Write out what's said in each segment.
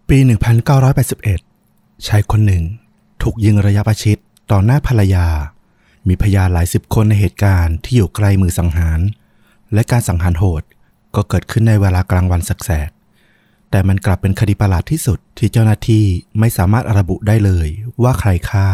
ปี 1981 ชายคนหนึ่งถูกยิงระยะประชิดต่อหน้าภรรยามีพยานหลายสิบคนในเหตุการณ์ที่อยู่ไกลมือสังหารและการสังหารโหดก็เกิดขึ้นในเวลากลางวันแสกๆแต่มันกลับเป็นคดีประหลาดที่สุดที่เจ้าหน้าที่ไม่สามารถระบุได้เลยว่าใครฆ่า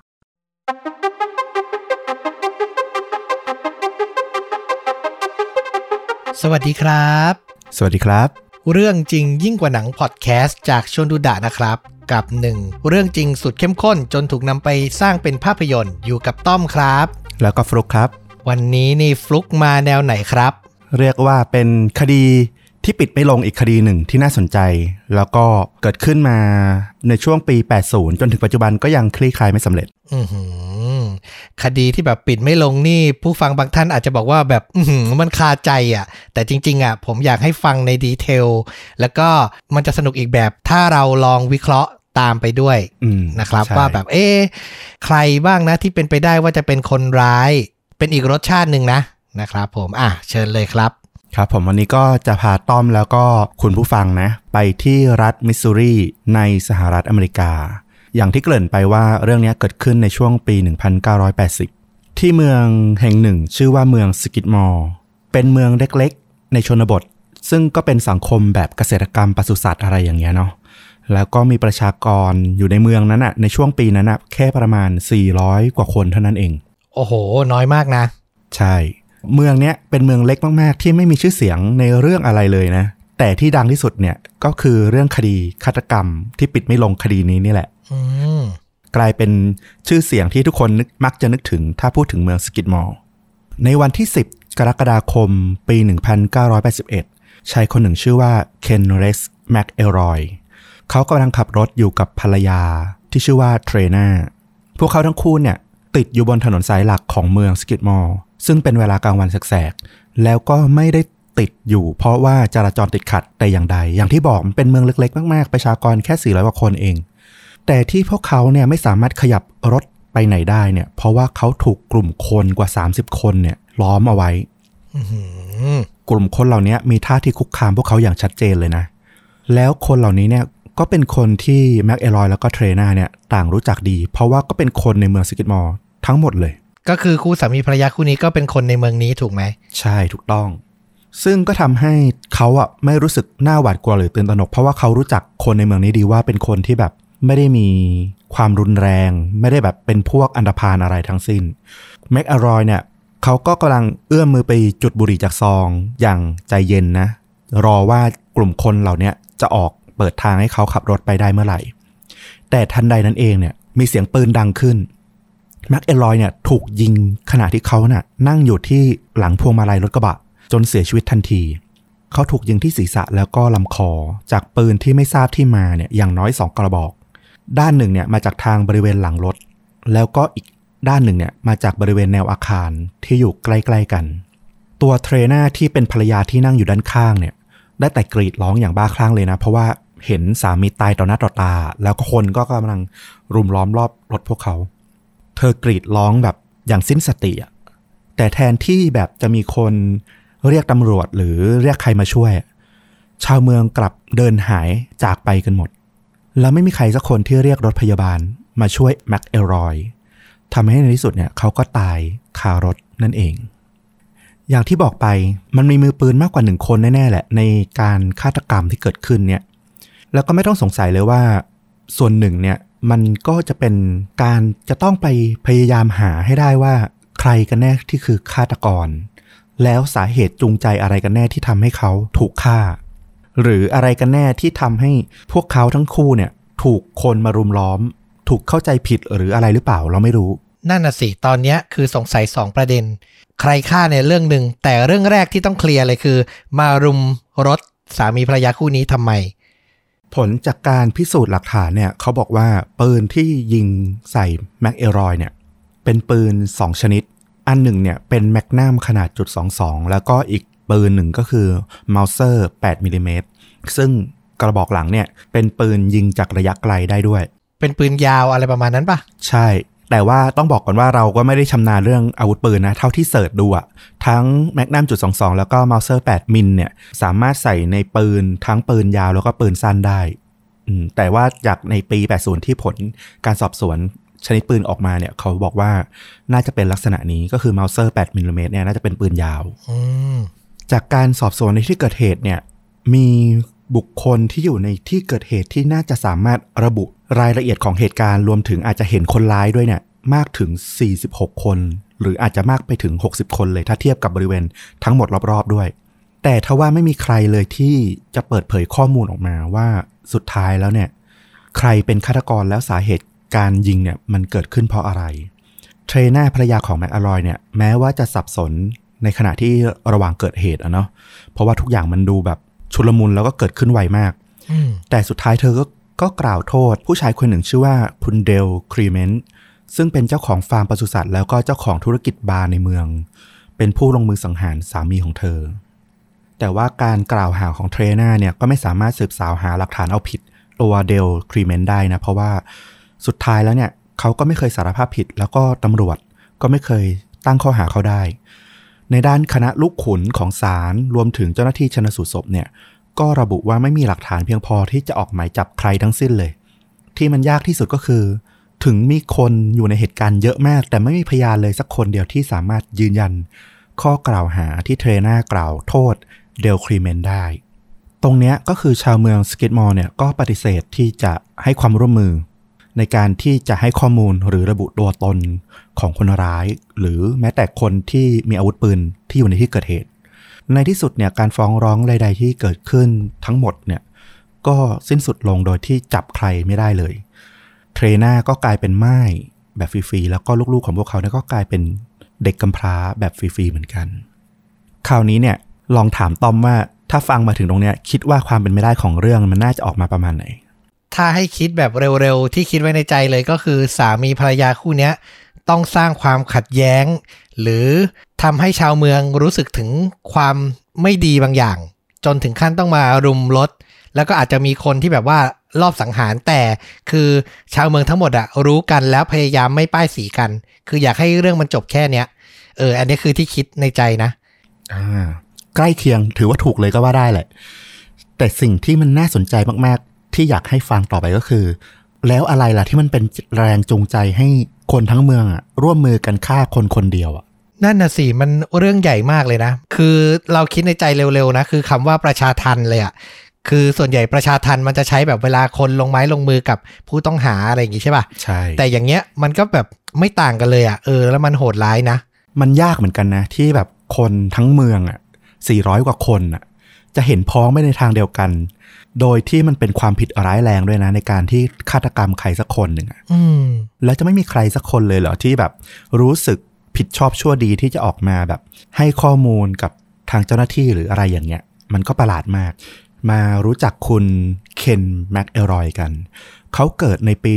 สวัสดีครับสวัสดีครับเรื่องจริงยิ่งกว่าหนังพอดแคสต์จากชวนดูดะนะครับกับ1เรื่องจริงสุดเข้มข้นจนถูกนำไปสร้างเป็นภาพยนตร์อยู่กับต้อมครับแล้วก็ฟลุกครับวันนี้นี่ฟลุกมาแนวไหนครับเรียกว่าเป็นคดีที่ปิดไม่ลงอีกคดีหนึ่งที่น่าสนใจแล้วก็เกิดขึ้นมาในช่วงปี80จนถึงปัจจุบันก็ยังคลี่คลายไม่สำเร็จคดีที่แบบปิดไม่ลงนี่ผู้ฟังบางท่านอาจจะบอกว่าแบบมันคาใจอ่ะแต่จริงๆอ่ะผมอยากให้ฟังในดีเทลแล้วก็มันจะสนุกอีกแบบถ้าเราลองวิเคราะห์ตามไปด้วยนะครับว่าแบบใครบ้างนะที่เป็นไปได้ว่าจะเป็นคนร้ายเป็นอีกรสชาติหนึ่งนะครับผมเชิญเลยครับครับผมวันนี้ก็จะพาต้อมแล้วก็คุณผู้ฟังนะไปที่รัฐมิสซูรีในสหรัฐอเมริกาอย่างที่เกริ่นไปว่าเรื่องนี้เกิดขึ้นในช่วงปี 1980 ที่เมืองแห่งหนึ่งชื่อว่าเมืองสกิดมอร์เป็นเมืองเล็กๆในชนบทซึ่งก็เป็นสังคมแบบเกษตรกรรมปศุสัตว์อะไรอย่างเงี้ยเนาะแล้วก็มีประชากรอยู่ในเมืองนั้นในช่วงปีนั้นแค่ประมาณ400กว่าคนเท่านั้นเองโอ้โหน้อยมากนะใช่เมืองเนี้ยเป็นเมืองเล็กมากๆที่ไม่มีชื่อเสียงในเรื่องอะไรเลยนะแต่ที่ดังที่สุดเนี่ยก็คือเรื่องคดีฆาตกรรมที่ปิดไม่ลงคดีนี้นี่แหละกลายเป็นชื่อเสียงที่ทุกคนมักจะนึกถึงถ้าพูดถึงเมืองสกิดมอร์ในวันที่10กรกฎาคมปี 1981ชายคนหนึ่งชื่อว่าเคนเรสแม็กเอลรอยเขากำลังขับรถอยู่กับภรรยาที่ชื่อว่าเทรน่าพวกเขาทั้งคู่เนี่ยติดอยู่บนถนนสายหลักของเมืองสกิดมอร์ซึ่งเป็นเวลากลางวันแสกๆแล้วก็ไม่ได้ติดอยู่เพราะว่าจราจรติดขัดแต่อย่างใดอย่างที่บอกมันเป็นเมืองเล็กๆมากๆประชากรแค่400กว่าคนเองแต่ที่พวกเขาเนี่ยไม่สามารถขยับรถไปไหนได้เนี่ยเพราะว่าเขาถูกกลุ่มคนกว่า30คนเนี่ยล้อมเอาไว้กลุ่มคนเหล่านี้มีท่าทีคุกคามพวกเขาอย่างชัดเจนเลยนะแล้วคนเหล่านี้เนี่ยก็เป็นคนที่แม็กเอลรอยแล้วก็เทรน่าเนี่ยต่างรู้จักดีเพราะว่าก็เป็นคนในเมืองสกิดมอร์ทั้งหมดเลยก็คือคู่สามีภรรยาคู่นี้ก็เป็นคนในเมืองนี้ถูกไหมใช่ถูกต้องซึ่งก็ทำให้เขาไม่รู้สึกหน้าหวาดกลัวหรือตื่นตระหนกเพราะว่าเขารู้จักคนในเมืองนี้ดีว่าเป็นคนที่แบบไม่ได้มีความรุนแรงไม่ได้แบบเป็นพวกอันธพาลอะไรทั้งสิ้นแม็กอรอยเนี่ยเขาก็กำลังเอื้อมมือไปจุดบุหรี่จากซองอย่างใจเย็นนะรอว่ากลุ่มคนเหล่านี้จะออกเปิดทางให้เขาขับรถไปได้เมื่อไหร่แต่ทันใดนั้นเองเนี่ยมีเสียงปืนดังขึ้นแม็กเอลรอยเนี่ยถูกยิงขณะที่เขานั่งอยู่ที่หลังพวงมาลัยรถกระบะจนเสียชีวิตทันทีเขาถูกยิงที่ศีรษะแล้วก็ลำคอจากปืนที่ไม่ทราบที่มาเนี่ยอย่างน้อย2กระบอกด้านหนึ่งเนี่ยมาจากทางบริเวณหลังรถแล้วก็อีกด้านหนึ่งเนี่ยมาจากบริเวณแนวอาคารที่อยู่ใกล้ๆกันตัวเทรน่าที่เป็นภรรยาที่นั่งอยู่ด้านข้างเนี่ยได้แต่กรีดร้องอย่างบ้าคลั่งเลยนะเพราะว่าเห็นสามีตายต่อหน้าต่อตาแล้วก็คนก็กำลังรุมล้อมรอบรถพวกเขาเธอกรีดร้องแบบอย่างสิ้นสติแต่แทนที่แบบจะมีคนเรียกตำรวจหรือเรียกใครมาช่วยชาวเมืองกลับเดินหายจากไปกันหมดแล้วไม่มีใครสักคนที่เรียกรถพยาบาลมาช่วยแม็กเอลรอยทำให้ในที่สุดเนี่ยเขาก็ตายคารถนั่นเองอย่างที่บอกไปมันมีมือปืนมากกว่า1คนแน่ๆแหละในการฆาตกรรมที่เกิดขึ้นเนี่ยแล้วก็ไม่ต้องสงสัยเลยว่าส่วนหนึ่งเนี่ยมันก็จะเป็นการจะต้องไปพยายามหาให้ได้ว่าใครกันแน่ที่คือฆาตกรแล้วสาเหตุจูงใจอะไรกันแน่ที่ทำให้เขาถูกฆ่าหรืออะไรกันแน่ที่ทำให้พวกเขาทั้งคู่เนี่ยถูกคนมารุมล้อมถูกเข้าใจผิดหรืออะไรหรือเปล่าเราไม่รู้นั่นน่ะสิตอนนี้คือสงสัย2ประเด็นใครฆ่าในเรื่องนึงแต่เรื่องแรกที่ต้องเคลียร์เลยคือมารุมรถสามีภรรยาคู่นี้ทำไมผลจากการพิสูจน์หลักฐานเนี่ยเขาบอกว่าปืนที่ยิงใส่แม็กเอลรอยเนี่ยเป็นปืน2ชนิดอันหนึ่งเนี่ยเป็นแมกนัมขนาด.22แล้วก็อีกปืนหนึ่งก็คือเมาเซอร์8มิลลิเมตรซึ่งกระบอกหลังเนี่ยเป็นปืนยิงจากระยะไกลได้ด้วยเป็นปืนยาวอะไรประมาณนั้นปะใช่แต่ว่าต้องบอกก่อนว่าเราก็ไม่ได้ชำนาญเรื่องอาวุธปืนนะเท่าที่เสิร์ชดูทั้งแมกนัม.22แล้วก็เมาเซอร์8มิลเนี่ยสามารถใส่ในปืนทั้งปืนยาวแล้วก็ปืนสั้นได้แต่ว่าจากในปี80ที่ผลการสอบสวนชนิดปืนออกมาเนี่ยเขาบอกว่าน่าจะเป็นลักษณะนี้ก็คือเมาเซอร์8มิลลิเมตรเนี่ยน่าจะเป็นปืนยาวจากการสอบสวนในที่เกิดเหตุเนี่ยมีบุคคลที่อยู่ในที่เกิดเหตุที่น่าจะสามารถระบุรายละเอียดของเหตุการณ์รวมถึงอาจจะเห็นคนร้ายด้วยเนี่ยมากถึง46คนหรืออาจจะมากไปถึง60คนเลยถ้าเทียบกับบริเวณทั้งหมดรอบๆด้วยแต่ทว่าไม่มีใครเลยที่จะเปิดเผยข้อมูลออกมาว่าสุดท้ายแล้วเนี่ยใครเป็นฆาตกรแล้วสาเหตุการยิงเนี่ยมันเกิดขึ้นเพราะอะไรเทรน่าภรรยาของแม็กอรอยเนี่ยแม้ว่าจะสับสนในขณะที่ระหว่างเกิดเหตุเนาะเพราะว่าทุกอย่างมันดูแบบชุลมุนแล้วก็เกิดขึ้นไวมากแต่สุดท้ายเธอก็กล่าวโทษผู้ชายคนหนึ่งชื่อว่าคุณเดลครีเมนต์ซึ่งเป็นเจ้าของฟาร์มปศุสัตว์แล้วก็เจ้าของธุรกิจบาร์ในเมืองเป็นผู้ลงมือสังหารสามีของเธอแต่ว่าการกล่าวหาของเทรน่าเนี่ยก็ไม่สามารถสืบสาวหาหลักฐานเอาผิดตัวเดลครีเมนต์ได้นะเพราะว่าสุดท้ายแล้วเนี่ยเขาก็ไม่เคยสารภาพผิดแล้วก็ตำรวจก็ไม่เคยตั้งข้อหาเขาได้ในด้านคณะลูกขุนของศาลรวมถึงเจ้าหน้าที่ชันสูตรศพเนี่ยก็ระบุว่าไม่มีหลักฐานเพียงพอที่จะออกหมายจับใครทั้งสิ้นเลยที่มันยากที่สุดก็คือถึงมีคนอยู่ในเหตุการณ์เยอะมากแต่ไม่มีพยานเลยสักคนเดียวที่สามารถยืนยันข้อกล่าวหาที่เทรน่ากล่าวโทษเดลครีเมนต์ได้ตรงเนี้ยก็คือชาวเมืองสกิดมอร์เนี่ยก็ปฏิเสธที่จะให้ความร่วมมือในการที่จะให้ข้อมูลหรือระบุตัวตนของคนร้ายหรือแม้แต่คนที่มีอาวุธปืนที่อยู่ในที่เกิดเหตุในที่สุดเนี่ยการฟ้องร้องใดๆที่เกิดขึ้นทั้งหมดเนี่ยก็สิ้นสุดลงโดยที่จับใครไม่ได้เลยเทรน่าก็กลายเป็นม่ายแบบฟรีๆแล้วก็ลูกๆของพวกเขาเนี่ยก็กลายเป็นเด็กกำพร้าแบบฟรีๆเหมือนกันคราวนี้เนี่ยลองถามต้อมว่าถ้าฟังมาถึงตรงเนี้ยคิดว่าความเป็นไปได้ของเรื่องมันน่าจะออกมาประมาณไหนถ้าให้คิดแบบเร็วๆที่คิดไว้ในใจเลยก็คือสามีภรรยาคู่เนี้ยต้องสร้างความขัดแย้งหรือทำให้ชาวเมืองรู้สึกถึงความไม่ดีบางอย่างจนถึงขั้นต้องมารุมรถแล้วก็อาจจะมีคนที่แบบว่ารอบสังหารแต่คือชาวเมืองทั้งหมดอะรู้กันแล้วพยายามไม่ป้ายสีกันคืออยากให้เรื่องมันจบแค่เนี้ยอันนี้คือที่คิดในใจนะใกล้เคียงถือว่าถูกเลยก็ว่าได้แหละแต่สิ่งที่มันน่าสนใจมากๆที่อยากให้ฟังต่อไปก็คือแล้วอะไรล่ะที่มันเป็นแรงจูงใจให้คนทั้งเมืองอ่ะร่วมมือกันฆ่าคนคนเดียวอ่ะนั่นน่ะสิมันเรื่องใหญ่มากเลยนะคือเราคิดในใจเร็วๆนะคือคำว่าประชาทัณฑ์เลยอ่ะคือส่วนใหญ่ประชาทัณฑ์มันจะใช้แบบเวลาคนลงไม้ลงมือกับผู้ต้องหาอะไรอย่างงี้ใช่ป่ะใช่แต่อย่างเงี้ยมันก็แบบไม่ต่างกันเลยอ่ะแล้วมันโหดร้ายนะมันยากเหมือนกันนะที่แบบคนทั้งเมืองอ่ะ400กว่าคนอ่ะจะเห็นพ้องไม่ในทางเดียวกันโดยที่มันเป็นความผิดร้ายแรงด้วยนะในการที่ฆาตกรรมใครสักคนหนึ่งแล้วจะไม่มีใครสักคนเลยเหรอที่แบบรู้สึกผิดชอบชั่วดีที่จะออกมาแบบให้ข้อมูลกับทางเจ้าหน้าที่หรืออะไรอย่างเงี้ยมันก็ประหลาดมากมารู้จักคุณเคนแม็กเอลรอยกันเขาเกิดในปี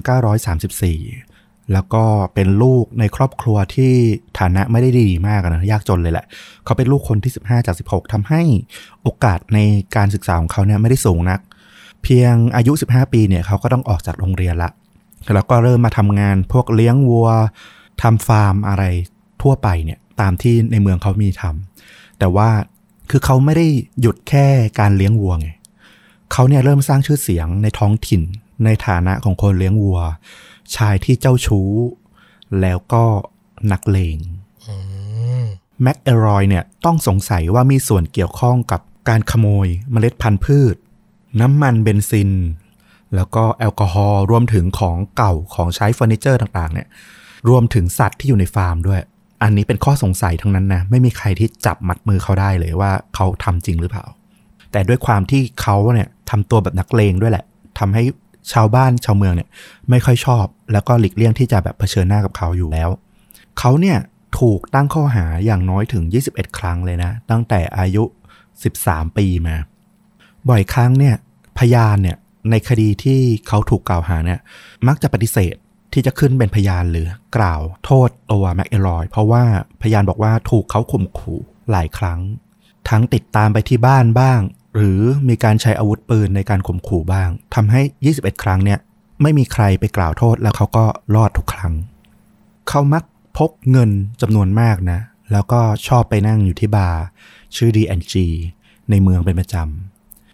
1934แล้วก็เป็นลูกในครอบครัวที่ฐานะไม่ได้ดีมากนะยากจนเลยแหละเขาเป็นลูกคนที่15จาก16ทำให้โอกาสในการศึกษาของเขาเนี่ยไม่ได้สูงนักเพียงอายุ15ปีเนี่ยเขาก็ต้องออกจากโรงเรียนละแล้วก็เริ่มมาทำงานพวกเลี้ยงวัวทำฟาร์มอะไรทั่วไปเนี่ยตามที่ในเมืองเขามีทำแต่ว่าคือเขาไม่ได้หยุดแค่การเลี้ยงวัวไงเขาเนี่ยเริ่มสร้างชื่อเสียงในท้องถิ่นในฐานะของคนเลี้ยงวัวชายที่เจ้าชู้แล้วก็นักเลงแม็กเอรอยเนี่ยต้องสงสัยว่ามีส่วนเกี่ยวข้องกับการขโมยเมล็ดพันธุ์พืชน้ำมันเบนซินแล้วก็แอลกอฮอล์รวมถึงของเก่าของใช้เฟอร์นิเจอร์ต่างๆเนี่ยรวมถึงสัตว์ที่อยู่ในฟาร์มด้วยอันนี้เป็นข้อสงสัยทั้งนั้นนะไม่มีใครที่จับมัดมือเขาได้เลยว่าเขาทำจริงหรือเปล่าแต่ด้วยความที่เขาเนี่ยทำตัวแบบนักเลงด้วยแหละทำให้ชาวบ้านชาวเมืองเนี่ยไม่ค่อยชอบแล้วก็หลีกเลี่ยงที่จะแบบเผชิญหน้ากับเขาอยู่แล้วเขาเนี่ยถูกตั้งข้อหาอย่างน้อยถึง21ครั้งเลยนะตั้งแต่อายุ13ปีมาบ่อยครั้งเนี่ยพยานเนี่ยในคดีที่เขาถูกกล่าวหาเนี่ยมักจะปฏิเสธที่จะขึ้นเป็นพยานหรือกล่าวโทษตัวแม็กเอลอยเพราะว่าพยานบอกว่าถูกเขาข่มขู่หลายครั้งทั้งติดตามไปที่บ้านบ้างหรือมีการใช้อาวุธปืนในการข่มขู่บ้างทำให้21ครั้งเนี่ยไม่มีใครไปกล่าวโทษแล้วเขาก็รอดทุกครั้งเขามักพกเงินจำนวนมากนะแล้วก็ชอบไปนั่งอยู่ที่บาร์ชื่อ D&G ในเมืองเป็นประจ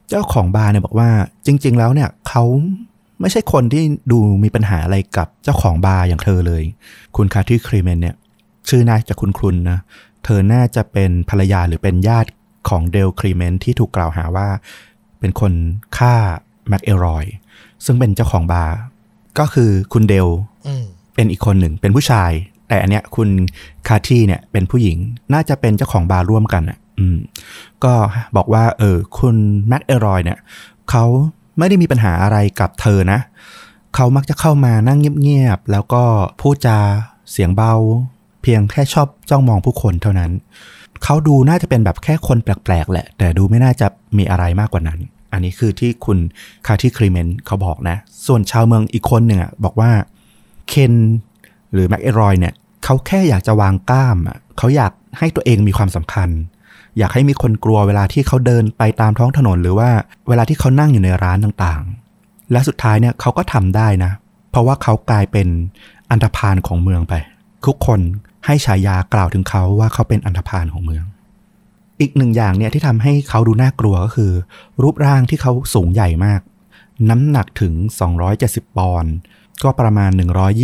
เจ้าของบาร์เนี่ยบอกว่าจริงๆแล้วเนี่ยเขาไม่ใช่คนที่ดูมีปัญหาอะไรกับเจ้าของบาร์อย่างเธอเลยคุณคาที่ครีเมนเนี่ยชื่อน่าจะคุ้นๆนะเธอน่าจะเป็นภรรยาหรือเป็นญาติของเดลครีเมนที่ถูกกล่าวหาว่าเป็นคนฆ่าแม็กเอลรอยซึ่งเป็นเจ้าของบาร์ก็คือคุณเดลเป็นอีกคนหนึ่งเป็นผู้ชายแต่อันเนี้ยคุณคาที่เนี่ยเป็นผู้หญิงน่าจะเป็นเจ้าของบาร์ร่วมกันอ่ะก็บอกว่าคุณแม็กเอลรอยเนี่ยเขาไม่ได้มีปัญหาอะไรกับเธอนะเขามักจะเข้ามานั่งเงียบๆแล้วก็พูดจาเสียงเบาเพียงแค่ชอบจ้องมองผู้คนเท่านั้นเขาดูน่าจะเป็นแบบแค่คนแปลกๆแหละแต่ดูไม่น่าจะมีอะไรมากกว่านั้นอันนี้คือที่คุณคาที่ครีเมนเขาบอกนะส่วนชาวเมืองอีกคนหนึ่งอ่ะบอกว่าเคนหรือแม็กเอลรอยเนี่ยเขาแค่อยากจะวางกล้ามอ่ะเขาอยากให้ตัวเองมีความสำคัญอยากให้มีคนกลัวเวลาที่เขาเดินไปตามท้องถนนหรือว่าเวลาที่เขานั่งอยู่ในร้านต่างๆและสุดท้ายเนี่ยเขาก็ทำได้นะเพราะว่าเขากลายเป็นอันธพาลของเมืองไปทุกคนให้ฉายากล่าวถึงเขาว่าเขาเป็นอันธพาลของเมืองอีกหนึ่งอย่างเนี่ยที่ทำให้เขาดูน่ากลัวก็คือรูปร่างที่เขาสูงใหญ่มากน้ำหนักถึง270ปอนด์ก็ประมาณ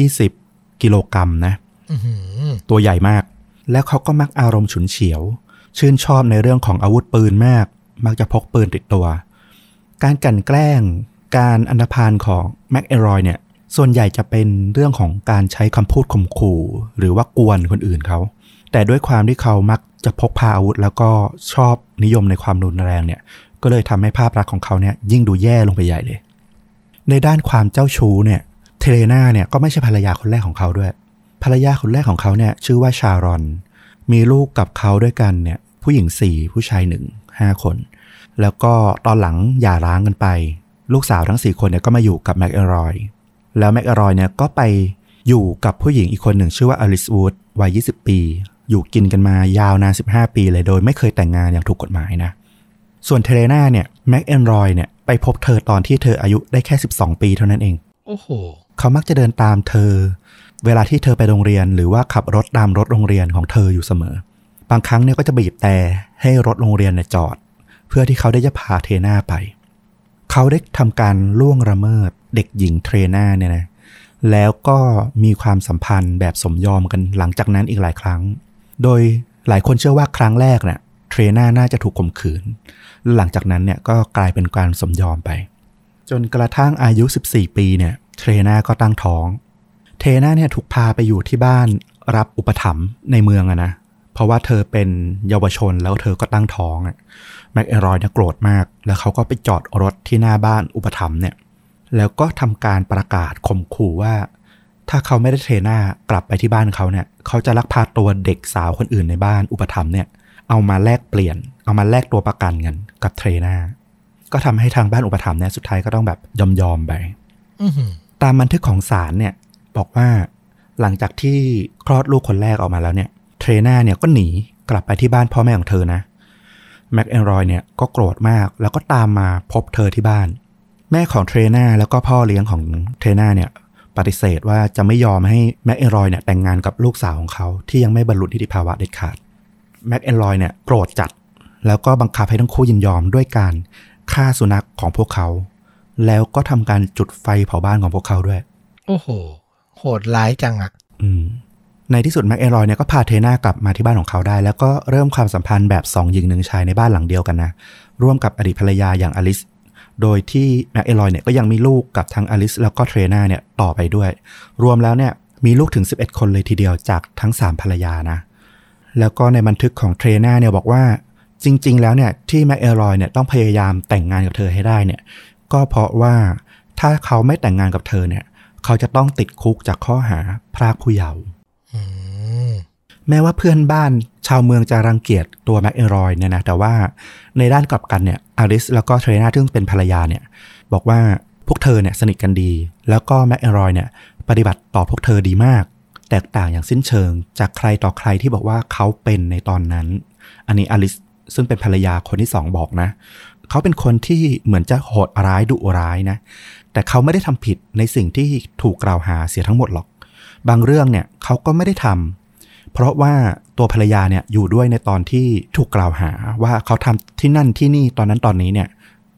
120กิโลกรัมนะตัวใหญ่มากแล้วเขาก็มักอารมณ์ฉุนเฉียวชื่นชอบในเรื่องของอาวุธปืนมากมักจะพกปืนติดตัวการกลั่นแกล้งการอันธพาลของแม็กเอลรอยเนี่ยส่วนใหญ่จะเป็นเรื่องของการใช้คำพูดข่มขู่หรือว่ากวนคนอื่นเขาแต่ด้วยความที่เขามักจะพกพาอาวุธแล้วก็ชอบนิยมในความรุนแรงเนี่ยก็เลยทำให้ภาพลักษณ์ของเขาเนี่ยยิ่งดูแย่ลงไปใหญ่เลยในด้านความเจ้าชู้เนี่ยเทเลนาเนี่ยก็ไม่ใช่ภรรยาคนแรกของเขาด้วยภรรยาคนแรกของเขาเนี่ยชื่อว่าชารอนมีลูกกับเขาด้วยกันเนี่ยผู้หญิง4ผู้ชาย1 5คนแล้วก็ตอนหลังหย่าร้างกันไปลูกสาวทั้ง4คนเนี่ยก็มาอยู่กับแม็กเอลรอยแล้วแม็กเอลรอยเนี่ยก็ไปอยู่กับผู้หญิงอีกคนหนึ่งชื่อว่าอลิสวูดวัย20ปีอยู่กินกันมายาวนาน15ปีเลยโดยไม่เคยแต่งงานอย่างถูกกฎหมายนะส่วนเทเลนาเนี่ยแม็กเอลรอยเนี่ยไปพบเธอตอนที่เธออายุได้แค่12ปีเท่านั้นเองโอ้โหเขามักจะเดินตามเธอเวลาที่เธอไปโรงเรียนหรือว่าขับรถตามรถโรงเรียนของเธออยู่เสมอบางครั้งเนี่ยก็จะบีบแต่ให้รถโรงเรียนเนี่ยจอดเพื่อที่เขาได้จะพาเทน่าไปเขาได้ทำการล่วงละเมิดเด็กหญิงเทน่าเนี่ยนะแล้วก็มีความสัมพันธ์แบบสมยอมกันหลังจากนั้นอีกหลายครั้งโดยหลายคนเชื่อว่าครั้งแรกเนี่ยเทน่าน่าจะถูกข่มขืนหลังจากนั้นเนี่ยก็กลายเป็นการสมยอมไปจนกระทั่งอายุ14ปีเนี่ยเทน่าก็ตั้งท้องเทน่าเนี่ยถูกพาไปอยู่ที่บ้านรับอุปถัมภ์ในเมืองอะนะเพราะว่าเธอเป็นเยาวชนแล้วเธอก็ตั้งท้องแม็กเอลรอยเนี่ยโกรธมากแล้วเขาก็ไปจอดรถที่หน้าบ้านอุปถัมภ์เนี่ยแล้วก็ทำการประกาศข่มขู่ว่าถ้าเขาไม่ได้เทน่ากลับไปที่บ้านเขาเนี่ยเขาจะลักพาตัวเด็กสาวคนอื่นในบ้านอุปถัมภ์เนี่ยเอามาแลกเปลี่ยนเอามาแลกตัวประกันกันกับเทน่าก็ทำให้ทางบ้านอุปถัมภ์เนี่ยสุดท้ายก็ต้องแบบยอมไปตามบันทึกของศาลเนี่ยบอกว่าหลังจากที่คลอดลูกคนแรกออกมาแล้วเนี่ยเทรน่าเนี่ยก็หนีกลับไปที่บ้านพ่อแม่ของเธอนะแม็กเอลรอยเนี่ยก็โกรธมากแล้วก็ตามมาพบเธอที่บ้านแม่ของเทรน่าแล้วก็พ่อเลี้ยงของเทรน่าเนี่ยปฏิเสธว่าจะไม่ยอมให้แม็กเอลรอยเนี่ยแต่งงานกับลูกสาวของเขาที่ยังไม่บรรลุนิติภาวะเด็ดขาดแม็กเอลรอยเนี่ยโกรธจัดแล้วก็บังคับให้ทั้งคู่ยินยอมด้วยการฆ่าสุนัขของพวกเขาแล้วก็ทำการจุดไฟเผาบ้านของพวกเขาด้วยโอ้โหโหดร้ายจังอ่ะในที่สุดแม็กเอลรอยเนี่ยก็พาเทน่ากลับมาที่บ้านของเขาได้แล้วก็เริ่มความสัมพันธ์แบบ2หญิง1ชายในบ้านหลังเดียวกันนะร่วมกับอดีตภรรยาอย่างอลิสโดยที่แม็กเอลรอยเนี่ยก็ยังมีลูกกับทั้งอลิสแล้วก็เทรน่าเนี่ยต่อไปด้วยรวมแล้วเนี่ยมีลูกถึง11คนเลยทีเดียวจากทั้ง3ภรรยานะแล้วก็ในบันทึกของเทรน่าเนี่ยบอกว่าจริงๆแล้วเนี่ยที่แม็กเอลรอยเนี่ยต้องพยายามแต่งงานกับเธอให้ได้เนี่ยก็เพราะว่าถ้าเขาไม่แต่งงานกับเธอเนี่ยเขาจะต้องติดคุกจากข้อหาพรากผู้เยาว์แม้ว่าเพื่อนบ้านชาวเมืองจะรังเกียจตัวแม็กเอลรอยเนี่ยนะแต่ว่าในด้านกลับกันเนี่ยอลิสแล้วก็เทรน่าซึ่งเป็นภรรยาเนี่ยบอกว่าพวกเธอเนี่ยสนิทกันดีแล้วก็แม็กเอลรอยเนี่ยปฏิบัติต่อพวกเธอดีมากแตกต่างอย่างสิ้นเชิงจากใครต่อใครที่บอกว่าเขาเป็นในตอนนั้นอันนี้อลิสซึ่งเป็นภรรยาคนที่2บอกนะเขาเป็นคนที่เหมือนจะโหดร้ายดุร้ายนะแต่เขาไม่ได้ทำผิดในสิ่งที่ถูกกล่าวหาเสียทั้งหมดหรอกบางเรื่องเนี่ยเขาก็ไม่ได้ทำเพราะว่าตัวภรรยาเนี่ยอยู่ด้วยในตอนที่ถูกกล่าวหาว่าเขาทำที่นั่นที่นี่ตอนนั้นตอนนี้เนี่ย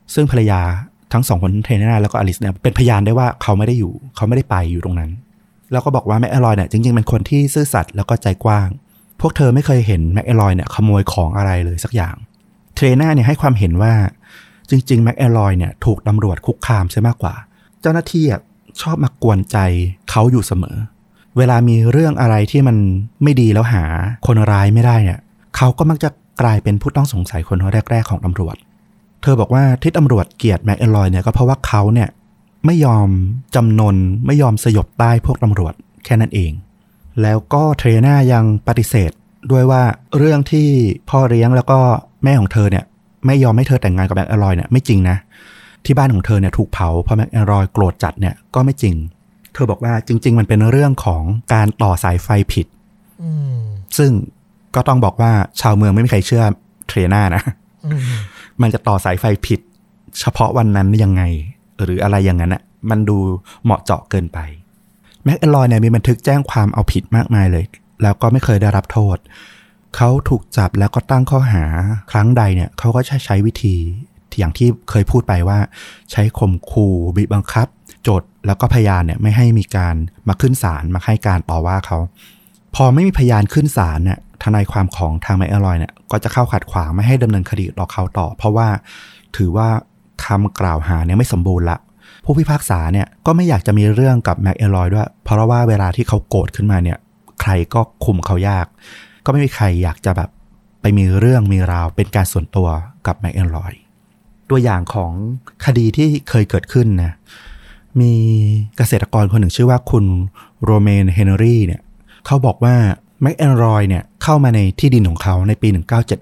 ซึ่งภรรยาทั้ง2คนเทรน่าแล้วก็อลิสเนี่ยเป็นพยานได้ว่าเขาไม่ได้อยู่เขาไม่ได้ไปอยู่ตรงนั้นแล้วก็บอกว่าแมคเอลอยเนี่ยจริงๆเป็นคนที่ซื่อสัตย์แล้วก็ใจกว้างพวกเธอไม่เคยเห็นแมคเอลอยเนี่ยขโมยของอะไรเลยสักอย่างเทรน่าเนี่ยให้ความเห็นว่าจริงๆแมคเอลอยเนี่ยถูกตำรวจคุกคามใช่มากกว่าเจ้าหน้าที่ชอบมากวนใจเขาอยู่เสมอเวลามีเรื่องอะไรที่มันไม่ดีแล้วหาคนร้ายไม่ได้เนี่ยเขาก็มักจะกลายเป็นผู้ต้องสงสัยคนแรกๆของตำรวจเธอบอกว่าที่ตำรวจเกลียดแมคเอลอยเนี่ยก็เพราะว่าเขาเนี่ยไม่ยอมจำนนไม่ยอมสยบใต้พวกตำรวจแค่นั้นเองแล้วก็เทรน่ายังปฏิเสธด้วยว่าเรื่องที่พ่อเลี้ยงแล้วก็แม่ของเธอเนี่ยไม่ยอมให้เธอแต่งงานกับแมคเอลอยเนี่ยไม่จริงนะที่บ้านของเธอเนี่ยถูกเผาเพราะแมคเอลอยโกรธจัดเนี่ยก็ไม่จริงเธอบอกว่าจริงๆมันเป็นเรื่องของการต่อสายไฟผิดซึ่งก็ต้องบอกว่าชาวเมืองไม่มีใครเชื่อเทรน่านะมันจะต่อสายไฟผิดเฉพาะวันนั้นยังไงหรืออะไรอย่างนั้นอ่ะมันดูเหมาะเจาะเกินไปแมคเอลอยเนี่ยมีบันทึกแจ้งความเอาผิดมากมายเลยแล้วก็ไม่เคยได้รับโทษเขาถูกจับแล้วก็ตั้งข้อหาครั้งใดเนี่ยเขาก็ใช้วิธีอย่างที่เคยพูดไปว่าใช้ข่มขู่บีบบังคับโจทย์แล้วก็พยานเนี่ยไม่ให้มีการมาขึ้นศาลมาให้การต่อว่าเขาพอไม่มีพยานขึ้นศาลเนี่ยทนายความของทางแมคเอลอยเนี่ยก็จะเข้าขัดขวางไม่ให้ดำเนินคดีต่อเขาต่อเพราะว่าถือว่าคำกล่าวหาเนี่ยไม่สมบูรณ์ละผู้พิพากษาเนี่ยก็ไม่อยากจะมีเรื่องกับแมคเอลอยด้วยเพราะว่าเวลาที่เขาโกรธขึ้นมาเนี่ยใครก็คุมเขายากก็ไม่มีใครอยากจะแบบไปมีเรื่องมีราวเป็นการส่วนตัวกับแมคเอลอยตัวอย่างของคดีที่เคยเกิดขึ้นนะมีเกษตรกรคนหนึ่งชื่อว่าคุณโรเมนเฮนรี่เนี่ยเขาบอกว่าแมคเอลอยเนี่ยเข้ามาในที่ดินของเขาในปี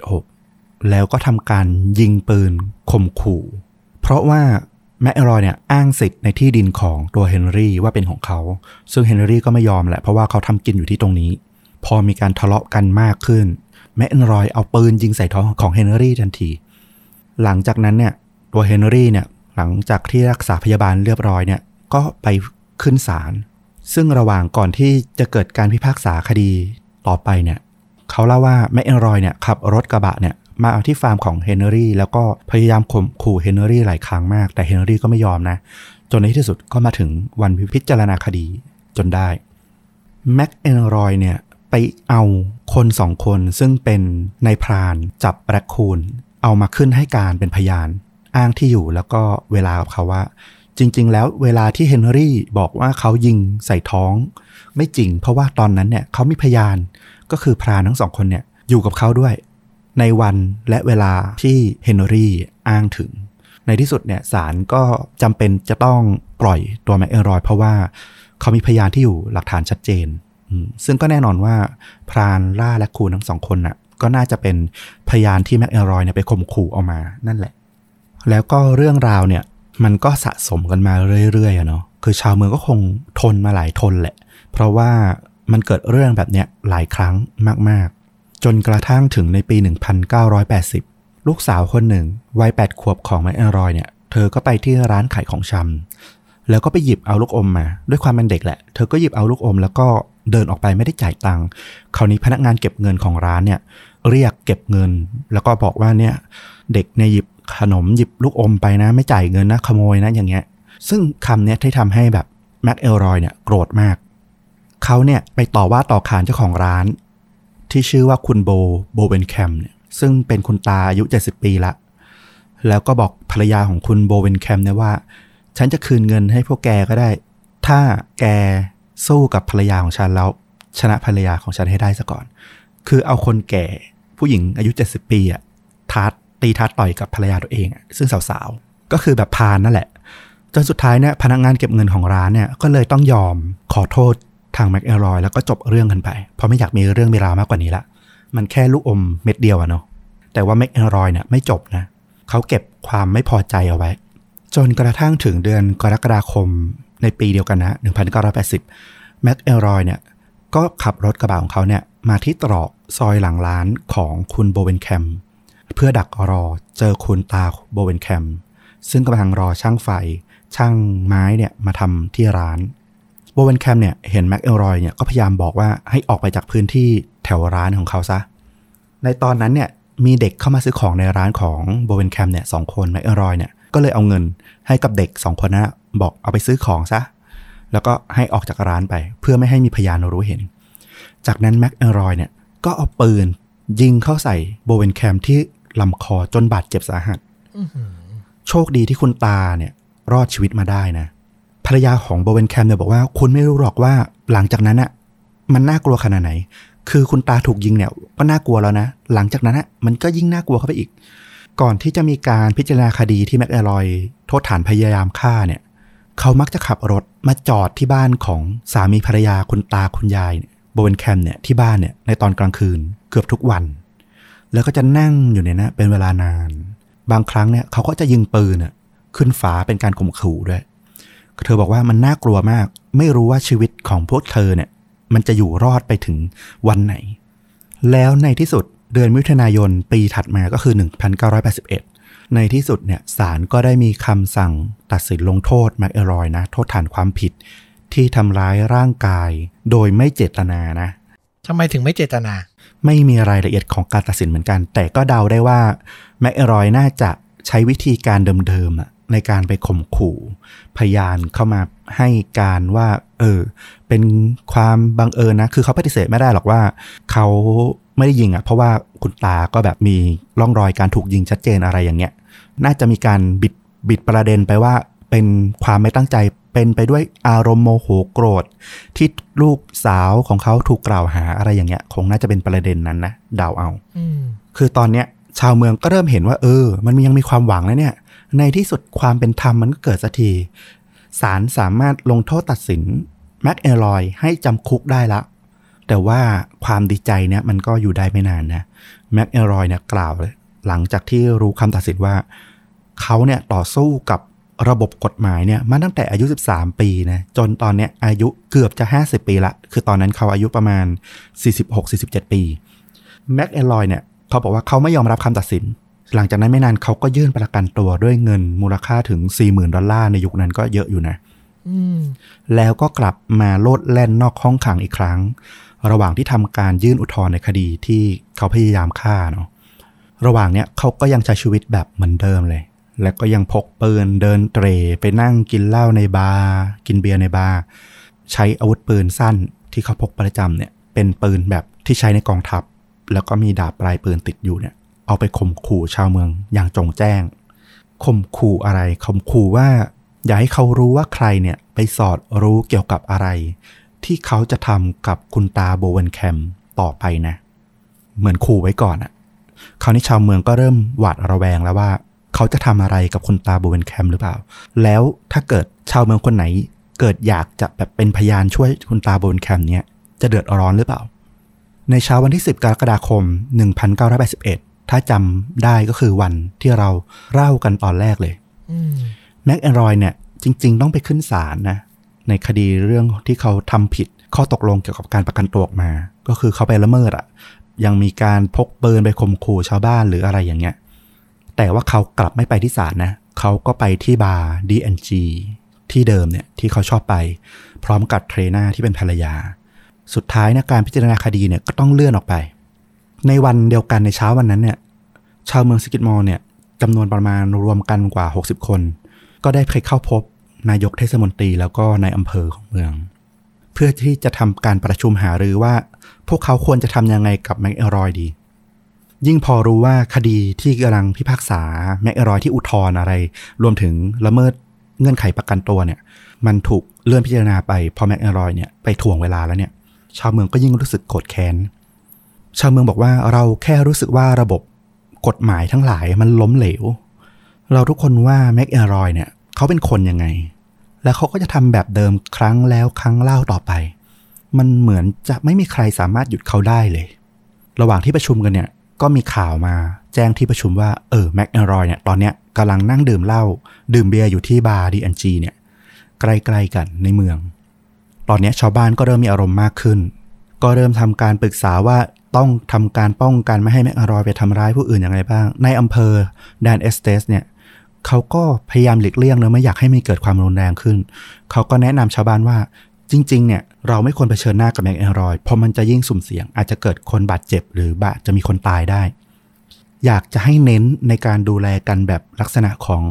1976แล้วก็ทำการยิงปืนข่มขู่เพราะว่าแมคเอลอยเนี่ยอ้างสิทธิ์ในที่ดินของตัวเฮนรี่ว่าเป็นของเขาซึ่งเฮนรี่ก็ไม่ยอมแหละเพราะว่าเขาทำกินอยู่ที่ตรงนี้พอมีการทะเลาะกันมากขึ้นแมคเอลอยเอาปืนยิงใส่ท้องของเฮนรี่ทันทีหลังจากนั้นเนี่ยตัวเฮนรี่เนี่ยหลังจากที่รักษาพยาบาลเรียบร้อยเนี่ยก็ไปขึ้นศาลซึ่งระหว่างก่อนที่จะเกิดการพิพากษาคดีต่อไปเนี่ยเขาเล่าว่าแมคเอลอยเนี่ยขับรถกระบะเนี่ยมาที่ฟาร์มของเฮนรี่แล้วก็พยายามข่มขู่เฮนรี่หลายครั้งมากแต่เฮนรี่ก็ไม่ยอมนะจนในที่สุดก็มาถึงวันพิจารณาคดีจนได้แมคเอลอยเนี่ยไปเอาคน2คนซึ่งเป็นนายพรานจับแร็คคูนเอามาขึ้นให้การเป็นพยานอ้างที่อยู่แล้วก็เวลากับเขาว่าจริงๆแล้วเวลาที่เฮนรี่บอกว่าเขายิงใส่ท้องไม่จริงเพราะว่าตอนนั้นเนี่ยเขามีพยานก็คือพรานทั้ง2คนเนี่ยอยู่กับเขาด้วยในวันและเวลาที่เฮนรี่อ้างถึงในที่สุดเนี่ยศาลก็จำเป็นจะต้องปล่อยตัวแมคเอลอยเพราะว่าเขามีพยานที่อยู่หลักฐานชัดเจนซึ่งก็แน่นอนว่าพรานล่าและคูนทั้ง2คนน่ะก็น่าจะเป็นพยานที่แมคเอลอยเนี่ยไปข่มขู่เอามานั่นแหละแล้วก็เรื่องราวเนี่ยมันก็สะสมกันมาเรื่อยๆเนาะคือชาวเมืองก็คงทนมาหลายทนแหละเพราะว่ามันเกิดเรื่องแบบเนี้ยหลายครั้งมากๆจนกระทั่งถึงในปี1980ลูกสาวคนหนึ่งวัย8 ขวบของแมคเอลอยเนี่ยเธอก็ไปที่ร้านขายของชำแล้วก็ไปหยิบเอาลูกอมมาด้วยความเป็นเด็กแหละเธอก็หยิบเอาลูกอมแล้วก็เดินออกไปไม่ได้จ่ายตังค์คราวนี้พนักงานเก็บเงินของร้านเนี่ยเรียกเก็บเงินแล้วก็บอกว่าเนี่ยเด็กเนี่ยหยิบขนมหยิบลูกอมไปนะไม่จ่ายเงินนะขโมยนะอย่างเงี้ยซึ่งคำเนี้ยที่ทำให้แบบแมคเอลอยเนี่ยโกรธมากเขาเนี่ยไปต่อว่าต่อขานเจ้าของร้านที่ชื่อว่าคุณโบเวนแคมเนี่ยซึ่งเป็นคุณตาอายุ70 ปีละแล้วก็บอกภรรยาของคุณโบเวนแคมเนี่ยว่าฉันจะคืนเงินให้พวกแกก็ได้ถ้าแกสู้กับภรรยาของฉันแล้วชนะภรรยาของฉันให้ได้ซะก่อนคือเอาคนแก่ผู้หญิงอายุ70 ปีอะตีท้าต่อยกับภรรยาตัวเองซึ่งสาวๆก็คือแบบพานนั่นแหละจนสุดท้ายเนี่ยพนักงานเก็บเงินของร้านเนี่ยก็เลยต้องยอมขอโทษทางแมคเอลอยแล้วก็จบเรื่องกันไปเพราะไม่อยากมีเรื่องมีราวมากกว่านี้ละมันแค่ลูกอมเม็ดเดียวอะเนาะแต่ว่าแมคเอลอยเนี่ยไม่จบนะเขาเก็บความไม่พอใจเอาไว้จนกระทั่งถึงเดือนกรกฎาคมในปีเดียวกันนะ1980แมคเอลอยเนี่ยก็ขับรถกระบะของเขาเนี่ยมาที่ตรอกซอยหลังร้านของคุณโบเวนแคมเพื่อดักรอเจอคุณตาโบเวนแคมซึ่งกำลังรอช่างไฟช่างไม้เนี่ยมาทำที่ร้านโบเวนแคมเนี่ยเห็นแมคเอลอยเนี่ยก็พยายามบอกว่าให้ออกไปจากพื้นที่แถวร้านของเขาซะในตอนนั้นเนี่ยมีเด็กเข้ามาซื้อของในร้านของโบเวนแคมเนี่ย2 คนแมคเอลอยเนี่ยก็เลยเอาเงินให้กับเด็ก2คนนะบอกเอาไปซื้อของซะแล้วก็ให้ออกจากร้านไปเพื่อไม่ให้มีพยานรู้เห็นจากนั้นแม็กเอรอยเนี่ยก็เอาปืนยิงเข้าใส่โบเวนแคมที่ลำคอจนบาดเจ็บสาหัสโชคดีที่คุณตาเนี่ยรอดชีวิตมาได้นะภรรยาของโบเวนแคมเนี่ยบอกว่าคุณไม่รู้หรอกว่าหลังจากนั้นอ่ะมันน่ากลัวขนาดไหนคือคุณตาถูกยิงเนี่ยก็น่ากลัวแล้วนะหลังจากนั้นอ่ะมันก็ยิ่งน่ากลัวเข้าไปอีกก่อนที่จะมีการพิจารณาคดีที่แม็กเอรอยโทษฐานพยายามฆ่าเนี่ยเขามักจะขับรถมาจอดที่บ้านของสามีภรรยาคุณตาคุณยายโบเวนแคมเนี่ยที่บ้านเนี่ยในตอนกลางคืนเกือบทุกวันแล้วก็จะนั่งอยู่เนี่ยนะเป็นเวลานานบางครั้งเนี่ยเขาก็จะยิงปืนน่ะขึ้นฟ้าเป็นการข่มขู่ด้วยเธอบอกว่ามันน่ากลัวมากไม่รู้ว่าชีวิตของพวกเธอเนี่ยมันจะอยู่รอดไปถึงวันไหนแล้วในที่สุดเดือนมิถุนายนปีถัดมาก็คือ1981ในที่สุดเนี่ยศาลก็ได้มีคำสั่งตัดสินลงโทษแม็กเอรอยนะโทษฐานความผิดที่ทำร้ายร่างกายโดยไม่เจตนานะทำไมถึงไม่เจตนาไม่มีรายละเอียดของการตัดสินเหมือนกันแต่ก็เดาได้ว่าแม็กเอรอยน่าจะใช้วิธีการเดิมๆในการไปข่มขู่พยานเข้ามาให้การว่าเป็นความบังเอิญนะคือเขาปฏิเสธไม่ได้หรอกว่าเขาไม่ได้ยิงเพราะว่าคุณตาก็แบบมีร่องรอยการถูกยิงชัดเจนอะไรอย่างเงี้ยน่าจะมีการบิดประเด็นไปว่าเป็นความไม่ตั้งใจเป็นไปด้วยอารมณ์โมโหโกรธที่ลูกสาวของเขาถูกกล่าวหาอะไรอย่างเงี้ยคงน่าจะเป็นประเด็นนั้นนะเดาเอาคือตอนเนี้ยชาวเมืองก็เริ่มเห็นว่ามันยังมีความหวังแล้วเนี่ยในที่สุดความเป็นธรรมมันก็เกิดสักทีศาลสามารถลงโทษตัดสินแม็กเอรอยให้จำคุกได้ละแต่ว่าความดีใจเนี่ยมันก็อยู่ได้ไม่นานนะแม็กเอรอยเนี่ยกล่าวเลยหลังจากที่รู้คำตัดสินว่าเขาเนี่ยต่อสู้กับระบบกฎหมายเนี่ยมาตั้งแต่อายุ13ปีนะจนตอนเนี้ยอายุเกือบจะ50ปีละคือตอนนั้นเขาอายุประมาณ46-47ปีแม็กเอรอยเนี่ยเขาบอกว่าเขาไม่ยอมรับคำตัดสินหลังจากนั้นไม่นานเขาก็ยื่นประกันตัวด้วยเงินมูลค่าถึง $40,000 ในยุคนั้นก็เยอะอยู่นะแล้วก็กลับมาโลดแล่นนอกห้องขังอีกครั้งระหว่างที่ทำการยื่นอุทธรณ์ในคดีที่เขาพยายามฆ่าเนาะระหว่างเนี้ยเขาก็ยังใช้ชีวิตแบบเหมือนเดิมเลยแล้วก็ยังพกปืนเดินเตร่ไปนั่งกินเหล้าในบาร์กินเบียร์ในบาร์ใช้อาวุธปืนสั้นที่เขาพกประจำเนี่ยเป็นปืนแบบที่ใช้ในกองทัพแล้วก็มีดาบปลายปืนติดอยู่เนี่ยเอาไปข่มขู่ชาวเมืองอย่างจงแจ้งข่มขู่อะไรข่มขู่ว่าอย่าให้เขารู้ว่าใครเนี่ยไปสอดรู้เกี่ยวกับอะไรที่เขาจะทำกับคุณตาโบเวนแคมต่อไปนะเหมือนขู่ไว้ก่อนคราวนี้ชาวเมืองก็เริ่มหวาดระแวงแล้วว่าเขาจะทำอะไรกับคุณตาโบเวนแคมหรือเปล่าแล้วถ้าเกิดชาวเมืองคนไหนเกิดอยากจะแบบเป็นพยานช่วยคุณตาโบเวนแคมเนี่ยจะเดือดร้อนหรือเปล่าในเช้าวันที่10 กรกฎาคม1981ถ้าจำได้ก็คือวันที่เราเล่ากันตอนแรกเลยแม็กเอรอยเนี่ยจริงๆต้องไปขึ้นศาลนะในคดีเรื่องที่เขาทำผิดข้อตกลงเกี่ยวกับการประกันตัวออกมาก็คือเขาไปละเมิดยังมีการพกปืนไปข่มขู่ชาวบ้านหรืออะไรอย่างเงี้ยแต่ว่าเขากลับไม่ไปที่ศาลนะเขาก็ไปที่บาร์ D&G ที่เดิมเนี่ยที่เขาชอบไปพร้อมกับเทรน่าที่เป็นภรรยาสุดท้ายนะการพิจารณาคดีเนี่ยก็ต้องเลื่อนออกไปในวันเดียวกันในเช้าวันนั้นเนี่ยชาวเมืองซิกิตมอร์เนี่ยจำนวนประมาณรวมกันกว่า60คนก็ได้ไปเข้าพบนายกเทศมนตรีแล้วก็นายอำเภอของเมืองเพื่อที่จะทำการประชุมหารือว่าพวกเขาควรจะทำยังไงกับแม็กเอรอยดียิ่งพอรู้ว่าคดีที่กำลังพิพากษาแม็กเอรอยที่อุทธรณ์อะไรรวมถึงละเมิดเงื่อนไขประกันตัวเนี่ยมันถูกเลื่อนพิจารณาไปพอแม็กเอรอยเนี่ยไปถ่วงเวลาแล้วเนี่ยชาวเมืองก็ยิ่งรู้สึกโกรธแค้นชาวเมืองบอกว่าเราแค่รู้สึกว่าระบบกฎหมายทั้งหลายมันล้มเหลวเราทุกคนว่าแม็กเอรอยเนี่ยเขาเป็นคนยังไงแล้วเขาก็จะทำแบบเดิมครั้งแล้วครั้งเล่าต่อไปมันเหมือนจะไม่มีใครสามารถหยุดเขาได้เลยระหว่างที่ประชุมกันเนี่ยก็มีข่าวมาแจ้งที่ประชุมว่าแม็กเอรอยเนี่ยตอนเนี้ยกำลังนั่งดื่มเหล้าดื่มเบียร์อยู่ที่บาร์ D&G เนี่ยใกล้ๆกันในเมืองตอนนี้ชาวบ้านก็เริ่มมีอารมณ์มากขึ้นก็เริ่มทำการปรึกษาว่าต้องทำการป้องกันไม่ให้แม็กเอรอยไปทำร้ายผู้อื่นอย่างไรบ้างในอำเภอแดนเอสเตสเนี่ยเขาก็พยายามหลีกเลี่ยงนะไม่อยากให้มีเกิดความรุนแรงขึ้นเขาก็แนะนำชาวบ้านว่าจริงๆเนี่ยเราไม่ควรเผชิญหน้ากับแม็กเอรอยเพราะมันจะยิ่งสุ่มเสี่ยงอาจจะเกิดคนบาดเจ็บหรือจะมีคนตายได้อยากจะให้เน้นในการดูแลกันแบบลักษณะของ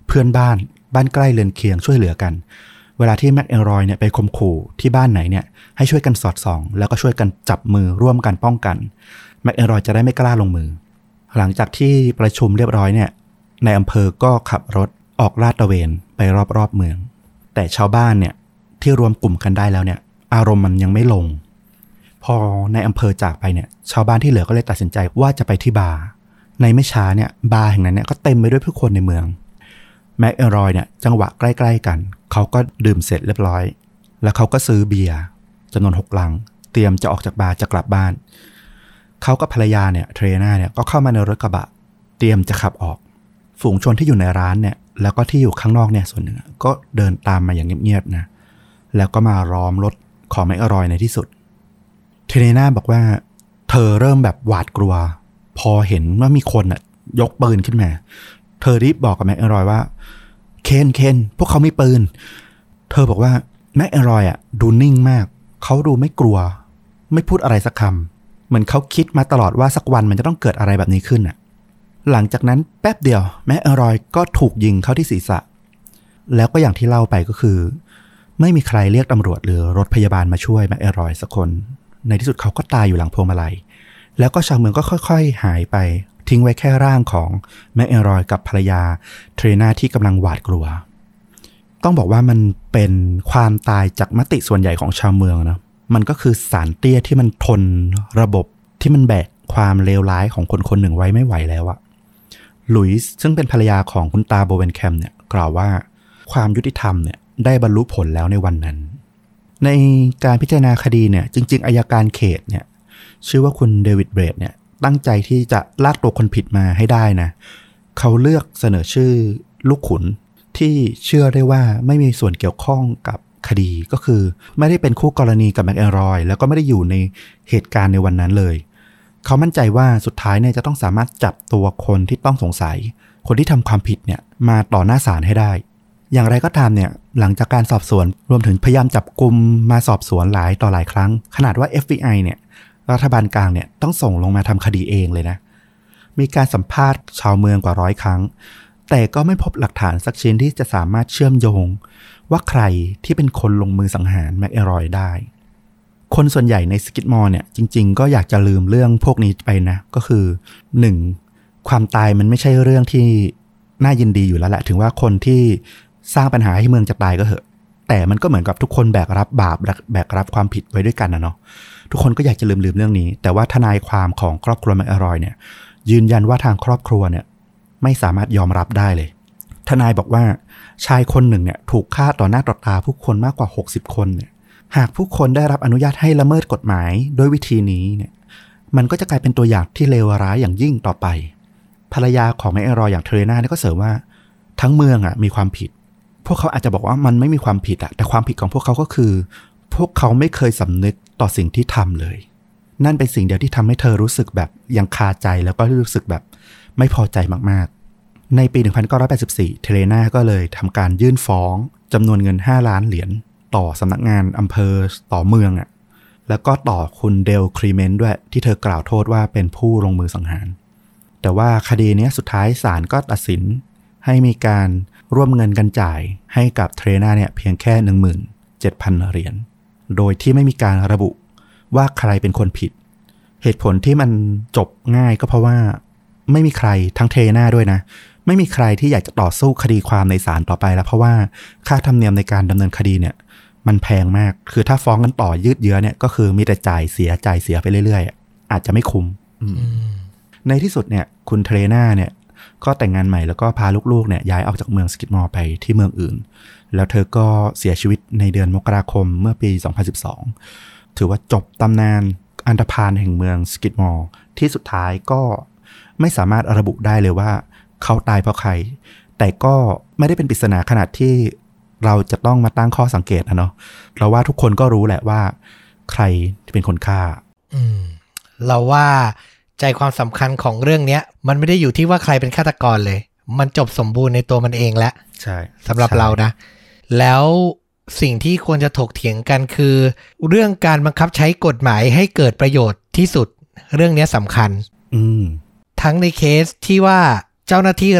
เพื่อนบ้านใกล้เรือนเคียงช่วยเหลือกันเวลาที่แม็กเอรอยเนี่ยไปข่มขู่ที่บ้านไหนเนี่ยให้ช่วยกันสอดส่องแล้วก็ช่วยกันจับมือร่วมกันป้องกันแม็กเอรอยจะได้ไม่กล้าลงมือหลังจากที่ประชุมเรียบร้อยเนี่ยในอำเภอก็ขับรถออกลาดตระเวนไปรอบๆเมืองแต่ชาวบ้านเนี่ยที่รวมกลุ่มกันได้แล้วเนี่ยอารมณ์มันยังไม่ลงพอในอำเภอจากไปเนี่ยชาวบ้านที่เหลือก็เลยตัดสินใจว่าจะไปที่บาร์ในไม่ช้าเนี่ยบาร์แห่งนั้นเนี่ยก็เต็มไปด้วยผู้คนในเมืองแม็กเอรอยเนี่ยจังหวะใกล้ๆกันเขาก็ดื่มเสร็จเรียบร้อยแล้วเขาก็ซื้อเบียร์จำนวน6 ลังเตรียมจะออกจากบาร์จะกลับบ้านเขากับภรรยาเนี่ยเทรน่าเนี่ยก็เข้ามาในรถกระบะเตรียมจะขับออกฝูงชนที่อยู่ในร้านเนี่ยแล้วก็ที่อยู่ข้างนอกเนี่ยส่วนหนึ่งก็เดินตามมาอย่างเงียบๆนะแล้วก็มาล้อมรถของแม็กเอรอยในที่สุดเทรน่าบอกว่าเธอเริ่มแบบหวาดกลัวพอเห็นว่ามีคนน่ะยกปืนขึ้นมาเธอรีบบอกกับแม็กเอรอยว่าเคนพวกเขามีปืนเธอบอกว่าแม็กเอรอยอ่ะดูนิ่งมากเขาดูไม่กลัวไม่พูดอะไรสักคำเหมือนเขาคิดมาตลอดว่าสักวันมันจะต้องเกิดอะไรแบบนี้ขึ้นอ่ะหลังจากนั้นแป๊บเดียวแม็กเอรอยก็ถูกยิงเข้าที่ศีรษะแล้วก็อย่างที่เล่าไปก็คือไม่มีใครเรียกตำรวจหรือรถพยาบาลมาช่วยแม็กเอรอยสักคนในที่สุดเขาก็ตายอยู่หลังพวงมาลัยแล้วก็ชาวเมืองก็ค่อยๆหายไปทิ้งไว้แค่ร่างของแม็กเอรอยกับภรรยาเทรน่าที่กำลังหวาดกลัวต้องบอกว่ามันเป็นความตายจากมติส่วนใหญ่ของชาวเมืองนะมันก็คือสารเตี้ยที่มันทนระบบที่มันแบกความเลวร้ายของคนคนหนึ่งไว้ไม่ไหวแล้วอะหลุยส์ซึ่งเป็นภรรยาของคุณตาโบเวนแคมเนี่ยกล่าวว่าความยุติธรรมเนี่ยได้บรรลุผลแล้วในวันนั้นในการพิจารณาคดีเนี่ยจริงๆอัยการเขตเนี่ยชื่อว่าคุณเดวิดเบรดเนี่ยตั้งใจที่จะลากตัวคนผิดมาให้ได้นะเขาเลือกเสนอชื่อลูกขุนที่เชื่อได้ว่าไม่มีส่วนเกี่ยวข้องกับคดีก็คือไม่ได้เป็นคู่กรณีกับแม็กเอรอยแล้วก็ไม่ได้อยู่ในเหตุการณ์ในวันนั้นเลยเขามั่นใจว่าสุดท้ายเนี่ยจะต้องสามารถจับตัวคนที่ต้องสงสัยคนที่ทำความผิดเนี่ยมาต่อหน้าศาลให้ได้อย่างไรก็ตามเนี่ยหลังจากการสอบสวนรวมถึงพยายามจับกุมมาสอบสวนหลายต่อหลายครั้งขนาดว่า FBI เนี่ยรัฐบาลกลางเนี่ยต้องส่งลงมาทำคดีเองเลยนะมีการสัมภาษณ์ชาวเมืองกว่า100 ครั้งแต่ก็ไม่พบหลักฐานสักชิ้นที่จะสามารถเชื่อมโยงว่าใครที่เป็นคนลงมือสังหารแม็กเอรอยได้คนส่วนใหญ่ในสกิทมอร์เนี่ยจริงๆก็อยากจะลืมเรื่องพวกนี้ไปนะก็คือ 1. ความตายมันไม่ใช่เรื่องที่น่ายินดีอยู่แล้วแหละถึงว่าคนที่สร้างปัญหาให้เมืองจะตายก็เหอะแต่มันก็เหมือนกับทุกคนแบกรับบาปแบกรับความผิดไว้ด้วยกันนะเนาะทุกคนก็อยากจะลืมเรื่องนี้แต่ว่าทนายความของครอบครัวแม็กเอรอยเนี่ยยืนยันว่าทางครอบครัวเนี่ยไม่สามารถยอมรับได้เลยทนายบอกว่าชายคนหนึ่งเนี่ยถูกฆ่าต่อหน้าต่อตาผู้คนมากกว่า60 คนเนี่ยหากผู้คนได้รับอนุญาตให้ละเมิดกฎหมายด้วยวิธีนี้เนี่ยมันก็จะกลายเป็นตัวอย่างที่เลวร้ายอย่างยิ่งต่อไปภรรยาของแม็กเอรอยอย่างเทเรน่าเนี่ยก็เสริมว่าทั้งเมืองมีความผิดพวกเขาอาจจะบอกว่ามันไม่มีความผิดแต่ความผิดของพวกเขาก็คือพวกเขาไม่เคยสำนึกต่อสิ่งที่ทำเลยนั่นเป็นสิ่งเดียวที่ทำให้เธอรู้สึกแบบยังคาใจแล้วก็รู้สึกแบบไม่พอใจมากๆในปี 1984 เทเรน่าก็เลยทำการยื่นฟ้องจำนวนเงิน$5 ล้านต่อสำนักงานอำเภอต่อเมืองแล้วก็ต่อคุณเดลครีเมนต์ด้วยที่เธอกล่าวโทษว่าเป็นผู้ลงมือสังหารแต่ว่าคดีนี้สุดท้ายศาลก็ตัดสินให้มีการร่วมเงินกันจ่ายให้กับเทเรน่าเนี่ยเพียงแค่ $17,000 โดยที่ไม่มีการระบุว่าใครเป็นคนผิดเหตุผลที่มันจบง่ายก็เพราะว่าไม่มีใครทั้งเทเรน่าด้วยนะไม่มีใครที่อยากจะต่อสู้คดีความในศาลต่อไปแล้วเพราะว่าค่าธรรมเนียมในการดำเนินคดีเนี่ยมันแพงมากคือถ้าฟ้องกันต่อยืดเยื้อเนี่ยก็คือมีแต่จ่ายเสียไปเรื่อยๆอาจจะไม่คุ้มในที่สุดเนี่ยคุณเทเรน่าเนี่ยก็แต่งงานใหม่แล้วก็พาลูกๆเนี่ยย้ายออกจากเมืองสกิทมอร์ไปที่เมืองอื่นแล้วเธอก็เสียชีวิตในเดือนมกราคมเมื่อปี 2012ถือว่าจบตำนานอันธพาลแห่งเมืองสกิทมอร์ที่สุดท้ายก็ไม่สามารถระบุได้เลยว่าเขาตายเพราะใครแต่ก็ไม่ได้เป็นปริศนาขนาดที่เราจะต้องมาตั้งข้อสังเกตนะเนาะเราว่าทุกคนก็รู้แหละว่าใครที่เป็นคนฆ่าเราว่าใจความสำคัญของเรื่องนี้มันไม่ได้อยู่ที่ว่าใครเป็นฆาตกรเลยมันจบสมบูรณ์ในตัวมันเองแล้วใช่สำหรับเรานะแล้วสิ่งที่ควรจะถกเถียงกันคือเรื่องการบังคับใช้กฎหมายให้เกิดประโยชน์ที่สุดเรื่องนี้สำคัญทั้งในเคสที่ว่าเจ้าหน้าที่รัฐ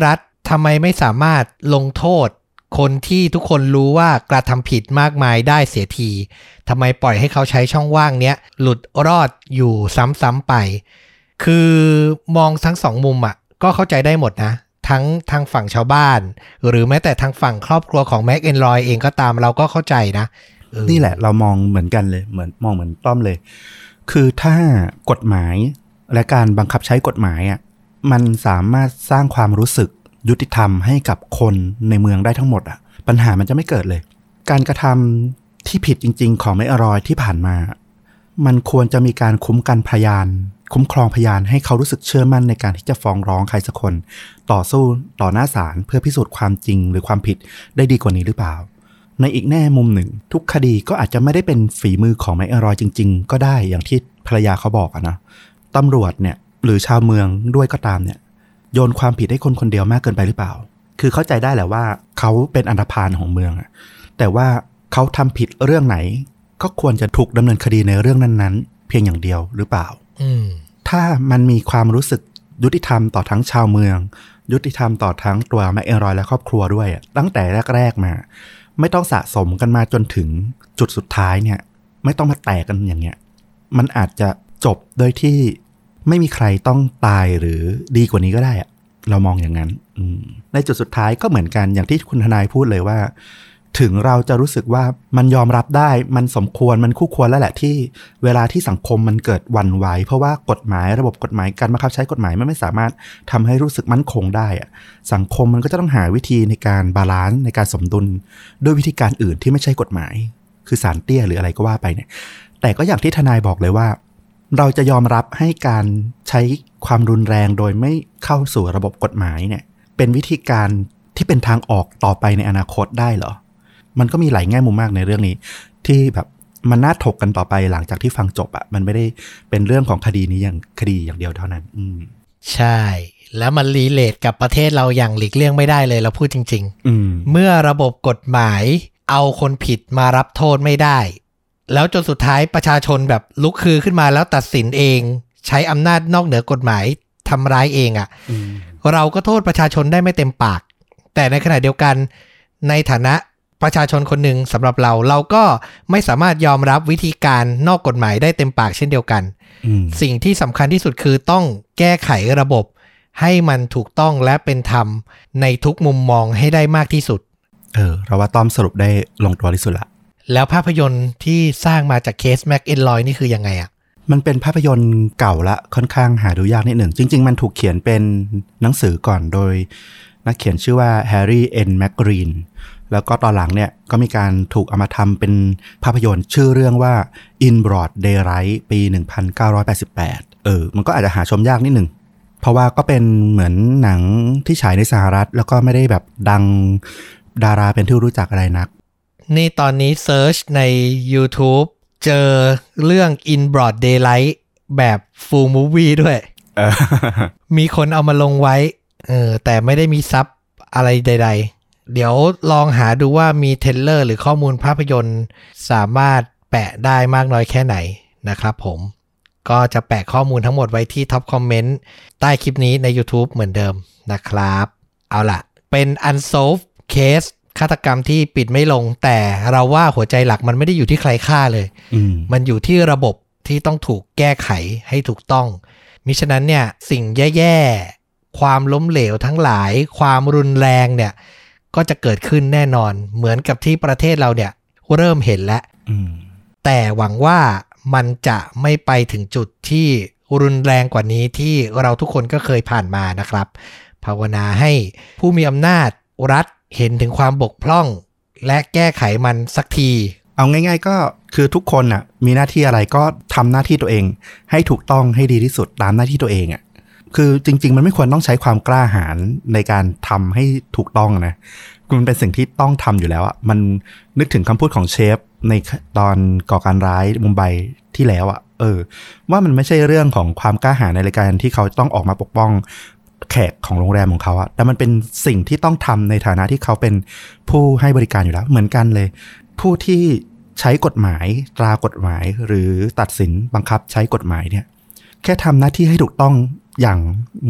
ทำไมไม่สามารถลงโทษคนที่ทุกคนรู้ว่ากระทำผิดมากมายได้เสียทีทำไมปล่อยให้เขาใช้ช่องว่างเนี้ยหลุดรอดอยู่ซ้ำๆไปคือมองทั้งสองมุมอ่ะก็เข้าใจได้หมดนะทั้งทางฝั่งชาวบ้านหรือแม้แต่ทางฝั่งครอบครัวของแม็กเอนรอยเองก็ตามเราก็เข้าใจนะนี่แหละเรามองเหมือนกันเลยเหมือนมองเหมือนต้อมเลยคือถ้ากฎหมายและการบังคับใช้กฎหมายอ่ะมันสามารถสร้างความรู้สึกยุติธรรมให้กับคนในเมืองได้ทั้งหมดอ่ะปัญหามันจะไม่เกิดเลยการกระทำที่ผิดจริงๆของแม็กเอนรอยที่ผ่านมามันควรจะมีการคุ้มครองพยานให้เขารู้สึกเชื่อมั่นในการที่จะฟ้องร้องใครสักคนต่อสู้ต่อหน้าศาลเพื่อพิสูจน์ความจริงหรือความผิดได้ดีกว่านี้หรือเปล่าในอีกแง่มุมหนึ่งทุกคดีก็อาจจะไม่ได้เป็นฝีมือของแม็กเอนรอยจริงๆก็ได้อย่างที่ภรรยาเขาบอกอะนะตำรวจเนี่ยหรือชาวเมืองด้วยก็ตามเนี่ยโยนความผิดให้คนคนเดียวมากเกินไปหรือเปล่าคือเข้าใจได้แหละว่าเขาเป็นอันธพาลของเมืองอะแต่ว่าเขาทำผิดเรื่องไหนก็ควรจะถูกดำเนินคดีในเรื่องนั้นๆเพียงอย่างเดียวหรือเปล่าถ้ามันมีความรู้สึกยุติธรรมต่อทั้งชาวเมืองยุติธรรมต่อทั้งตัวแม็กเอนรอยและครอบครัวด้วยตั้งแต่แรกๆมาไม่ต้องสะสมกันมาจนถึงจุดสุดท้ายเนี่ยไม่ต้องมาแตกกันอย่างเงี้ยมันอาจจะจบโดยที่ไม่มีใครต้องตายหรือดีกว่านี้ก็ได้อะเรามองอย่างนั้นในจุดสุดท้ายก็เหมือนกันอย่างที่คุณทนายพูดเลยว่าถึงเราจะรู้สึกว่ามันยอมรับได้มันสมควรมันคู่ควรแล้วแหละที่เวลาที่สังคมมันเกิดหวั่นไหวเพราะว่ากฎหมายระบบกฎหมายการบังคับใช้กฎหมายมันไม่สามารถทำให้รู้สึกมั่นคงได้อะสังคมมันก็จะต้องหาวิธีในการบาลานซ์ในการสมดุลด้วยวิธีการอื่นที่ไม่ใช่กฎหมายคือศาลเตี้ยหรืออะไรก็ว่าไปเนี่ยแต่ก็อย่างที่ทนายบอกเลยว่าเราจะยอมรับให้การใช้ความรุนแรงโดยไม่เข้าสู่ระบบกฎหมายเนี่ยเป็นวิธีการที่เป็นทางออกต่อไปในอนาคตได้เหรอมันก็มีหลายแง่มุมมากในเรื่องนี้ที่แบบมันน่าถกกันต่อไปหลังจากที่ฟังจบมันไม่ได้เป็นเรื่องของคดีนี้อย่างคดีอย่างเดียวเท่านั้นใช่แล้วมันรีเลทกับประเทศเราอย่างหลีกเลี่ยงไม่ได้เลยเราพูดจริงๆเมื่อระบบกฎหมายเอาคนผิดมารับโทษไม่ได้แล้วจนสุดท้ายประชาชนแบบลุกคือขึ้นมาแล้วตัดสินเองใช้อำนาจนอกเหนือกฎหมายทำร้ายเองเราก็โทษประชาชนได้ไม่เต็มปากแต่ในขณะเดียวกันในฐานะประชาชนคนหนึ่งสำหรับเราก็ไม่สามารถยอมรับวิธีการนอกกฎหมายได้เต็มปากเช่นเดียวกันสิ่งที่สำคัญที่สุดคือต้องแก้ไขระบบให้มันถูกต้องและเป็นธรรมในทุกมุมมองให้ได้มากที่สุดเราว่าต้อมสรุปได้ลงตัวที่สุดละแล้วภาพยนตร์ที่สร้างมาจากเคสแม็กเอนรอยนี่คือยังไงอ่ะมันเป็นภาพยนตร์เก่าละค่อนข้างหาดูยากนิดหนึ่งจริงๆมันถูกเขียนเป็นหนังสือก่อนโดยนักเขียนชื่อว่าแฮร์รี่เอ็นแมคกรีนแล้วก็ตอนหลังเนี่ยก็มีการถูกเอามาทำเป็นภาพยนตร์ชื่อเรื่องว่า In Broad Daylight ปี 1988 มันก็อาจจะหาชมยากนิดหนึ่งเพราะว่าก็เป็นเหมือนหนังที่ฉายในสหรัฐแล้วก็ไม่ได้แบบดังดาราเป็นที่รู้จักอะไรนักนี่ตอนนี้เซิร์ชใน YouTube เจอเรื่อง In Broad Daylight แบบ Full Movie ด้วยมีคนเอามาลงไว้แต่ไม่ได้มีซับอะไรใดๆเดี๋ยวลองหาดูว่ามีเทรลเลอร์หรือข้อมูลภาพยนตร์สามารถแปะได้มากน้อยแค่ไหนนะครับผมก็จะแปะข้อมูลทั้งหมดไว้ที่ท็อปคอมเมนต์ใต้คลิปนี้ใน YouTube เหมือนเดิมนะครับเอาล่ะเป็น Unsolved Case ฆาตกรรมที่ปิดไม่ลงแต่เราว่าหัวใจหลักมันไม่ได้อยู่ที่ใครฆ่าเลยมันอยู่ที่ระบบที่ต้องถูกแก้ไขให้ถูกต้องมิฉะนั้นเนี่ยสิ่งแย่ๆความล้มเหลวทั้งหลายความรุนแรงเนี่ยก็จะเกิดขึ้นแน่นอนเหมือนกับที่ประเทศเราเนี่ยเริ่มเห็นแล้วแต่หวังว่ามันจะไม่ไปถึงจุดที่รุนแรงกว่านี้ที่เราทุกคนก็เคยผ่านมานะครับภาวนาให้ผู้มีอำนาจรัฐเห็นถึงความบกพร่องและแก้ไขมันสักทีเอาง่ายๆก็คือทุกคนน่ะมีหน้าที่อะไรก็ทำหน้าที่ตัวเองให้ถูกต้องให้ดีที่สุดตามหน้าที่ตัวเองคือจริงๆมันไม่ควรต้องใช้ความกล้าหาญในการทำให้ถูกต้องนะมันเป็นสิ่งที่ต้องทำอยู่แล้วมันนึกถึงคำพูดของเชฟในตอนก่อการร้ายมุมไบที่แล้วว่ามันไม่ใช่เรื่องของความกล้าหาญในรายการที่เขาต้องออกมาปกป้องแขกของโรงแรมของเขาแต่มันเป็นสิ่งที่ต้องทำในฐานะที่เขาเป็นผู้ให้บริการอยู่แล้วเหมือนกันเลยผู้ที่ใช้กฎหมายตรากฎหมายหรือตัดสินบังคับใช้กฎหมายเนี่ยแค่ทำหน้าที่ให้ถูกต้องอย่าง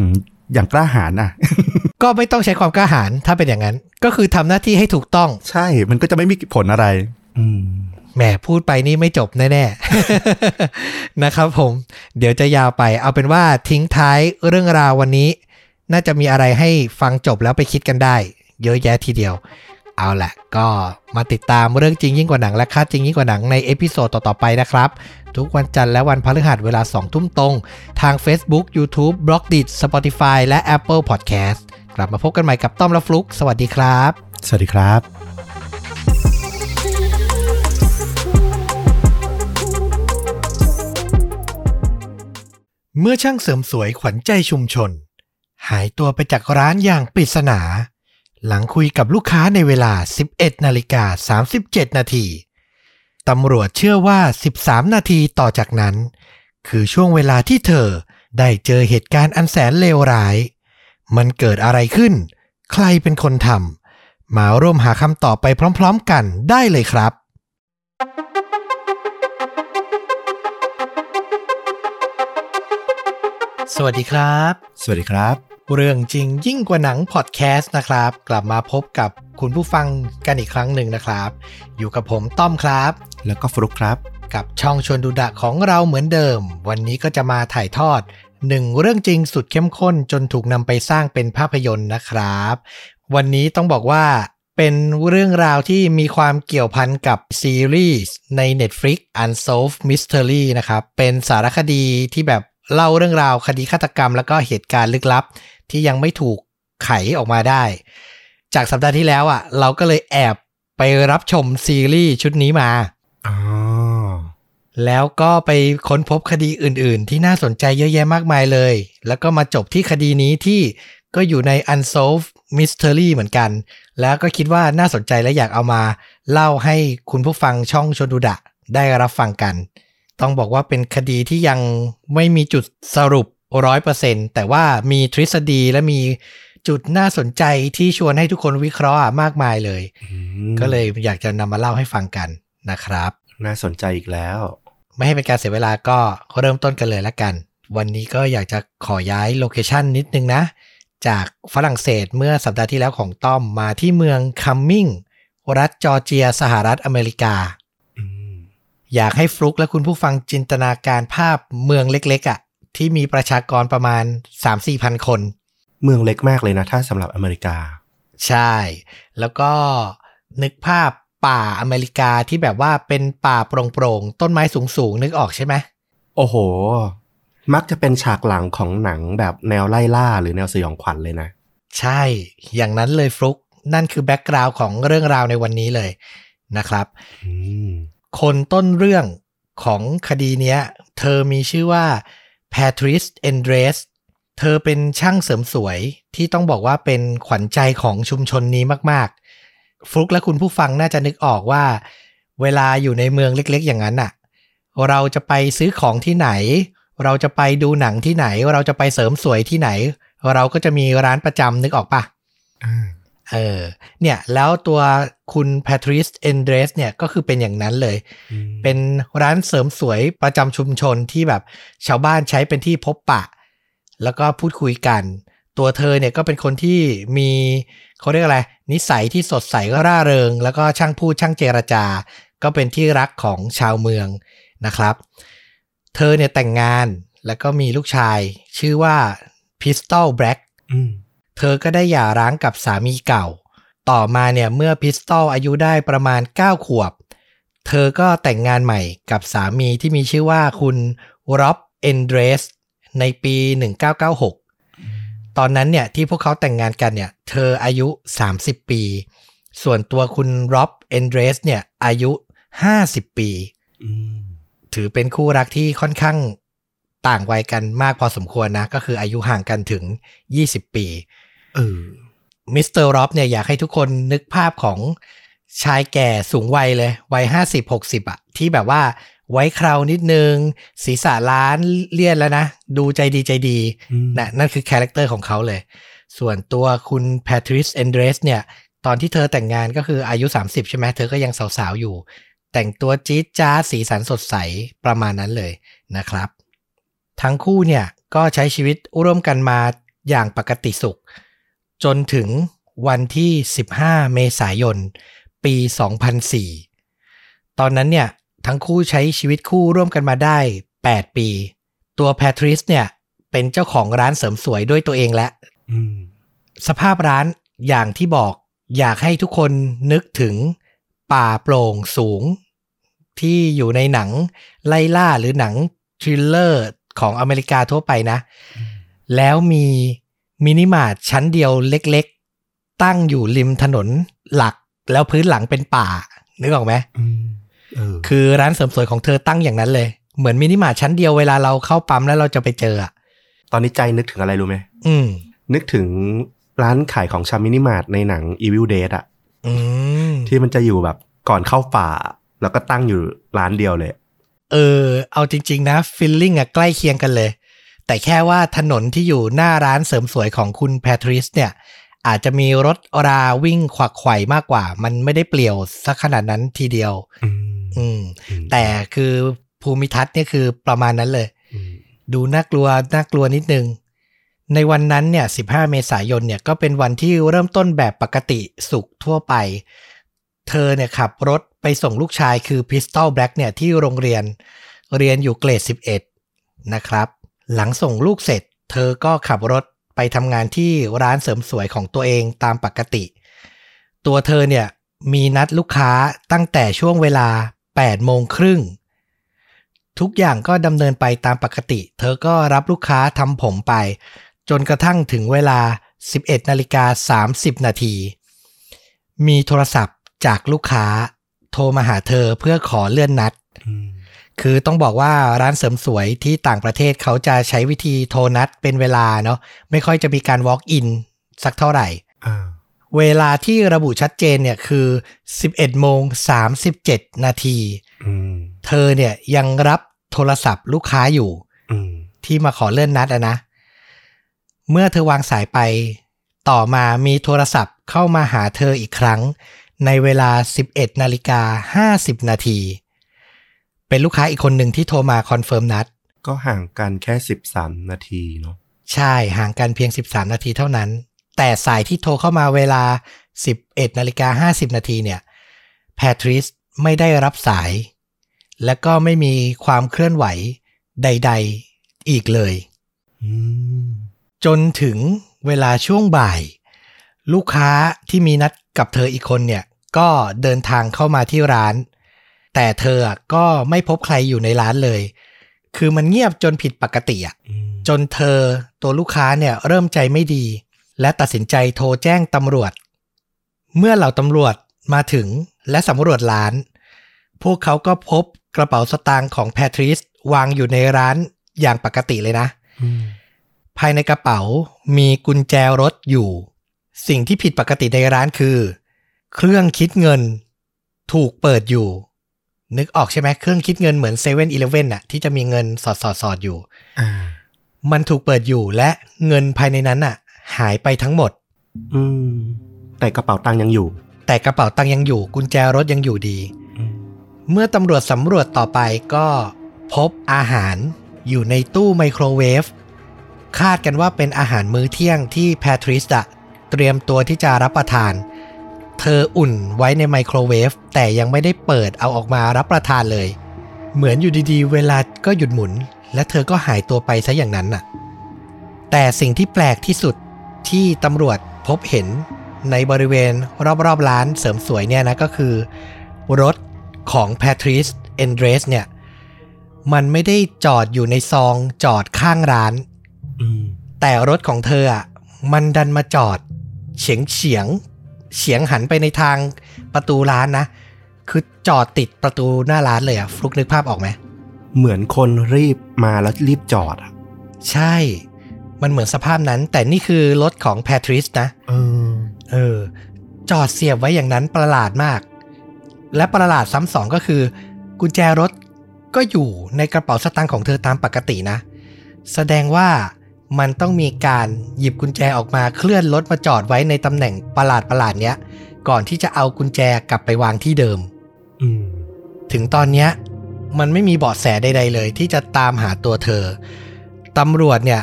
อย่างกล้าหาญน่ะก็ไม่ต้องใช้ความกล้าหาญถ้าเป็นอย่างนั้นก็คือทำหน้าที่ให้ถูกต้องใช่มันก็จะไม่มีผลอะไรแหมพูดไปนี่ไม่จบแน่ๆ นะครับผมเดี๋ยวจะยาวไปเอาเป็นว่าทิ้งท้ายเรื่องราววันนี้น่าจะมีอะไรให้ฟังจบแล้วไปคิดกันได้เยอะแยะทีเดียวเอาแหละก็มาติดตามเรื่องจริงยิ่งกว่าหนังและค่าจริงยิ่งกว่าหนังในเอพิโซดต่อๆไปนะครับทุกวันจันทร์และวันพฤหัสเวลา 20:00 นตรงทาง Facebook YouTube Blogdit Spotify และ Apple Podcast กลับมาพบกันใหม่กับต้อมและฟลุกสวัสดีครับสวัสดีครับเมื่อช่างเสริมสวยขวัญใจชุมชนหายตัวไปจากร้านอย่างปริศนาหลังคุยกับลูกค้าในเวลา 11:37 นาทีตำรวจเชื่อว่า13นาทีต่อจากนั้นคือช่วงเวลาที่เธอได้เจอเหตุการณ์อันแสนเลวร้ายมันเกิดอะไรขึ้นใครเป็นคนทำมาร่วมหาคำตอบไปพร้อมๆกันได้เลยครับสวัสดีครับสวัสดีครับเรื่องจริงยิ่งกว่าหนังพอดแคสต์นะครับกลับมาพบกับคุณผู้ฟังกันอีกครั้งหนึ่งนะครับอยู่กับผมต้อมครับแล้วก็ฟลุ๊กครับกับช่องชวนดูดะของเราเหมือนเดิมวันนี้ก็จะมาถ่ายทอด1เรื่องจริงสุดเข้มข้นจนถูกนำไปสร้างเป็นภาพยนตร์นะครับวันนี้ต้องบอกว่าเป็นเรื่องราวที่มีความเกี่ยวพันกับซีรีส์ใน Netflix Unsolved Mystery นะครับเป็นสารคดีที่แบบเล่าเรื่องราวคดีฆาตกรรมแล้วก็เหตุการณ์ลึกลับที่ยังไม่ถูกไขออกมาได้จากสัปดาห์ที่แล้วเราก็เลยแอบไปรับชมซีรีส์ชุดนี้มาแล้วก็ไปค้นพบคดีอื่นๆที่น่าสนใจเยอะแยะมากมายเลยแล้วก็มาจบที่คดีนี้ที่ก็อยู่ใน Unsolved Mystery เหมือนกันแล้วก็คิดว่าน่าสนใจและอยากเอามาเล่าให้คุณผู้ฟังช่องชวนดูดะได้รับฟังกันต้องบอกว่าเป็นคดีที่ยังไม่มีจุดสรุป 100% แต่ว่ามีทฤษฎีและมีจุดน่าสนใจที่ชวนให้ทุกคนวิเคราะห์มากมายเลยก็เลยอยากจะนำมาเล่าให้ฟังกันนะครับน่าสนใจอีกแล้วไม่ให้เป็นการเสียเวลาก็เริ่มต้นกันเลยละกันวันนี้ก็อยากจะขอย้ายโลเคชั่นนิดนึงนะจากฝรั่งเศสเมื่อสัปดาห์ที่แล้วของต้อมมาที่เมืองคัมมิงรัฐจอร์เจียสหรัฐอเมริกาอยากให้ฟลุกและคุณผู้ฟังจินตนาการภาพเมืองเล็กๆที่มีประชากรประมาณ 3-4 พันคนเมืองเล็กมากเลยนะถ้าสำหรับอเมริกาใช่แล้วก็นึกภาพป่าอเมริกาที่แบบว่าเป็นป่าโปร่งๆต้นไม้สูงๆนึกออกใช่ไหมโอ้โหมักจะเป็นฉากหลังของหนังแบบแนวไล่ล่าหรือแนวสยองขวัญเลยนะใช่อย่างนั้นเลยฟลุกนั่นคือแบ็กกราวด์ของเรื่องราวในวันนี้เลยนะครับคนต้นเรื่องของคดีเนี้ยเธอมีชื่อว่าแพทริซเอนเดรสเธอเป็นช่างเสริมสวยที่ต้องบอกว่าเป็นขวัญใจของชุมชนนี้มากๆฟลุกและคุณผู้ฟังน่าจะนึกออกว่าเวลาอยู่ในเมืองเล็กๆอย่างนั้นเราจะไปซื้อของที่ไหนเราจะไปดูหนังที่ไหนเราจะไปเสริมสวยที่ไหนเราก็จะมีร้านประจำนึกออกปะเนี่ยแล้วตัวคุณแพทริซเอนเดรสเนี่ยก็คือเป็นอย่างนั้นเลยเป็นร้านเสริมสวยประจำชุมชนที่แบบชาวบ้านใช้เป็นที่พบปะแล้วก็พูดคุยกันตัวเธอเนี่ยก็เป็นคนที่มีเขาเรียกอะไรนิสัยที่สดใสก็ร่าเริงแล้วก็ช่างพูดช่างเจรจาก็เป็นที่รักของชาวเมืองนะครับเธอเนี่ยแต่งงานแล้วก็มีลูกชายชื่อว่าพิสตอลแบล็กเธอก็ได้หย่าร้างกับสามีเก่าต่อมาเนี่ยเมื่อพิสตอลอายุได้ประมาณ9 ขวบเธอก็แต่งงานใหม่กับสามีที่มีชื่อว่าคุณร็อบเอนเดรสในปี1996ตอนนั้นเนี่ยที่พวกเขาแต่งงานกันเนี่ยเธออายุ30 ปีส่วนตัวคุณร็อบเอนเดรสเนี่ยอายุ50 ปีถือเป็นคู่รักที่ค่อนข้างต่างวัยกันมากพอสมควรนะก็คืออายุห่างกันถึง20 ปีมิสเตอร์ร็อบเนี่ยอยากให้ทุกคนนึกภาพของชายแก่สูงวัยเลยวัย50-60ที่แบบว่าไว้เครานิดนึงศีรษะล้านเลี่ยนแล้วนะดูใจดีนะนั่นคือคาแรคเตอร์ของเขาเลยส่วนตัวคุณแพทริซเอนเดรสเนี่ยตอนที่เธอแต่งงานก็คืออายุ30ใช่ไหมเธอก็ยังสาวๆอยู่แต่งตัวจี๊ดจ๊าดสีสันสดใสประมาณนั้นเลยนะครับทั้งคู่เนี่ยก็ใช้ชีวิตร่วมกันมาอย่างปกติสุขจนถึงวันที่15เมษายนปี2004ตอนนั้นเนี่ยทั้งคู่ใช้ชีวิตคู่ร่วมกันมาได้8ปีตัวแพทริสเนี่ยเป็นเจ้าของร้านเสริมสวยด้วยตัวเองและสภาพร้านอย่างที่บอกอยากให้ทุกคนนึกถึงป่าโปร่งสูงที่อยู่ในหนังไล่ล่าหรือหนังทริลเลอร์ของอเมริกาทั่วไปนะแล้วมีมินิมาร์ทชั้นเดียวเล็กๆตั้งอยู่ริมถนนหลักแล้วพื้นหลังเป็นป่านึกออกไหมคือร้านเสริมสวยของเธอตั้งอย่างนั้นเลยเหมือนมินิมาร์ทชั้นเดียวเวลาเราเข้าปั๊มแล้วเราจะไปเจอตอนนี้ใจนึกถึงอะไรรู้ไหมนึกถึงร้านขายของชำมินิมาร์ทในหนัง Evil Dead ที่มันจะอยู่แบบก่อนเข้าป่าแล้วก็ตั้งอยู่ร้านเดียวเลยเอาจริงๆนะฟีลลิ่งใกล้เคียงกันเลยแต่แค่ว่าถนนที่อยู่หน้าร้านเสริมสวยของคุณแพทริสเนี่ยอาจจะมีรถราวิ่งขวักไขว่มากกว่ามันไม่ได้เปลี่ยวสักขนาดนั้นทีเดียวแต่คือภูมิทัศน์เนี่ยคือประมาณนั้นเลยดูน่ากลัวนิดนึงในวันนั้นเนี่ย15เมษายนเนี่ยก็เป็นวันที่เริ่มต้นแบบปกติสุขทั่วไปเธอเนี่ยขับรถไปส่งลูกชายคือ Pistol Black เนี่ยที่โรงเรียนอยู่เกรด11นะครับหลังส่งลูกเสร็จเธอก็ขับรถไปทำงานที่ร้านเสริมสวยของตัวเองตามปกติตัวเธอเนี่ยมีนัดลูกค้าตั้งแต่ช่วงเวลา 8:30 น.ทุกอย่างก็ดำเนินไปตามปกติเธอก็รับลูกค้าทำผมไปจนกระทั่งถึงเวลา 11:30 น.มีโทรศัพท์จากลูกค้าโทรมาหาเธอเพื่อขอเลื่อนนัดคือต้องบอกว่าร้านเสริมสวยที่ต่างประเทศเขาจะใช้วิธีโทรนัดเป็นเวลาเนาะไม่ค่อยจะมีการ walk in สักเท่าไหร่เวลาที่ระบุชัดเจนเนี่ยคือ 11:37 น.เธอเนี่ยยังรับโทรศัพท์ลูกค้าอยู่ที่มาขอเลื่อนนัดนะเมื่อเธอวางสายไปต่อมามีโทรศัพท์เข้ามาหาเธออีกครั้งในเวลา 11:50 น.เป็นลูกค้าอีกคนหนึ่งที่โทรมาคอนเฟิร์มนัดก็ห่างกันแค่13นาทีเนาะใช่ห่างกันเพียง13นาทีเท่านั้นแต่สายที่โทรเข้ามาเวลา 11:50 น.เนี่ยแพทริสไม่ได้รับสายและก็ไม่มีความเคลื่อนไหวใดๆอีกเลยจนถึงเวลาช่วงบ่ายลูกค้าที่มีนัดกับเธออีกคนเนี่ยก็เดินทางเข้ามาที่ร้านแต่เธอก็ไม่พบใครอยู่ในร้านเลยคือมันเงียบจนผิดปกติจนเธอตัวลูกค้าเนี่ยเริ่มใจไม่ดีและตัดสินใจโทรแจ้งตำรวจเมื่อเหล่าตำรวจมาถึงและสำรวจร้านพวกเขาก็พบกระเป๋าสตางค์ของแพทริสวางอยู่ในร้านอย่างปกติเลยนะภายในกระเป๋ามีกุญแจรถอยู่สิ่งที่ผิดปกติในร้านคือเครื่องคิดเงินถูกเปิดอยู่นึกออกใช่ไหมเครื่องคิดเงินเหมือน 7-Eleven น่ะที่จะมีเงินสอดอยู่มันถูกเปิดอยู่และเงินภายในนั้นน่ะหายไปทั้งหมดแต่กระเป๋าตังค์ยังอยู่กุญแจรถยังอยู่ดีเมื่อตำรวจสำรวจต่อไปก็พบอาหารอยู่ในตู้ไมโครเวฟคาดกันว่าเป็นอาหารมื้อเที่ยงที่แพทริสเตรียมตัวที่จะรับประทานเธออุ่นไว้ในไมโครเวฟแต่ยังไม่ได้เปิดเอาออกมารับประทานเลยเหมือนอยู่ดีๆเวลาก็หยุดหมุนและเธอก็หายตัวไปซะอย่างนั้นน่ะแต่สิ่งที่แปลกที่สุดที่ตำรวจพบเห็นในบริเวณรอบๆร้านเสริมสวยเนี่ยนะก็คือรถของแพทริสเอนเดรสเนี่ยมันไม่ได้จอดอยู่ในซองจอดข้างร้านแต่รถของเธอมันดันมาจอดเฉียงหันไปในทางประตูร้านนะคือจอดติดประตูหน้าร้านเลยฟลุกนึกภาพออกไหมเหมือนคนรีบมาแล้วรีบจอดใช่มันเหมือนสภาพนั้นแต่นี่คือรถของแพทริสนะจอดเสียบไว้อย่างนั้นประหลาดมากและประหลาดซ้ำสองก็คือกุญแจรถก็อยู่ในกระเป๋าสตางค์ของเธอตามปกตินะแสดงว่ามันต้องมีการหยิบกุญแจออกมาเคลื่อนรถมาจอดไว้ในตำแหน่งประหลาดเนี้ยก่อนที่จะเอากุญแจกลับไปวางที่เดิมถึงตอนเนี้ยมันไม่มีเบาะแสใดๆเลยที่จะตามหาตัวเธอตำรวจเนี่ยต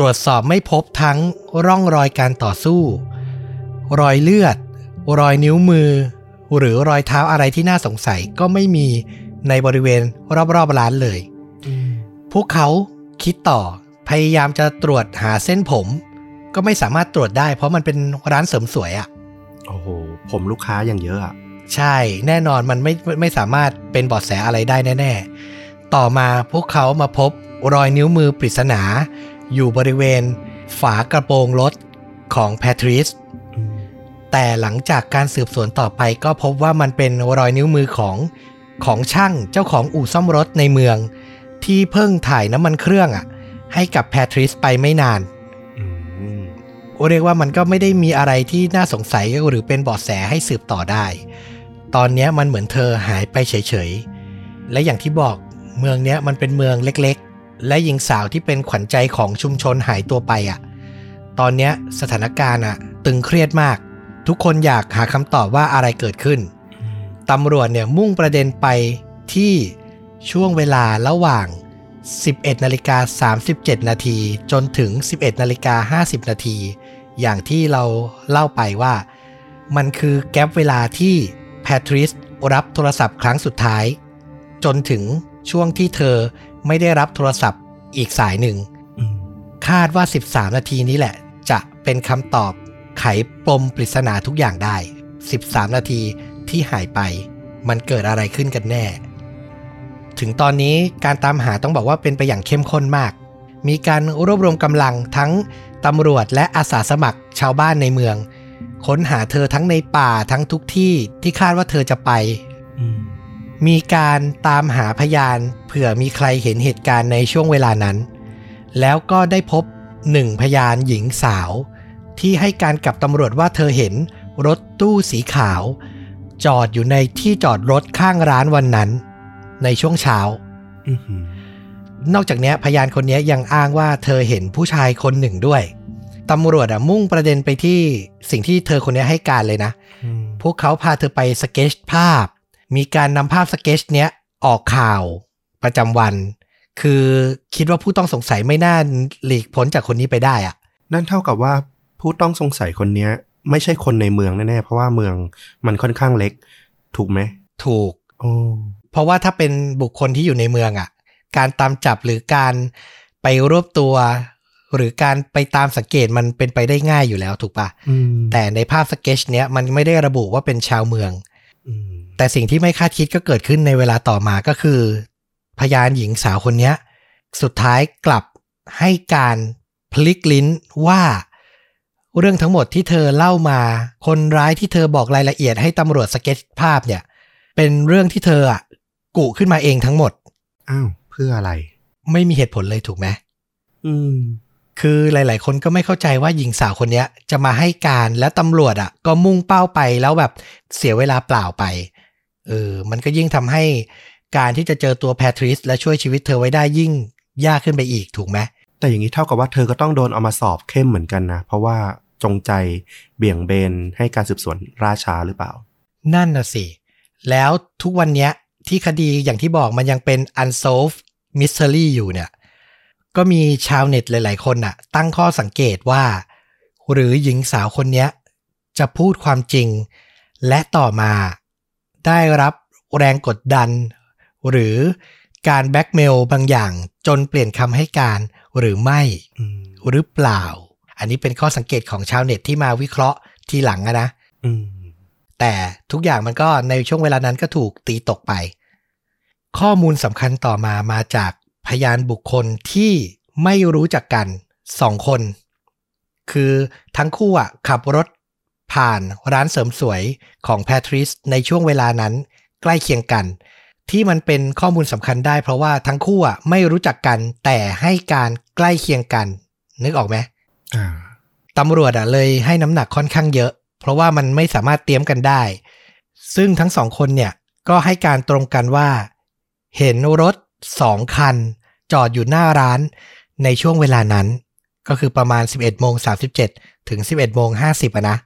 รวจสอบไม่พบทั้งร่องรอยการต่อสู้รอยเลือดรอยนิ้วมือหรือรอยเท้าอะไรที่น่าสงสัยก็ไม่มีในบริเวณรอบๆร้านเลยพวกเขาคิดต่อพยายามจะตรวจหาเส้นผมก็ไม่สามารถตรวจได้เพราะมันเป็นร้านเสริมสวยอ่ะโอ้โหผมลูกค้าอย่างเยอะอ่ะใช่แน่นอนมันไม่สามารถเป็นเบาะแสอะไรได้แน่ๆต่อมาพวกเขามาพบรอยนิ้วมือปริศนาอยู่บริเวณฝากระโปรงรถของแพทริสแต่หลังจากการสืบสวนต่อไปก็พบว่ามันเป็นรอยนิ้วมือของช่างเจ้าของอู่ซ่อมรถในเมืองที่เพิ่งถ่ายน้ำมันเครื่องอ่ะให้กับแพทริสไปไม่นานเรียกว่ามันก็ไม่ได้มีอะไรที่น่าสงสัยหรือเป็นเบาะแสให้สืบต่อได้ตอนนี้มันเหมือนเธอหายไปเฉยๆและอย่างที่บอกเมืองนี้มันเป็นเมืองเล็กๆและหญิงสาวที่เป็นขวัญใจของชุมชนหายตัวไปอ่ะตอนนี้สถานการณ์อ่ะตึงเครียดมากทุกคนอยากหาคำตอบว่าอะไรเกิดขึ้นตำรวจเนี่ยมุ่งประเด็นไปที่ช่วงเวลาระหว่าง 11:37 นาทีจนถึง 11:50 นาทีอย่างที่เราเล่าไปว่ามันคือแกปเวลาที่แพทริสรับโทรศัพท์ครั้งสุดท้ายจนถึงช่วงที่เธอไม่ได้รับโทรศัพท์อีกสายหนึ่งคาดว่า13นาทีนี้แหละจะเป็นคำตอบไขปมปริศนาทุกอย่างได้13นาทีที่หายไปมันเกิดอะไรขึ้นกันแน่ถึงตอนนี้การตามหาต้องบอกว่าเป็นไปอย่างเข้มข้นมากมีการรวบรวมกำลังทั้งตำรวจและอาสาสมัครชาวบ้านในเมืองค้นหาเธอทั้งในป่าทั้งทุกที่ที่คาดว่าเธอจะไปมีการตามหาพยานเผื่อมีใครเห็นเหตุการณ์ในช่วงเวลานั้นแล้วก็ได้พบ1พยานหญิงสาวที่ให้การกับตำรวจว่าเธอเห็นรถตู้สีขาวจอดอยู่ในที่จอดรถข้างร้านวันนั้นในช่วงเช้านอกจากนี้พยานคนนี้ยังอ้างว่าเธอเห็นผู้ชายคนหนึ่งด้วยตำรวจมุ่งประเด็นไปที่สิ่งที่เธอคนนี้ให้การเลยนะพวกเขาพาเธอไปสเก็ตภาพมีการนำภาพสเก็ตเนี้ยออกข่าวประจำวันคือคิดว่าผู้ต้องสงสัยไม่น่าหลีกพ้นจากคนนี้ไปได้อะนั่นเท่ากับว่าผู้ต้องสงสัยคนนี้ไม่ใช่คนในเมืองแน่ๆเพราะว่าเมืองมันค่อนข้างเล็กถูกไหมถูกเพราะว่าถ้าเป็นบุคคลที่อยู่ในเมืองอ่ะการตามจับหรือการไปรวบตัวหรือการไปตามสังเกตมันเป็นไปได้ง่ายอยู่แล้วถูกปะแต่ในภาพสเก็ตเนี้ยมันไม่ได้ระบุว่าเป็นชาวเมืองแต่สิ่งที่ไม่คาดคิดก็เกิดขึ้นในเวลาต่อมาก็คือพยานหญิงสาวคนนี้สุดท้ายกลับให้การพลิกลิ้นว่าเรื่องทั้งหมดที่เธอเล่ามาคนร้ายที่เธอบอกรายละเอียดให้ตำรวจสเก็ตภาพเนี่ยเป็นเรื่องที่เธอกุขึ้นมาเองทั้งหมดอ้าวเพื่ออะไรไม่มีเหตุผลเลยถูกไหมคือหลายๆคนก็ไม่เข้าใจว่าหญิงสาวคนนี้จะมาให้การแล้วตำรวจก็มุ่งเป้าไปแล้วแบบเสียเวลาเปล่าไปมันก็ยิ่งทำให้การที่จะเจอตัวแพทริสและช่วยชีวิตเธอไว้ได้ยิ่งยากขึ้นไปอีกถูกไหมแต่อย่างนี้เท่ากับว่าเธอก็ต้องโดนเอามาสอบเข้มเหมือนกันนะเพราะว่าจงใจเบี่ยงเบนให้การสืบสวนล่าช้าหรือเปล่านั่นน่ะสิแล้วทุกวันนี้ที่คดีอย่างที่บอกมันยังเป็น unsolved mystery อยู่เนี่ยก็มีชาวเน็ตหลายๆคนตั้งข้อสังเกตว่าหรือหญิงสาวคนนี้จะพูดความจริงและต่อมาได้รับแรงกดดันหรือการแบล็กเมลบางอย่างจนเปลี่ยนคำให้การหรือไม่หรือเปล่าอันนี้เป็นข้อสังเกตของชาวเน็ตที่มาวิเคราะห์ทีหลังนะแต่ทุกอย่างมันก็ในช่วงเวลานั้นก็ถูกตีตกไปข้อมูลสำคัญต่อมาจากพยานบุคคลที่ไม่รู้จักกัน2คนคือทั้งคู่ขับรถผ่านร้านเสริมสวยของแพทริสในช่วงเวลานั้นใกล้เคียงกันที่มันเป็นข้อมูลสำคัญได้เพราะว่าทั้งคู่ไม่รู้จักกันแต่ให้การใกล้เคียงกันนึกออกไหมตำรวจเลยให้น้ำหนักค่อนข้างเยอะเพราะว่ามันไม่สามารถเตรียมกันได้ซึ่งทั้ง2คนเนี่ยก็ให้การตรงกันว่าเห็นรถ2คันจอดอยู่หน้าร้านในช่วงเวลานั้นก็คือประมาณ 11:37 ถึง 11:50 นะ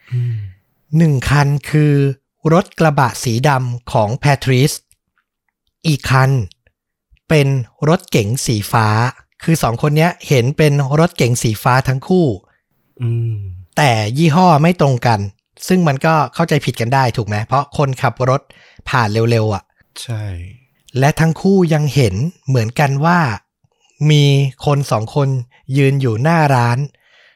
1คันคือรถกระบะสีดำของแพทริสอีกคันเป็นรถเก๋งสีฟ้าคือ2คนเนี้ยเห็นเป็นรถเก๋งสีฟ้าทั้งคู่แต่ยี่ห้อไม่ตรงกันซึ่งมันก็เข้าใจผิดกันได้ถูกไหมเพราะคนขับรถผ่านเร็วๆอ่ะใช่และทั้งคู่ยังเห็นเหมือนกันว่ามีคน2คนยืนอยู่หน้าร้าน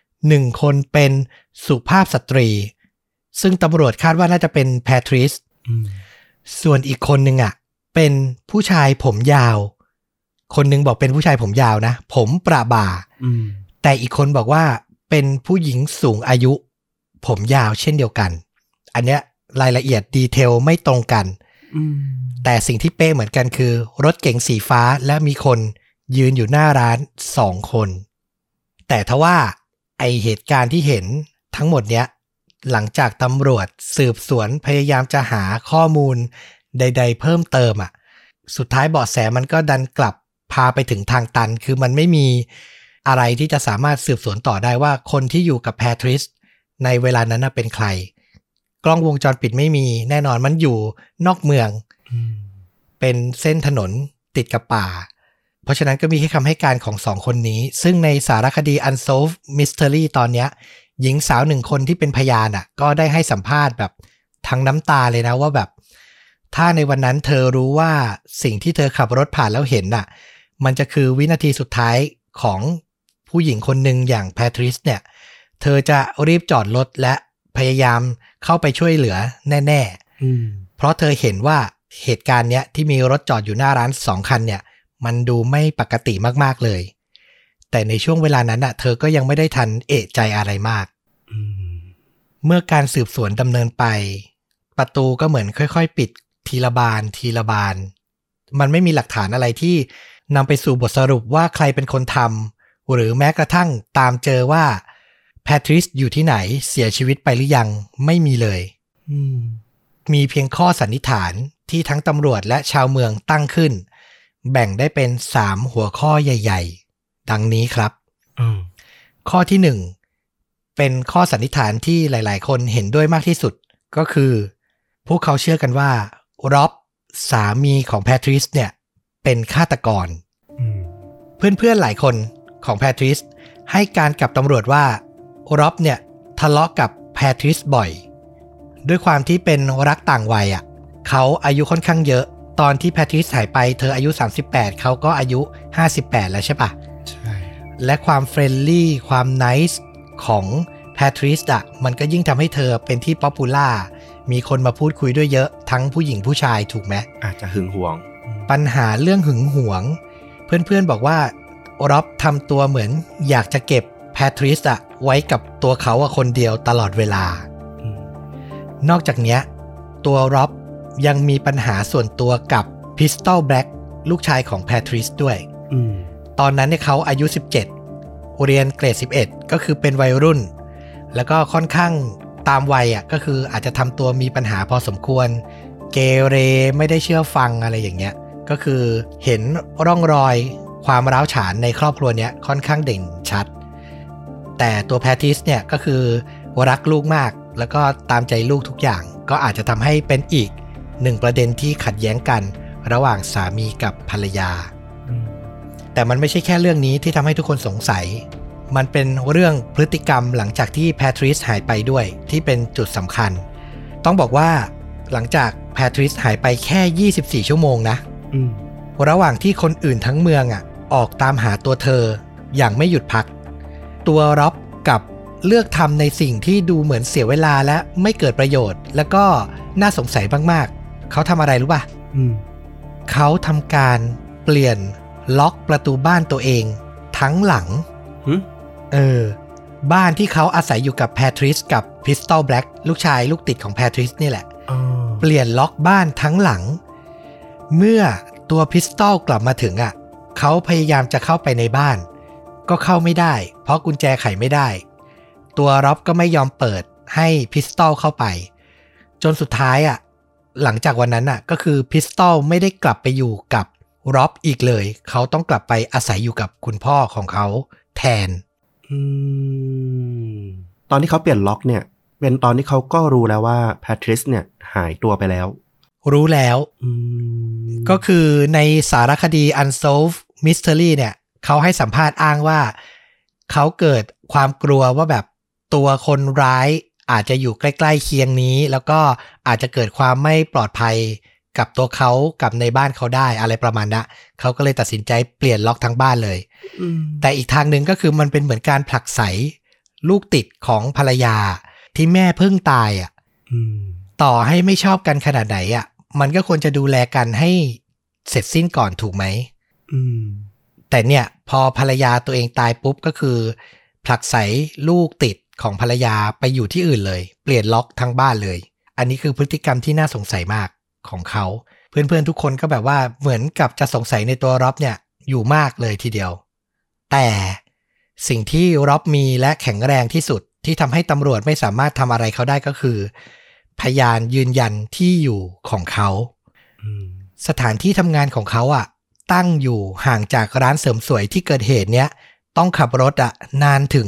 1คนเป็นสุภาพสตรีซึ่งตำรวจคาดว่าน่าจะเป็นแพทริสส่วนอีกคนนึงอ่ะเป็นผู้ชายผมยาวคนนึงบอกเป็นผู้ชายผมยาวนะผมประบ่าแต่อีกคนบอกว่าเป็นผู้หญิงสูงอายุผมยาวเช่นเดียวกันอันเนี้ยรายละเอียดดีเทลไม่ตรงกันแต่สิ่งที่เป๊ะเหมือนกันคือรถเก๋งสีฟ้าและมีคนยืนอยู่หน้าร้าน2คนแต่ทว่าไอเหตุการณ์ที่เห็นทั้งหมดเนี้ยหลังจากตำรวจสืบสวนพยายามจะหาข้อมูลใดๆเพิ่มเติมอ่ะสุดท้ายเบาะแสมันก็ดันกลับพาไปถึงทางตันคือมันไม่มีอะไรที่จะสามารถสืบสวนต่อได้ว่าคนที่อยู่กับแพทริสในเวลานั้นเป็นใครกล้องวงจรปิดไม่มีแน่นอนมันอยู่นอกเมืองเป็นเส้นถนนติดกับป่าเพราะฉะนั้นก็มีแค่คำให้การของ2คนนี้ซึ่งในสารคดี Unsolved Mystery ตอนเนี้ยหญิงสาว1คนที่เป็นพยานอ่ะก็ได้ให้สัมภาษณ์แบบทั้งน้ำตาเลยนะว่าแบบถ้าในวันนั้นเธอรู้ว่าสิ่งที่เธอขับรถผ่านแล้วเห็นน่ะมันจะคือวินาทีสุดท้ายของผู้หญิงคนหนึ่งอย่างแพทริสเนี่ยเธอจะรีบจอดรถและพยายามเข้าไปช่วยเหลือแน่ๆเพราะเธอเห็นว่าเหตุการณ์เนี้ยที่มีรถจอดอยู่หน้าร้าน2คันเนี่ยมันดูไม่ปกติมากๆเลยแต่ในช่วงเวลานั้นน่ะเธอก็ยังไม่ได้ทันเอะใจอะไรมากเมื่อการสืบสวนดำเนินไปประตูก็เหมือนค่อยๆปิดทีละบานทีละบานมันไม่มีหลักฐานอะไรที่นำไปสู่บทสรุปว่าใครเป็นคนทำหรือแม้กระทั่งตามเจอว่าแพทริสอยู่ที่ไหนเสียชีวิตไปหรือยังไม่มีเลยมีเพียงข้อสันนิษฐานที่ทั้งตำรวจและชาวเมืองตั้งขึ้นแบ่งได้เป็น3หัวข้อใหญ่ๆดังนี้ครับข้อที่1เป็นข้อสันนิษฐานที่หลายๆคนเห็นด้วยมากที่สุดก็คือพวกเขาเชื่อกันว่าร็อบสามีของแพทริสเนี่ยเป็นฆาตกรเพื่อนๆหลายคนของแพทริสให้การกับตำรวจว่าร็อบเนี่ยทะเลาะกับแพทริสบ่อยด้วยความที่เป็นรักต่างวัยอ่ะเขาอายุค่อนข้างเยอะตอนที่แพทริสหายไปเธออายุ38เขาก็อายุ58แล้วใช่ปะใช่และความเฟรนลี่ความไนซ์ของแพทริสอ่ะมันก็ยิ่งทำให้เธอเป็นที่ป๊อปปูล่ามีคนมาพูดคุยด้วยเยอะทั้งผู้หญิงผู้ชายถูกไหมอาจจะหึงหวงปัญหาเรื่องหึงหวงเพื่อนๆบอกว่าร็อบทำตัวเหมือนอยากจะเก็บแพทริสอะไว้กับตัวเขาคนเดียวตลอดเวลานอกจากเนี้ยตัวร็อบยังมีปัญหาส่วนตัวกับพิสตอลแบล็กลูกชายของแพทริสด้วยตอนนั้นเนี่ยเขาอายุ17เรียนเกรด11ก็คือเป็นวัยรุ่นแล้วก็ค่อนข้างตามวัยอ่ะก็คืออาจจะทำตัวมีปัญหาพอสมควรเกเรไม่ได้เชื่อฟังอะไรอย่างเงี้ยก็คือเห็นร่องรอยความร้าวฉานในครอบครัวเนี้ยค่อนข้างเด่นชัดแต่ตัวแพทริสเนี่ยก็คือรักลูกมากแล้วก็ตามใจลูกทุกอย่างก็อาจจะทำให้เป็นอีก1ประเด็นที่ขัดแย้งกันระหว่างสามีกับภรรยาแต่มันไม่ใช่แค่เรื่องนี้ที่ทำให้ทุกคนสงสัยมันเป็นเรื่องพฤติกรรมหลังจากที่แพทริสหายไปด้วยที่เป็นจุดสำคัญต้องบอกว่าหลังจากแพทริสหายไปแค่24ชั่วโมงนะระหว่างที่คนอื่นทั้งเมืองออกตามหาตัวเธออย่างไม่หยุดพักตัวร็อบกับเลือกทำในสิ่งที่ดูเหมือนเสียเวลาและไม่เกิดประโยชน์แล้วก็น่าสงสัยมากๆเขาทำอะไรรู้ป่ะเขาทำการเปลี่ยนล็อกประตูบ้านตัวเองทั้งหลังบ้านที่เขาอาศัยอยู่กับแพทริสกับพิสตอลแบล็กลูกชายลูกติดของแพทริสนี่แหละเปลี่ยนล็อกบ้านทั้งหลังเมื่อตัวพิสตอลกลับมาถึงเขาพยายามจะเข้าไปในบ้านก็เข้าไม่ได้เพราะกุญแจไขไม่ได้ตัวร็อบก็ไม่ยอมเปิดให้พิสตอลเข้าไปจนสุดท้ายหลังจากวันนั้นก็คือพิสตอลไม่ได้กลับไปอยู่กับร็อบอีกเลยเขาต้องกลับไปอาศัยอยู่กับคุณพ่อของเขาแทนตอนที่เขาเปลี่ยนล็อกเนี่ยเป็นตอนที่เขาก็รู้แล้วว่าแพทริสเนี่ยหายตัวไปแล้วรู้แล้วก็คือในสารคดี Unsolved Mystery เนี่ยเขาให้สัมภาษณ์อ้างว่าเขาเกิดความกลัวว่าแบบตัวคนร้ายอาจจะอยู่ใกล้ๆเคียงนี้แล้วก็อาจจะเกิดความไม่ปลอดภัยกับตัวเขากับในบ้านเขาได้อะไรประมาณนั้นเขาก็เลยตัดสินใจเปลี่ยนล็อกทั้งบ้านเลยแต่อีกทางหนึ่งก็คือมันเป็นเหมือนการผลักไสลูกติดของภรรยาที่แม่เพิ่งตายต่อให้ไม่ชอบกันขนาดไหนมันก็ควรจะดูแลกันให้เสร็จสิ้นก่อนถูกไหมแต่เนี่ยพอภรรยาตัวเองตายปุ๊บก็คือผลักไสลูกติดของภรรยาไปอยู่ที่อื่นเลยเปลี่ยนล็อกทั้งบ้านเลยอันนี้คือพฤติกรรมที่น่าสงสัยมากของเขาเพื่อนๆทุกคนก็แบบว่าเหมือนกับจะสงสัยในตัวร็อบเนี่ยอยู่มากเลยทีเดียวแต่สิ่งที่ร็อบมีและแข็งแรงที่สุดที่ทำให้ตำรวจไม่สามารถทำอะไรเขาได้ก็คือพยานยืนยันที่อยู่ของเขาสถานที่ทำงานของเขาตั้งอยู่ห่างจากร้านเสริมสวยที่เกิดเหตุเนี้ยต้องขับรถนานถึง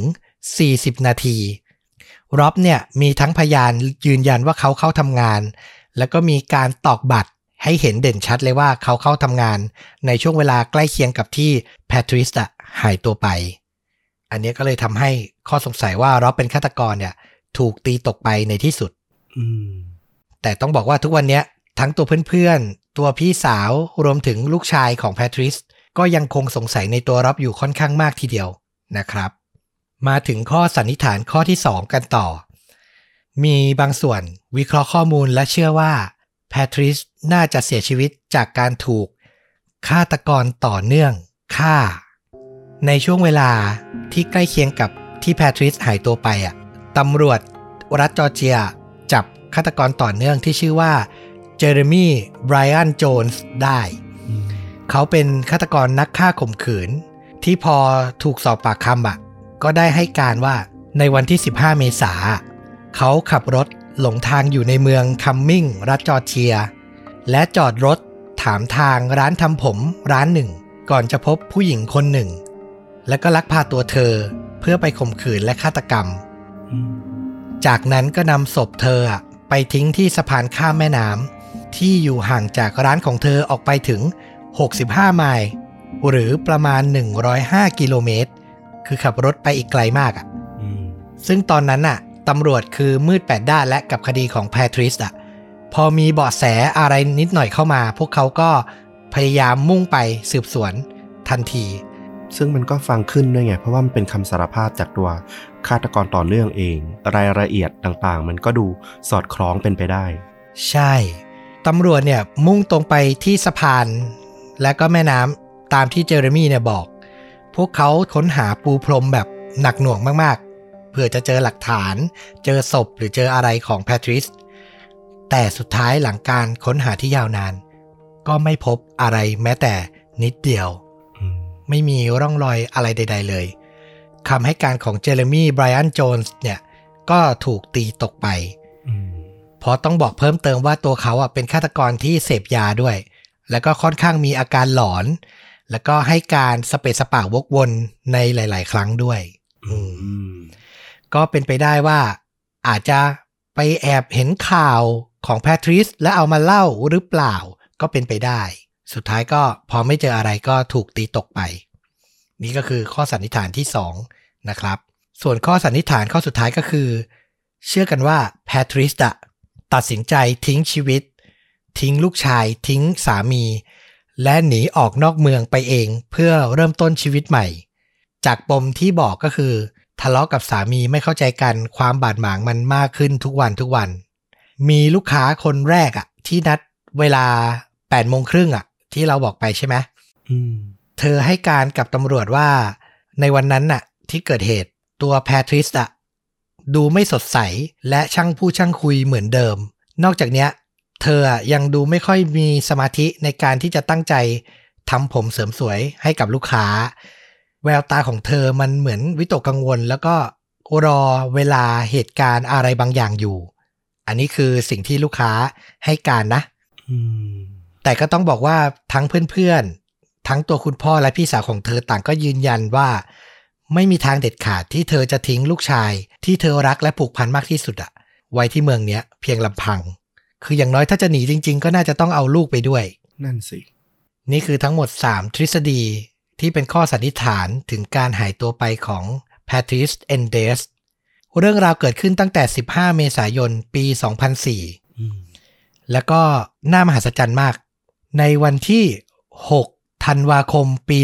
40นาทีร็อบเนี่ยมีทั้งพยานยืนยันว่าเขาเข้าทำงานแล้วก็มีการตอกบัตรให้เห็นเด่นชัดเลยว่าเขาเข้าทำงานในช่วงเวลาใกล้เคียงกับที่แพทริสหายตัวไปอันนี้ก็เลยทำให้ข้อสงสัยว่าร็อบเป็นฆาตกรเนี่ยถูกตีตกไปในที่สุดแต่ต้องบอกว่าทุกวันนี้ทั้งตัวเพื่อนๆตัวพี่สาวรวมถึงลูกชายของแพทริสก็ยังคงสงสัยในตัวร็อบอยู่ค่อนข้างมากทีเดียวนะครับมาถึงข้อสันนิษฐานข้อที่2กันต่อมีบางส่วนวิเคราะห์ข้อมูลและเชื่อว่าแพทริสน่าจะเสียชีวิตจากการถูกฆาตกรต่อเนื่องฆ่าในช่วงเวลาที่ใกล้เคียงกับที่แพทริสหายตัวไปตำรวจรัฐจอร์เจียจับฆาตกรต่อเนื่องที่ชื่อว่าเจเรมี่ไบรอันโจนส์ได้เขาเป็นฆาตกรนักฆ่าข่มขืนที่พอถูกสอบปากคำก็ได้ให้การว่าในวันที่15เมษายนเขาขับรถหลงทางอยู่ในเมืองคัมมิงรัฐจอร์เจียและจอดรถถามทางร้านทำผมร้านหนึ่งก่อนจะพบผู้หญิงคนหนึ่งแล้วก็ลักพาตัวเธอเพื่อไปข่มขืนและฆาตกรรมจากนั้นก็นำศพเธอไปทิ้งที่สะพานข้ามแม่น้ำที่อยู่ห่างจากร้านของเธอออกไปถึง65ไมล์หรือประมาณ105กิโลเมตรคือขับรถไปอีกไกลมากซึ่งตอนนั้นตำรวจคือมืดแปดด้านและกับคดีของแพทริสพอมีเบาะแสอะไรนิดหน่อยเข้ามาพวกเขาก็พยายามมุ่งไปสืบสวนทันทีซึ่งมันก็ฟังขึ้นด้วยไงเพราะว่ามันเป็นคำสารภาพจากตัวฆาตกรต่อเนื่องเองรายละเอียดต่างๆมันก็ดูสอดคล้องเป็นไปได้ใช่ตำรวจเนี่ยมุ่งตรงไปที่สะพานและก็แม่น้ำตามที่เจอเรมี่เนี่ยบอกพวกเขาค้นหาปูพรมแบบหนักหน่วงมากๆเพื่อจะเจอหลักฐานเจอศพหรือเจออะไรของแพทริสแต่สุดท้ายหลังการค้นหาที่ยาวนานก็ไม่พบอะไรแม้แต่นิดเดียวไม่มีร่องรอยอะไรใดๆเลยคำให้การของเจเรมี่ไบรอันโจนส์เนี่ยก็ถูกตีตกไปเพราะต้องบอกเพิ่มเติมว่าตัวเขาเป็นฆาตกรที่เสพยาด้วยแล้วก็ค่อนข้างมีอาการหลอนแล้วก็ให้การสเปะสปะวกวนในหลายๆครั้งด้วยก็เป็นไปได้ว่าอาจจะไปแอบเห็นข่าวของแพทริสและเอามาเล่าหรือเปล่าก็เป็นไปได้สุดท้ายก็พอไม่เจออะไรก็ถูกตีตกไปนี่ก็คือข้อสันนิษฐานที่2นะครับส่วนข้อสันนิษฐานข้อสุดท้ายก็คือเชื่อกันว่าแพทริสตัดสินใจทิ้งชีวิตทิ้งลูกชายทิ้งสามีและหนีออกนอกเมืองไปเองเพื่อเริ่มต้นชีวิตใหม่จากปมที่บอกก็คือทะเลาะกับสามีไม่เข้าใจกันความบาดหมางมันมากขึ้นทุกวันมีลูกค้าคนแรกที่นัดเวลา 8:30 นที่เราบอกไปใช่ไหมเธอให้การกับตำรวจว่าในวันนั้นที่เกิดเหตุตัวแพทริสดูไม่สดใสและช่างพูดช่างคุยเหมือนเดิมนอกจากนี้เธอยังดูไม่ค่อยมีสมาธิในการที่จะตั้งใจทำผมเสริมสวยให้กับลูกค้าแววตาของเธอมันเหมือนวิตกกังวลแล้วก็รอเวลาเหตุการณ์อะไรบางอย่างอยู่อันนี้คือสิ่งที่ลูกค้าให้การนะแต่ก็ต้องบอกว่าทั้งเพื่อนๆทั้งตัวคุณพ่อและพี่สาวของเธอต่างก็ยืนยันว่าไม่มีทางเด็ดขาดที่เธอจะทิ้งลูกชายที่เธอรักและผูกพันมากที่สุดไว้ที่เมืองนี้เพียงลำพังคืออย่างน้อยถ้าจะหนีจริงๆก็น่าจะต้องเอาลูกไปด้วยนั่นสินี่คือทั้งหมด3ทฤษฎีที่เป็นข้อสันนิษฐานถึงการหายตัวไปของแพทริซ เอนเดสเรื่องราวเกิดขึ้นตั้งแต่15เมษายนปี 2004แล้วก็น่ามหัศจรรย์มากในวันที่6ธันวาคมปี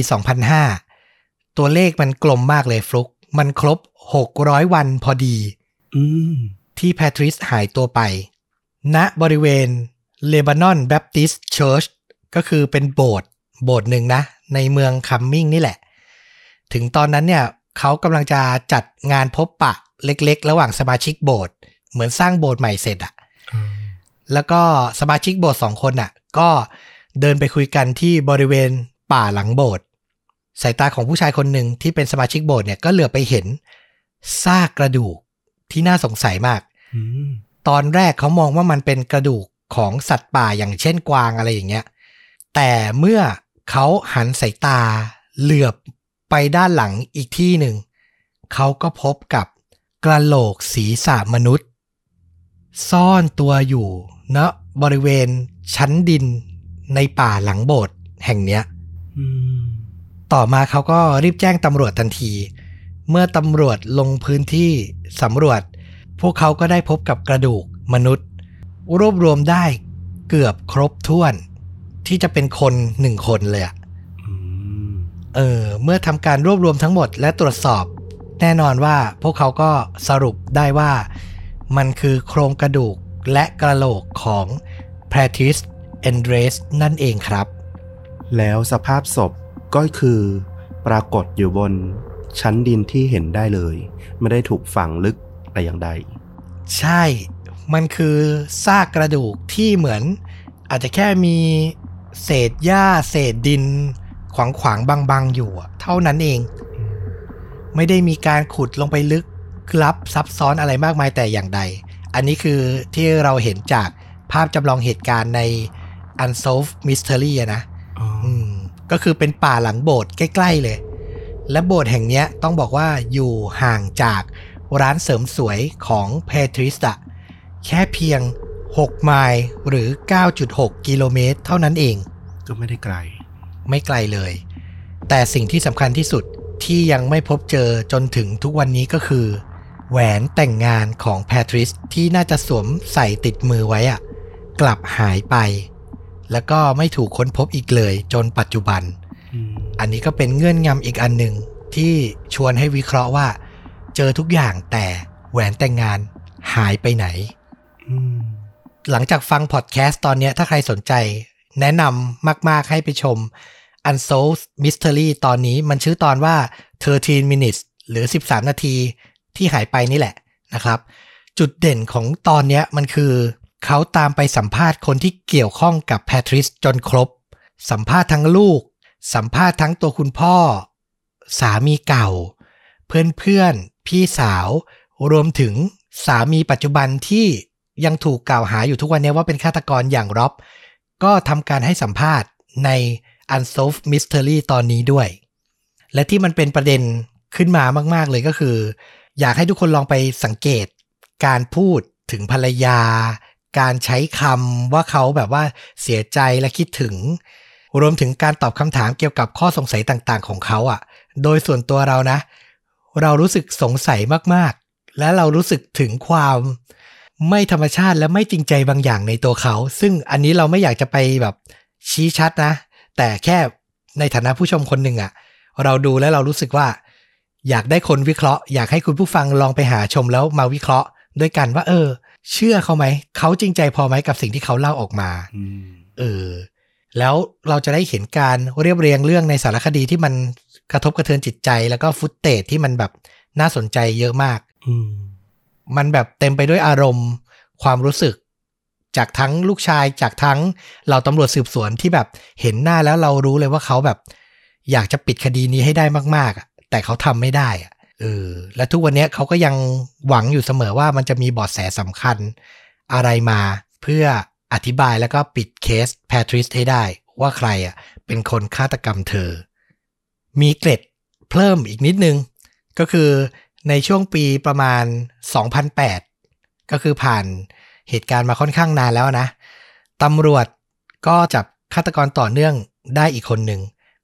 2005ตัวเลขมันกลมมากเลยฟลุกมันครบ600วันพอดีที่แพทริซหายตัวไปณบริเวณ Lebanon Baptist Church ก็คือเป็นโบสถ์หนึ่งนะในเมืองคัมมิงนี่แหละถึงตอนนั้นเนี่ยเขากำลังจะจัดงานพบปะเล็กๆระหว่างสมาชิกโบสถ์เหมือนสร้างโบสถ์ใหม่เสร็จอ่ะแล้วก็สมาชิกโบสถ์2คนอ่ะก็เดินไปคุยกันที่บริเวณป่าหลังโบสถ์สายตาของผู้ชายคนหนึ่งที่เป็นสมาชิกโบสถ์เนี่ยก็เหลือบไปเห็นซากกระดูกที่น่าสงสัยมากตอนแรกเขามองว่ามันเป็นกระดูกของสัตว์ป่าอย่างเช่นกวางอะไรอย่างเงี้ยแต่เมื่อเขาหันสายตาเหลือบไปด้านหลังอีกที่หนึ่งเขาก็พบกับกระโหลกศีรษะมนุษย์ซ่อนตัวอยู่ณบริเวณชั้นดินในป่าหลังโบสถ์แห่งเนี้ยต่อมาเขาก็รีบแจ้งตำรวจทันทีเมื่อตำรวจลงพื้นที่สำรวจพวกเขาก็ได้พบกับกระดูกมนุษย์รวบรวมได้เกือบครบถ้วนที่จะเป็นคน1คนเลยอะเมื่อทำการรวบรวมทั้งหมดและตรวจสอบแน่นอนว่าพวกเขาก็สรุปได้ว่ามันคือโครงกระดูกและกระโหลกของแพทริซ เอนเดรสนั่นเองครับแล้วสภาพศพก็คือปรากฏอยู่บนชั้นดินที่เห็นได้เลยไม่ได้ถูกฝังลึกแต่อย่างใดใช่มันคือซากกระดูกที่เหมือนอาจจะแค่มีเศษหญ้าเศษดินขวางๆบางๆอยู่เท่านั้นเองไม่ได้มีการขุดลงไปลึกลับซับซ้อนอะไรมากมายแต่อย่างใดอันนี้คือที่เราเห็นจากภาพจำลองเหตุการณ์ใน Unsolved Mystery นะก็คือเป็นป่าหลังโบสถ์ใกล้ๆเลยและโบสถ์แห่งนี้ต้องบอกว่าอยู่ห่างจากร้านเสริมสวยของแพทริซแค่เพียง6ไมล์หรือ 9.6 กิโลเมตรเท่านั้นเองก็ไม่ได้ไกลไม่ไกลเลยแต่สิ่งที่สำคัญที่สุดที่ยังไม่พบเจอจนถึงทุกวันนี้ก็คือแหวนแต่งงานของแพทริซที่น่าจะสวมใส่ติดมือไว้กลับหายไปแล้วก็ไม่ถูกค้นพบอีกเลยจนปัจจุบันอันนี้ก็เป็นเงื่อนงำอีกอันหนึ่งที่ชวนให้วิเคราะห์ว่าเจอทุกอย่างแต่แหวนแต่งงานหายไปไหนหลังจากฟังพอดแคสต์ตอนนี้ถ้าใครสนใจแนะนำมากๆให้ไปชม Unsolved Mystery ตอนนี้มันชื่อตอนว่า13 minutes หรือ13นาทีที่หายไปนี่แหละนะครับจุดเด่นของตอนนี้มันคือเขาตามไปสัมภาษณ์คนที่เกี่ยวข้องกับแพทริซจนครบสัมภาษณ์ทั้งลูกสัมภาษณ์ทั้งตัวคุณพ่อสามีเก่าเพื่อนๆพี่สาวรวมถึงสามีปัจจุบันที่ยังถูกกล่าวหาอยู่ทุกวันนี้ว่าเป็นฆาตกรอย่างร็อบก็ทำการให้สัมภาษณ์ใน Unsolved Mystery ตอนนี้ด้วยและที่มันเป็นประเด็นขึ้นมามากๆเลยก็คืออยากให้ทุกคนลองไปสังเกตการพูดถึงภรรยาการใช้คำว่าเขาแบบว่าเสียใจและคิดถึงรวมถึงการตอบคำถามเกี่ยวกับข้อสงสัยต่างๆของเขาโดยส่วนตัวเรานะเรารู้สึกสงสัยมากๆและเรารู้สึกถึงความไม่ธรรมชาติและไม่จริงใจบางอย่างในตัวเขาซึ่งอันนี้เราไม่อยากจะไปแบบชี้ชัดนะแต่แค่ในฐานะผู้ชมคนหนึ่งเราดูแล้วเรารู้สึกว่าอยากได้คนวิเคราะห์อยากให้คุณผู้ฟังลองไปหาชมแล้วมาวิเคราะห์ด้วยกันว่าเชื่อเขาไหมเขาจริงใจพอไหมกับสิ่งที่เขาเล่าออกมาแล้วเราจะได้เห็นการเรียบเรียงเรื่องในสารคดีที่มันกระทบกระเทือนจิตใจแล้วก็ฟุตเตจที่มันแบบน่าสนใจเยอะมากมันแบบเต็มไปด้วยอารมณ์ความรู้สึกจากทั้งลูกชายจากทั้งเราตำรวจสืบสวนที่แบบเห็นหน้าแล้วเรารู้เลยว่าเขาแบบอยากจะปิดคดีนี้ให้ได้มากๆแต่เขาทำไม่ได้และทุกวันนี้เขาก็ยังหวังอยู่เสมอว่ามันจะมีเบาะแสสำคัญอะไรมาเพื่ออธิบายแล้วก็ปิดเคสแพทริซให้ได้ว่าใครเป็นคนฆาตกรรมเธอมีเกร็ดเพิ่มอีกนิดนึงก็คือในช่วงปีประมาณ 2008 ก็คือผ่านเหตุการณ์มาค่อนข้างนานแล้วนะตำรวจก็จับฆาตกรต่อเนื่องได้อีกคนหนึ่ง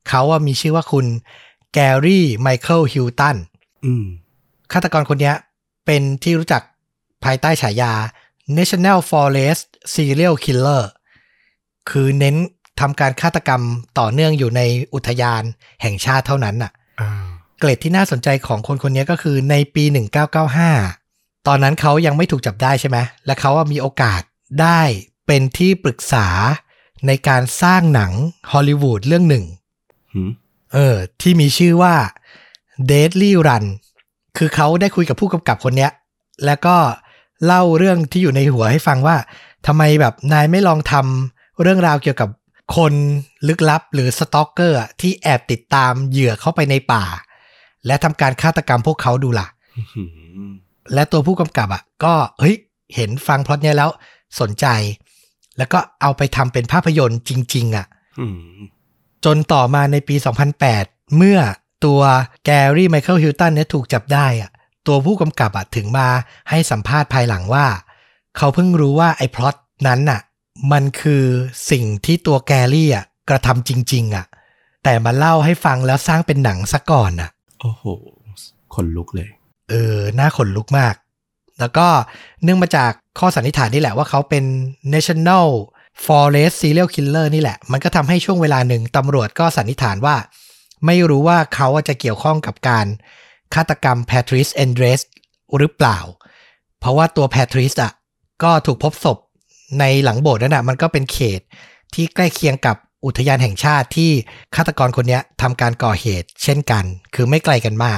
เขามีชื่อว่าคุณแกรี่ไมเคิลฮิลตันฆาตกรคนนี้เป็นที่รู้จักภายใต้ฉายา National Forest Serial Killer คือเน้นทำการฆาตกรรมต่อเนื่องอยู่ในอุทยานแห่งชาติเท่านั้นน่ะเกรดที่น่าสนใจของคนคนนี้ก็คือในปี1995ตอนนั้นเขายังไม่ถูกจับได้ใช่ไหมและเขามีโอกาสได้เป็นที่ปรึกษาในการสร้างหนังฮอลลีวูดเรื่องหนึ่งที่มีชื่อว่า Deadly Run คือเขาได้คุยกับผู้กำกับคนนี้แล้วก็เล่าเรื่องที่อยู่ในหัวให้ฟังว่าทำไมแบบนายไม่ลองทำเรื่องราวเกี่ยวกับคนลึกลับหรือสตอกเกอร์ที่แอบติดตามเหยื่อเข้าไปในป่าและทำการฆาตกรรมพวกเขาดูล่ะ และตัวผู้กำกับก็เห็นฟังพล็อตเนี้ยแล้วสนใจแล้วก็เอาไปทำเป็นภาพยนตร์จริงๆจนต่อมาในปี 2008 เมื่อตัวแกรี่ไมเคิลฮิลตันเนี่ยถูกจับได้ตัวผู้กำกับถึงมาให้สัมภาษณ์ภายหลังว่าเขาเพิ่งรู้ว่าไอ้พล็อตนั้นมันคือสิ่งที่ตัวแกรี่กระทำจริงๆแต่มาเล่าให้ฟังแล้วสร้างเป็นหนังซะก่อนโอ้โหขนลุกเลยน่าขนลุกมากแล้วก็เนื่องมาจากข้อสันนิษฐานนี่แหละว่าเขาเป็น National Forest Serial Killer นี่แหละมันก็ทำให้ช่วงเวลาหนึ่งตำรวจก็สันนิษฐานว่าไม่รู้ว่าเขาจะเกี่ยวข้องกับการฆาตกรรมแพทริซ เอนเดรสหรือเปล่าเพราะว่าตัวแพทริซก็ถูกพบศพในหลังโบสถ์นั่นมันก็เป็นเขตที่ใกล้เคียงกับอุทยานแห่งชาติที่ฆาตกรคนนี้ทำการก่อเหตุเช่นกันคือไม่ไกลกันมาก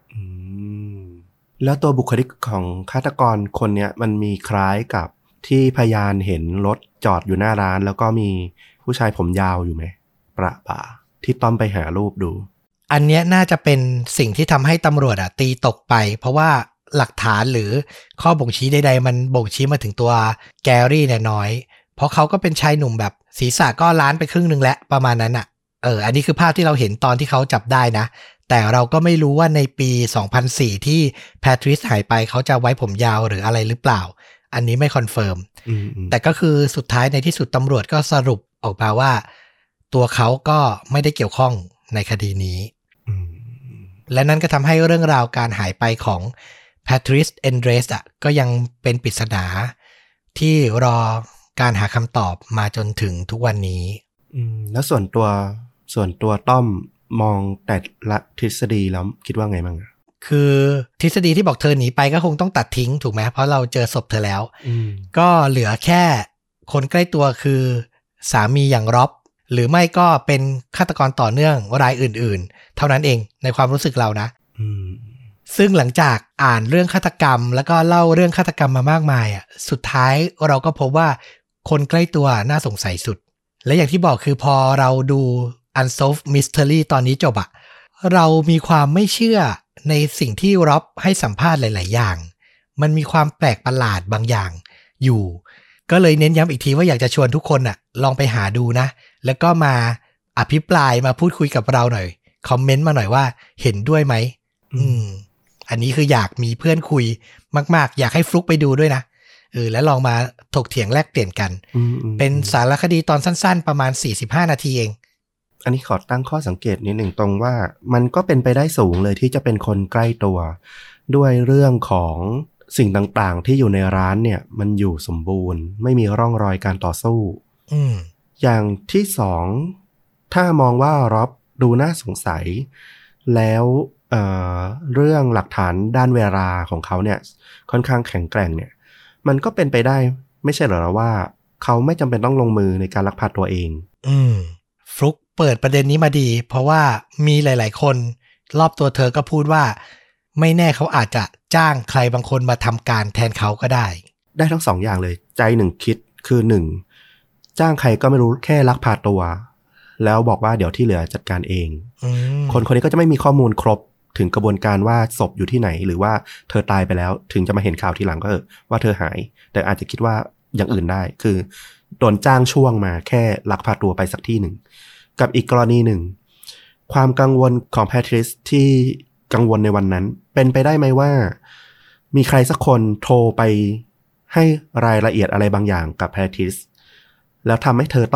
แล้วตัวบุคลิกของฆาตกรคนนี้มันมีคล้ายกับที่พยานเห็นรถจอดอยู่หน้าร้านแล้วก็มีผู้ชายผมยาวอยู่ไหมประป่าที่ต้อมไปหารูปดูอันเนี้ยน่าจะเป็นสิ่งที่ทำให้ตำรวจตีตกไปเพราะว่าหลักฐานหรือข้อบ่งชี้ใดๆมันบ่งชี้มาถึงตัวแกรี่เนี่ยน้อยเพราะเขาก็เป็นชายหนุ่มแบบศีรษะก็ล้านไปครึ่งนึงแล้วประมาณนั้นอันนี้คือภาพที่เราเห็นตอนที่เขาจับได้นะแต่เราก็ไม่รู้ว่าในปี 2004 ที่แพทริซหายไปเขาจะไว้ผมยาวหรืออะไรหรือเปล่าอันนี้ไม่คอนเฟิร์มแต่ก็คือสุดท้ายในที่สุดตำรวจก็สรุปออกมาว่าตัวเขาก็ไม่ได้เกี่ยวข้องในคดีนี้และนั่นก็ทำให้เรื่องราวการหายไปของแพทริซ เอนเดรสก็ยังเป็นปริศนาที่รอการหาคำตอบมาจนถึงทุกวันนี้แล้วส่วนตัวต้อมมองแต่ละทฤษฎีแล้วคิดว่าไงบ้างคือทฤษฎีที่บอกเธอหนีไปก็คงต้องตัดทิ้งถูกไหมเพราะเราเจอศพเธอแล้วก็เหลือแค่คนใกล้ตัวคือสามีอย่างร็อบหรือไม่ก็เป็นฆาตกรต่อเนื่องรายอื่นๆเท่านั้นเองในความรู้สึกเรานะซึ่งหลังจากอ่านเรื่องฆาตกรรมแล้วก็เล่าเรื่องฆาตกรรมมามากมายสุดท้ายเราก็พบว่าคนใกล้ตัวน่าสงสัยสุดและอย่างที่บอกคือพอเราดู Unsolved Mystery ตอนนี้จบเรามีความไม่เชื่อในสิ่งที่ร็อบให้สัมภาษณ์หลายๆอย่างมันมีความแปลกประหลาดบางอย่างอยู่ก็เลยเน้นย้ำอีกทีว่าอยากจะชวนทุกคนลองไปหาดูนะแล้วก็มาอภิปรายมาพูดคุยกับเราหน่อยคอมเมนต์มาหน่อยว่าเห็นด้วยไหมอันนี้คืออยากมีเพื่อนคุยมากๆอยากให้ฟลุกไปดูด้วยนะแล้วลองมาถกเถียงแลกเปลี่ยนกันเป็นสารคดีตอนสั้นๆประมาณ45นาทีเองอันนี้ขอตั้งข้อสังเกตนิดหนึ่งตรงว่ามันก็เป็นไปได้สูงเลยที่จะเป็นคนใกล้ตัวด้วยเรื่องของสิ่งต่างๆที่อยู่ในร้านเนี่ยมันอยู่สมบูรณ์ไม่มีร่องรอยการต่อสู้อย่างที่สองถ้ามองว่าร็อบดูน่าสงสัยแล้วเรื่องหลักฐานด้านเวลาของเขาเนี่ยค่อนข้างแข็งแกร่งเนี่ยมันก็เป็นไปได้ไม่ใช่เหรอว่าเขาไม่จำเป็นต้องลงมือในการลักพาตัวเองฟลุกเปิดประเด็นนี้มาดีเพราะว่ามีหลายๆคนรอบตัวเธอก็พูดว่าไม่แน่เขาอาจจะจ้างใครบางคนมาทำการแทนเขาก็ได้ทั้งสองอย่างเลยใจหนึ่งคิดคือหนึ่งจ้างใครก็ไม่รู้แค่ลักพาตัวแล้วบอกว่าเดี๋ยวที่เหลือจัดการเองคนนี้ก็จะไม่มีข้อมูลครบถึงกระบวนการว่าศพอยู่ที่ไหนหรือว่าเธอตายไปแล้วถึงจะมาเห็นข่าวทีหลังก็ว่าเธอหายแต่อาจจะคิดว่าอย่างอื่นได้คือโดนจ้างช่วงมาแค่ลักพาตัวไปสักที่หนึ่งกับอีกกรณีหนึ่งความกังวลของแพทริซที่กังวลในวันนั้นเป็นไปได้ไหมว่ามีใครสักคนโทรไปให้รายละเอียดอะไรบางอย่างกับแพทริซแล้วทำให้เธอต้อง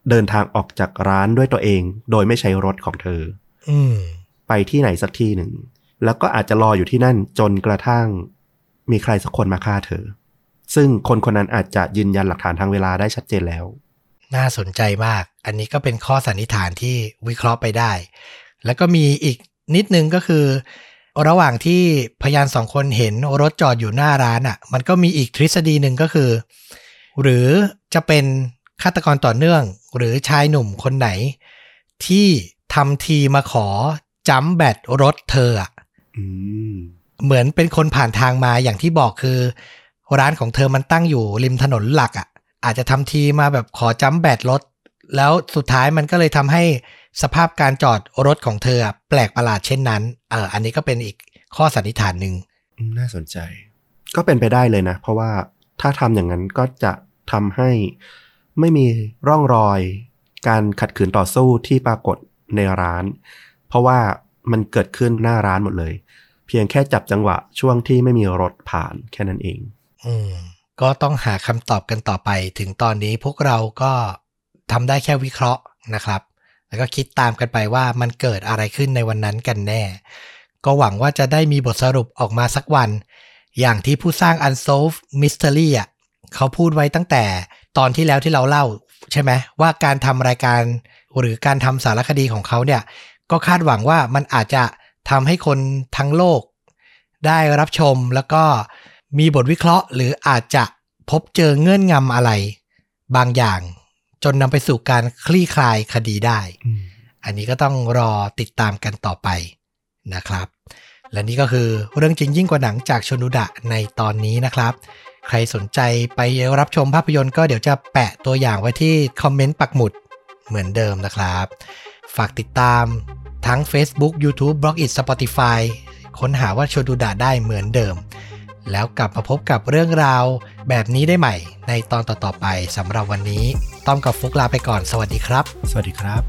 เดินทางออกจากร้านด้วยตัวเองโดยไม่ใช้รถของเธอไปที่ไหนสักที่หนึ่งแล้วก็อาจจะรออยู่ที่นั่นจนกระทั่งมีใครสักคนมาฆ่าเธอซึ่งคนคนนั้นอาจจะยืนยันหลักฐานทางเวลาได้ชัดเจนแล้วน่าสนใจมากอันนี้ก็เป็นข้อสันนิษฐานที่วิเคราะห์ไปได้แล้วก็มีอีกนิดนึงก็คือระหว่างที่พยานสองคนเห็นรถจอดอยู่หน้าร้านอ่ะมันก็มีอีกทฤษฎีหนึ่งก็คือหรือจะเป็นฆาตกรต่อเนื่องหรือชายหนุ่มคนไหนที่ทำทีมาขอจัมป์แบตรถเธออ่ะเหมือนเป็นคนผ่านทางมาอย่างที่บอกคือร้านของเธอมันตั้งอยู่ริมถนนหลักอ่ะอาจจะทำทีมาแบบขอจัมป์แบตรถแล้วสุดท้ายมันก็เลยทำให้สภาพการจอดรถของเธอแปลกประหลาดเช่นนั้นอันนี้ก็เป็นอีกข้อสันนิษฐานหนึ่งน่าสนใจก็เป็นไปได้เลยนะเพราะว่าถ้าทำอย่างนั้นก็จะทำให้ไม่มีร่องรอยการขัดขืนต่อสู้ที่ปรากฏในร้านเพราะว่ามันเกิดขึ้นหน้าร้านหมดเลยเพียงแค่จับจังหวะช่วงที่ไม่มีรถผ่านแค่นั้นเองก็ต้องหาคำตอบกันต่อไปถึงตอนนี้พวกเราก็ทำได้แค่วิเคราะห์นะครับแล้วก็คิดตามกันไปว่ามันเกิดอะไรขึ้นในวันนั้นกันแน่ก็หวังว่าจะได้มีบทสรุปออกมาสักวันอย่างที่ผู้สร้าง Unsolved Mystery เขาพูดไว้ตั้งแต่ตอนที่แล้วที่เราเล่าใช่ไหมว่าการทำรายการหรือการทำสารคดีของเขาเนี่ยก็คาดหวังว่ามันอาจจะทำให้คนทั้งโลกได้รับชมแล้วก็มีบทวิเคราะห์หรืออาจจะพบเจอเงื่อนงำอะไรบางอย่างจนนำไปสู่การคลี่คลายคดีได้อันนี้ก็ต้องรอติดตามกันต่อไปนะครับและนี่ก็คือเรื่องจริงยิ่งกว่าหนังจากชนุดะในตอนนี้นะครับใครสนใจไปรับชมภาพยนตร์ก็เดี๋ยวจะแปะตัวอย่างไว้ที่คอมเมนต์ปักหมุดเหมือนเดิมนะครับฝากติดตามทั้ง Facebook YouTube Blogit Spotify ค้นหาว่าชนุดะได้เหมือนเดิมแล้วกลับมาพบกับเรื่องราวแบบนี้ได้ใหม่ในตอนต่อๆไปสำหรับวันนี้ต้อมกับฟุกลาไปก่อนสวัสดีครับสวัสดีครับ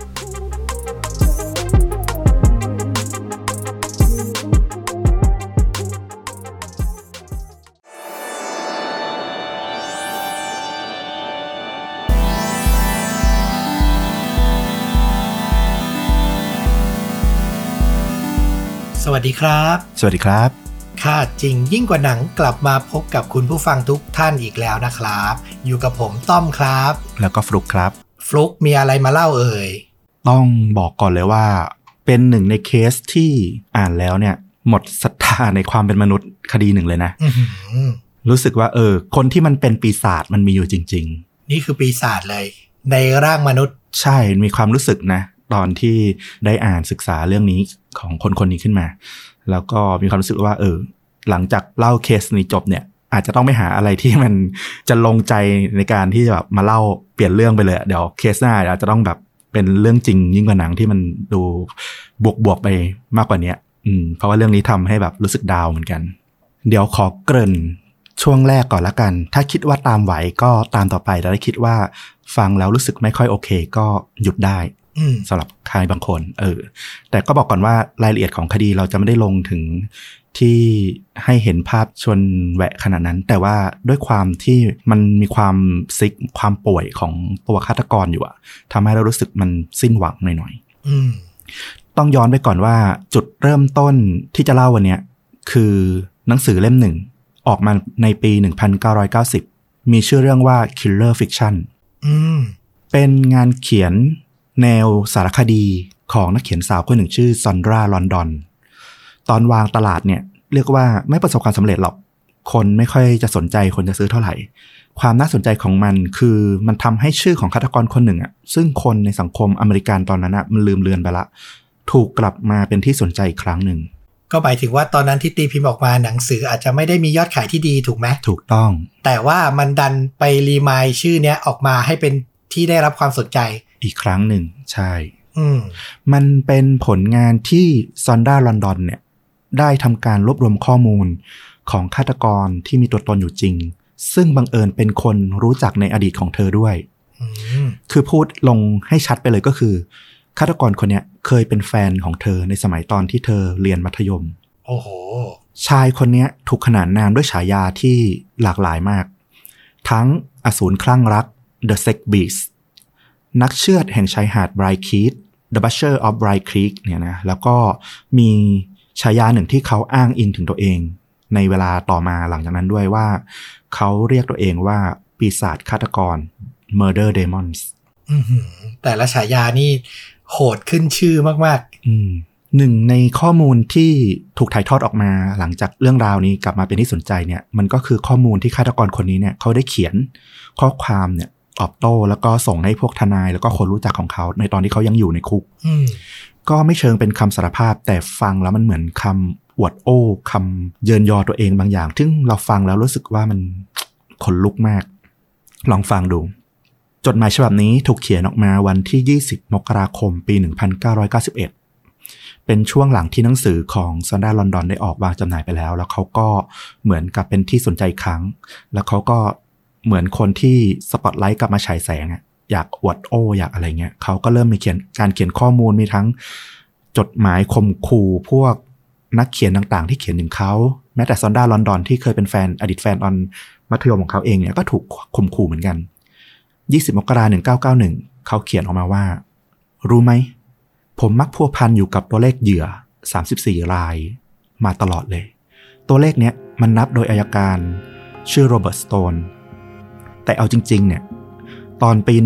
สวัสดีครับสวัสดีครับค่ะจริงยิ่งกว่าหนังกลับมาพบกับคุณผู้ฟังทุกท่านอีกแล้วนะครับอยู่กับผมต้อมครับแล้วก็ฟลุกครับฟลุกมีอะไรมาเล่าเอ่ยต้องบอกก่อนเลยว่าเป็นหนึ่งในเคสที่อ่านแล้วเนี่ยหมดศรัทธาในความเป็นมนุษย์คดีหนึ่งเลยนะรู้สึกว่าคนที่มันเป็นปีศาจมันมีอยู่จริงๆนี่คือปีศาจเลยในร่างมนุษย์ใช่มีความรู้สึกนะตอนที่ได้อ่านศึกษาเรื่องนี้ของคนนี้ขึ้นมาแล้วก็มีความรู้สึกว่าหลังจากเล่าเคสนี้จบเนี่ยอาจจะต้องไปหาอะไรที่มันจะลงใจในการที่จะแบบมาเล่าเปลี่ยนเรื่องไปเลยเดี๋ยวเคสหน้าอาจจะต้องแบบเป็นเรื่องจริงยิ่งกว่าหนังที่มันดูบวกไปมากกว่านี้เพราะว่าเรื่องนี้ทำให้แบบรู้สึกดาวเหมือนกันเดี๋ยวขอเกริ่นช่วงแรกก่อนละกันถ้าคิดว่าตามไหวก็ตามต่อไปแต่ถ้าคิดว่าฟังแล้วรู้สึกไม่ค่อยโอเคก็หยุดได้สำหรับใครบางคนแต่ก็บอกก่อนว่ารายละเอียดของคดีเราจะไม่ได้ลงถึงที่ให้เห็นภาพชนแหวะขนาดนั้นแต่ว่าด้วยความที่มันมีความซิกความป่วยของตัวฆาตกรอยู่ทำให้เรารู้สึกมันสิ้นหวังหน่อยๆต้องย้อนไปก่อนว่าจุดเริ่มต้นที่จะเล่าวันนี้คือหนังสือเล่มหนึ่งออกมาในปี 1990มีชื่อเรื่องว่า Killer Fiction เป็นงานเขียนแนวสารคดีของนักเขียนสาวคนหนึ่งชื่อซอนดราลอนดอนตอนวางตลาดเนี่ยเรียกว่าไม่ประสบความสำเร็จหรอกคนไม่ค่อยจะสนใจคนจะซื้อเท่าไหร่ความน่าสนใจของมันคือมันทำให้ชื่อของฆาตกรคนหนึ่งซึ่งคนในสังคมอเมริกันตอนนั้นมันลืมเลือนไปละถูกกลับมาเป็นที่สนใจอีกครั้งหนึ่งก็หมายถึงว่าตอนนั้นที่ตีพิมพ์ออกมาหนังสืออาจจะไม่ได้มียอดขายที่ดีถูกไหมถูกต้องแต่ว่ามันดันไปรีมายชื่อเนี้ยออกมาให้เป็นที่ได้รับความสนใจอีกครั้งหนึ่งใช่มันเป็นผลงานที่ซอนดราลอนดอนเนี่ยได้ทำการรวบรวมข้อมูลของฆาตกรที่มีตัวตนอยู่จริงซึ่งบังเอิญเป็นคนรู้จักในอดีตของเธอด้วยคือพูดลงให้ชัดไปเลยก็คือฆาตกรคนนี้เคยเป็นแฟนของเธอในสมัยตอนที่เธอเรียนมัธยมโอ้โหชายคนนี้ถูกขนานนามด้วยฉายาที่หลากหลายมากทั้งอสูรคลั่งรัก The Sex Beast นักเชือดแห่งชายหาดไบรท์ครีก The Butcher of Bright Creek เนี่ยนะแล้วก็มีฉายาหนึ่งที่เขาอ้างอิงถึงตัวเองในเวลาต่อมาหลังจากนั้นด้วยว่าเขาเรียกตัวเองว่าปีศาจฆาตกร Murder Demons แต่ละฉายานี่โหดขึ้นชื่อมากๆหนึ่งในข้อมูลที่ถูกถ่ายทอดออกมาหลังจากเรื่องราวนี้กลับมาเป็นที่สนใจเนี่ยมันก็คือข้อมูลที่ฆาตกรคนนี้เนี่ยเขาได้เขียนข้อความเนี่ยตอบโต้แล้วก็ส่งให้พวกทนายแล้วก็คนรู้จักของเขาในตอนที่เขายังอยู่ในคุกก็ไม่เชิงเป็นคำสารภาพแต่ฟังแล้วมันเหมือนคำอวดโอ้คำเยินยอตัวเองบางอย่างซึ่งเราฟังแล้วรู้สึกว่ามันขนลุกมากลองฟังดูจดหมายฉบับนี้ถูกเขียนออกมาวันที่20มกราคมปี1991เป็นช่วงหลังที่หนังสือของซอนด้าลอนดอนได้ออกวางจำหน่ายไปแล้วแล้วเขาก็เหมือนกับเป็นที่สนใจอีกครั้งแล้วเขาก็เหมือนคนที่สปอตไลท์กลับมาฉายแสงอยากอวดโอ้อยากอะไรเงี้ยเขาก็เริ่มมีการเขียนข้อมูลมีทั้งจดหมายข่มขู่พวกนักเขียนต่างๆที่เขียนถึงเขาแม้แต่ซอนด้าลอนดอนที่เคยเป็นแฟนอดีตแฟนตอนมัธยมของเขาเองเนี่ยก็ถูกข่มขู่เหมือนกัน20มกราคม1991เขาเขียนออกมาว่ารู้ไหมผมมักพัวพันอยู่กับตัวเลขเหยื่อ34รายมาตลอดเลยตัวเลขเนี้ยมันนับโดยอัยการชื่อโรเบิร์ตสโตนแต่เอาจริงๆเนี่ยตอนปี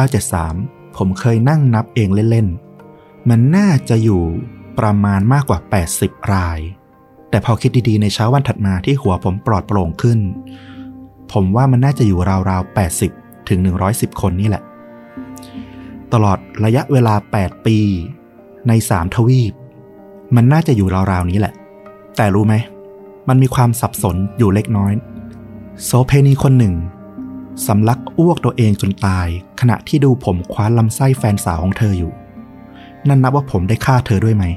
1973ผมเคยนั่งนับเองเล่นๆมันน่าจะอยู่ประมาณมากกว่า80รายแต่พอคิดดีๆในเช้าวันถัดมาที่หัวผมปลอดโปร่งขึ้นผมว่ามันน่าจะอยู่ราวๆ80ถึง110คนนี่แหละตลอดระยะเวลา8ปีใน3ทวีปมันน่าจะอยู่ราวๆนี้แหละแต่รู้ไหมมันมีความสับสนอยู่เล็กน้อยโสเพณีคนหนึ่งสำลักอ้วกตัวเองจนตายขณะที่ดูผมคว้านลำไส้แฟนสาวของเธออยู่นั่นนับว่าผมได้ฆ่าเธอด้วยไหม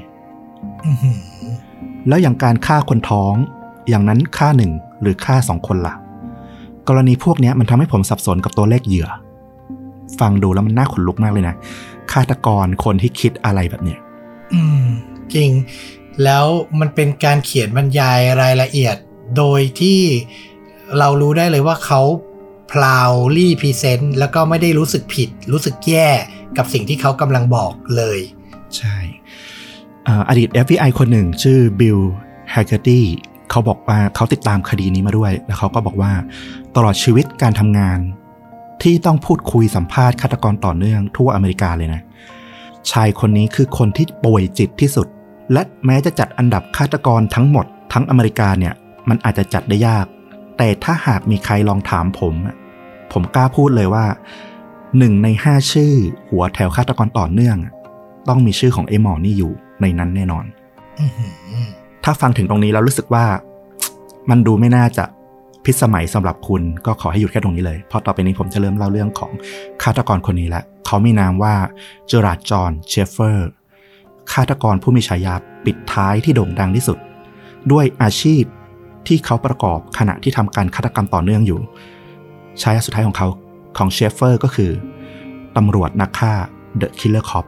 แล้วอย่างการฆ่าคนท้องอย่างนั้นฆ่า1หรือฆ่า2คนล่ะกรณีพวกนี้มันทำให้ผมสับสนกับตัวเลขเหยื่อฟังดูแล้วมันน่าขนลุกมากเลยนะฆาตกรคนที่คิดอะไรแบบเนี้ยจริงแล้วมันเป็นการเขียนบรรยายรายละเอียดโดยที่เรารู้ได้เลยว่าเขาพลาวลี่พรีเซนต์แล้วก็ไม่ได้รู้สึกผิดรู้สึกแย่กับสิ่งที่เขากำลังบอกเลยใช่อดีต FBI คนหนึ่งชื่อบิลแฮกเกอร์ตี้เขาบอกว่าเขาติดตามคดีนี้มาด้วยแล้วเขาก็บอกว่าตลอดชีวิตการทำงานที่ต้องพูดคุยสัมภาษณ์ฆาตกรต่อเนื่องทั่วอเมริกาเลยนะชายคนนี้คือคนที่ป่วยจิตที่สุดและแม้จะจัดอันดับฆาตกรทั้งหมดทั้งอเมริกาเนี่ยมันอาจจะจัดได้ยากแต่ถ้าหากมีใครลองถามผมกล้าพูดเลยว่า1ใน5ชื่อหัวแถวฆาตกรต่อเนื่องต้องมีชื่อของไอ้หมอนี่อยู่ในนั้นแน่นอนถ้าฟังถึงตรงนี้แล้วรู้สึกว่ามันดูไม่น่าจะพิสมัยสำหรับคุณก็ขอให้หยุดแค่ตรงนี้เลยเพราะต่อไปนี้ผมจะเริ่มเล่าเรื่องของฆาตกรคนนี้แล้วเขามีนามว่าเจอราร์ด จอห์น เชฟเฟอร์ฆาตกรผู้มีฉายาปิดท้ายที่โด่งดังที่สุดด้วยอาชีพที่เขาประกอบขณะที่ทำการฆาตกรรมต่อเนื่องอยู่ฉายาสุดท้ายของเขาของเชฟเฟอร์ก็คือตำรวจนักฆ่า The Killer Cop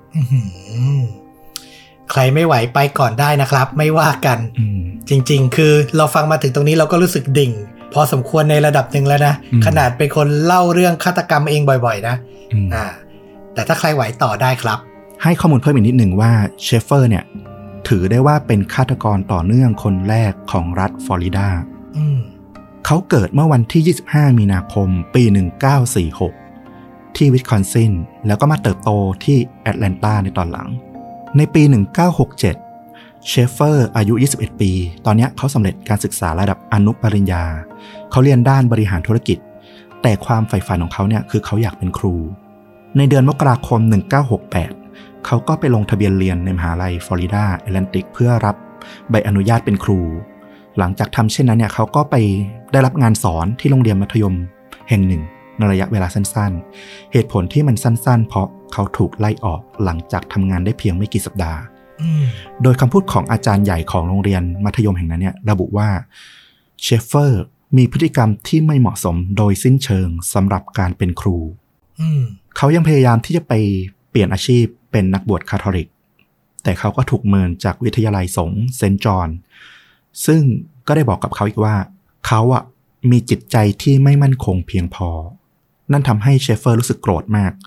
ใครไม่ไหวไปก่อนได้นะครับไม่ว่ากันจริงๆคือเราฟังมาถึงตรงนี้เราก็รู้สึกดิ่งพอสมควรในระดับหนึ่งแล้วนะขนาดเป็นคนเล่าเรื่องฆาตกรรมเองบ่อยๆนะแต่ถ้าใครไหวต่อได้ครับให้ข้อมูลเพิ่มอีกนิดหนึ่งว่าเชฟเฟอร์เนี่ยถือได้ว่าเป็นฆาตกรต่อเนื่องคนแรกของรัฐฟลอริดาเขาเกิดเมื่อวันที่25มีนาคมปี1946ที่วิสคอนซินแล้วก็มาเติบโตที่แอตแลนตาในตอนหลังในปี1967เชฟเฟอร์อายุ21ปีตอนนี้เขาสำเร็จการศึกษาระดับอนุปริญญาเขาเรียนด้านบริหารธุรกิจแต่ความใฝ่ฝันของเขาเนี่ยคือเขาอยากเป็นครูในเดือนมกราคม1968เขาก็ไปลงทะเบียนเรียนในมหาลัยฟลอริดาแอตแลนติกเพื่อรับใบอนุญาตเป็นครูหลังจากทำเช่นนั้นเนี่ยเขาก็ไปได้รับงานสอนที่โรงเรียนมัธยมแห่งหนึ่งในระยะเวลาสั้นๆเหตุผลที่มันสั้นๆเพราะเขาถูกไล่ออกหลังจากทำงานได้เพียงไม่กี่สัปดาห์โดยคำพูดของอาจารย์ใหญ่ของโรงเรียนมัธยมแห่งนั้นเนี่ยระบุว่าเชฟเฟอร์มีพฤติกรรมที่ไม่เหมาะสมโดยสิ้นเชิงสำหรับการเป็นครูเขายังพยายามที่จะไปเปลี่ยนอาชีพเป็นนักบวชคาทอลิกแต่เขาก็ถูกเมินจากวิทยาลัยสงฆ์เซนต์จอห์นซึ่งก็ได้บอกกับเขาอีกว่าเขามีจิตใจที่ไม่มั่นคงเพียงพอนั่นทำให้เชฟเฟอร์รู้สึกโกรธมาก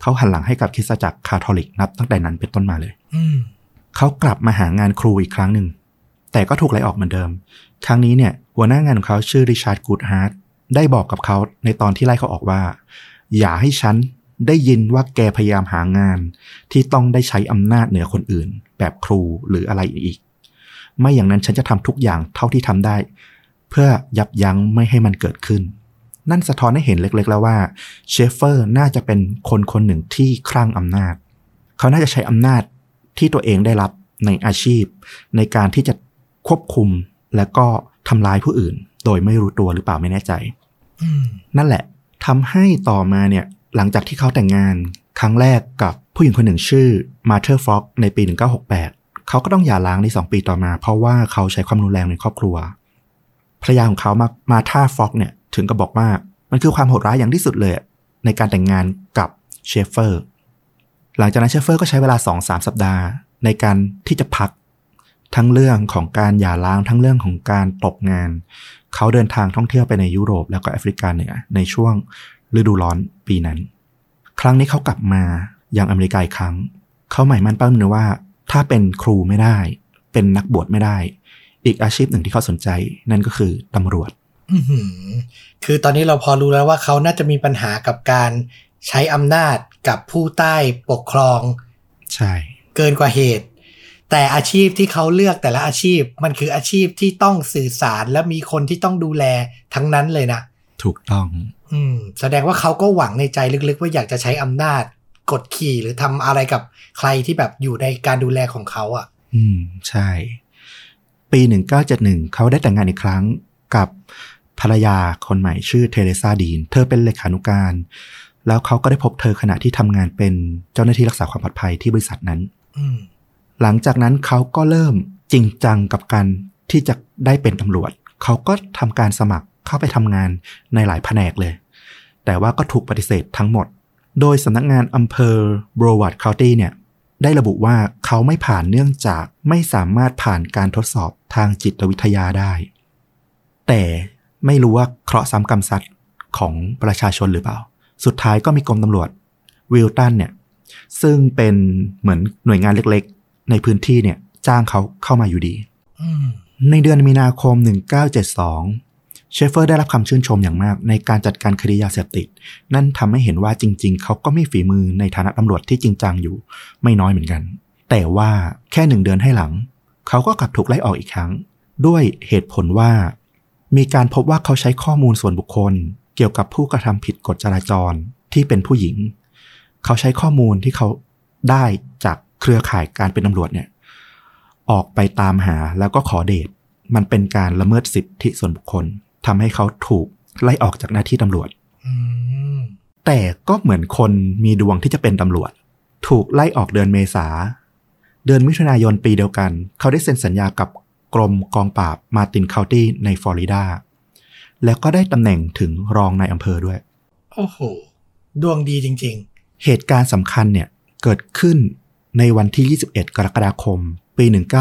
เขาหันหลังให้กับคริสตจักรคาทอลิกนับตั้งแต่นั้นเป็นต้นมาเลยเขากลับมาหางานครูอีกครั้งหนึ่งแต่ก็ถูกไล่ออกเหมือนเดิมครั้งนี้เนี่ยหัวหน้างานของเขาชื่อริชาร์ดกูดฮาร์ทได้บอกกับเขาในตอนที่ไล่เขาออกว่าอย่าให้ฉันได้ยินว่าแกพยายามหางานที่ต้องได้ใช้อำนาจเหนือคนอื่นแบบครูหรืออะไรอีกไม่อย่างนั้นฉันจะทำทุกอย่างเท่าที่ทำได้เพื่อยับยั้งไม่ให้มันเกิดขึ้นนั่นสะท้อนให้เห็นเล็กๆแล้วว่าเชฟเฟอร์น่าจะเป็นคนคนหนึ่งที่คลั่งอำนาจเขาน่าจะใช้อำนาจที่ตัวเองได้รับในอาชีพในการที่จะควบคุมและก็ทำร้ายผู้อื่นโดยไม่รู้ตัวหรือเปล่าไม่แน่ใจนั่นแหละทำให้ต่อมาเนี่ยหลังจากที่เขาแต่งงานครั้งแรกกับผู้หญิงคนหนึ่งชื่อมาเธอร์ฟ็อกในปี 1968เขาก็ต้องหย่าร้างใน2 ปีต่อมาเพราะว่าเขาใช้ความรุนแรงในครอบครัวภรรยาของเขามาธาร์ฟ็อกเนี่ยถึงกับบอกว่ามันคือความโหดร้ายอย่างที่สุดเลยในการแต่งงานกับเชฟเฟอร์หลังจากนั้นเชฟเฟอร์ก็ใช้เวลา 2-3 สัปดาห์ในการที่จะพักทั้งเรื่องของการหย่าร้างทั้งเรื่องของการตกงานเขาเดินทางท่องเที่ยวไปในยุโรปแล้วก็แอฟริกาเหนือในช่วงฤดูร้อนปีนั้นครั้งนี้เขากลับมายังอเมริกาอีกครั้งเขาหมายมั่นปั้นมือว่าถ้าเป็นครูไม่ได้เป็นนักบวชไม่ได้อีกอาชีพหนึ่งที่เขาสนใจนั่นก็คือตำรวจคือตอนนี้เราพอรู้แล้วว่าเขาน่าจะมีปัญหากับการใช้อำนาจกับผู้ใต้ปกครองใช่เกินกว่าเหตุแต่อาชีพที่เขาเลือกแต่ละอาชีพมันคืออาชีพที่ต้องสื่อสารและมีคนที่ต้องดูแลทั้งนั้นเลยนะถูกต้องแสดงว่าเขาก็หวังในใจลึกๆว่าอยากจะใช้อำนาจกดขี่หรือทำอะไรกับใครที่แบบอยู่ในการดูแลของเขาอ่ะใช่ปี 1971เขาได้แต่งงานอีกครั้งกับภรรยาคนใหม่ชื่อเทเรซาดีนเธอเป็นเลขานุการแล้วเขาก็ได้พบเธอขณะที่ทำงานเป็นเจ้าหน้าที่รักษาความปลอดภัยที่บริษัทนั้นหลังจากนั้นเขาก็เริ่มจริงจังกับการที่จะได้เป็นตำรวจเขาก็ทำการสมัครเข้าไปทำงานในหลายแผนกเลยแต่ว่าก็ถูกปฏิเสธทั้งหมดโดยสำนักงานอำเภอโบรวาร์ดเคานตี้เนี่ยได้ระบุว่าเขาไม่ผ่านเนื่องจากไม่สามารถผ่านการทดสอบทางจิตวิทยาได้แต่ไม่รู้ว่าเคราะห์ซ้ำกรรมซัดของประชาชนหรือเปล่าสุดท้ายก็มีกรมตำรวจวิลตันเนี่ยซึ่งเป็นเหมือนหน่วยงานเล็กๆในพื้นที่เนี่ยจ้างเขาเข้ามาอยู่ดีในเดือนมีนาคม 1972เชฟเฟอร์ได้รับคำชื่นชมอย่างมากในการจัดการคดียาเสพติดนั่นทำให้เห็นว่าจริงๆเขาก็มีฝีมือในฐานะตำรวจที่จริงจังอยู่ไม่น้อยเหมือนกันแต่ว่าแค่1 เดือนให้หลังเขาก็กลับถูกไล่ออกอีกครั้งด้วยเหตุผลว่ามีการพบว่าเขาใช้ข้อมูลส่วนบุคคลเกี่ยวกับผู้กระทำผิดกฎจราจรที่เป็นผู้หญิงเขาใช้ข้อมูลที่เขาได้จากเครือข่ายการเป็นตำรวจเนี่ยออกไปตามหาแล้วก็ขอเดทมันเป็นการละเมิดสิทธิส่วนบุคคลทำให้เขาถูกไล่ออกจากหน้าที่ตำรวจแต่ก็เหมือนคนมีดวงที่จะเป็นตำรวจถูกไล่ออกเดือนเมษาเดือนมิถุนายนปีเดียวกันเขาได้เซ็นสัญญากับกรมกองปราบมาร์ตินเคานตี้ในฟลอริดาแล้วก็ได้ตำแหน่งถึงรองนายอำเภอด้วยโอ้โหดวงดีจริงๆเหตุการณ์สำคัญเนี่ยเกิดขึ้นในวันที่21 กรกฎาคมปี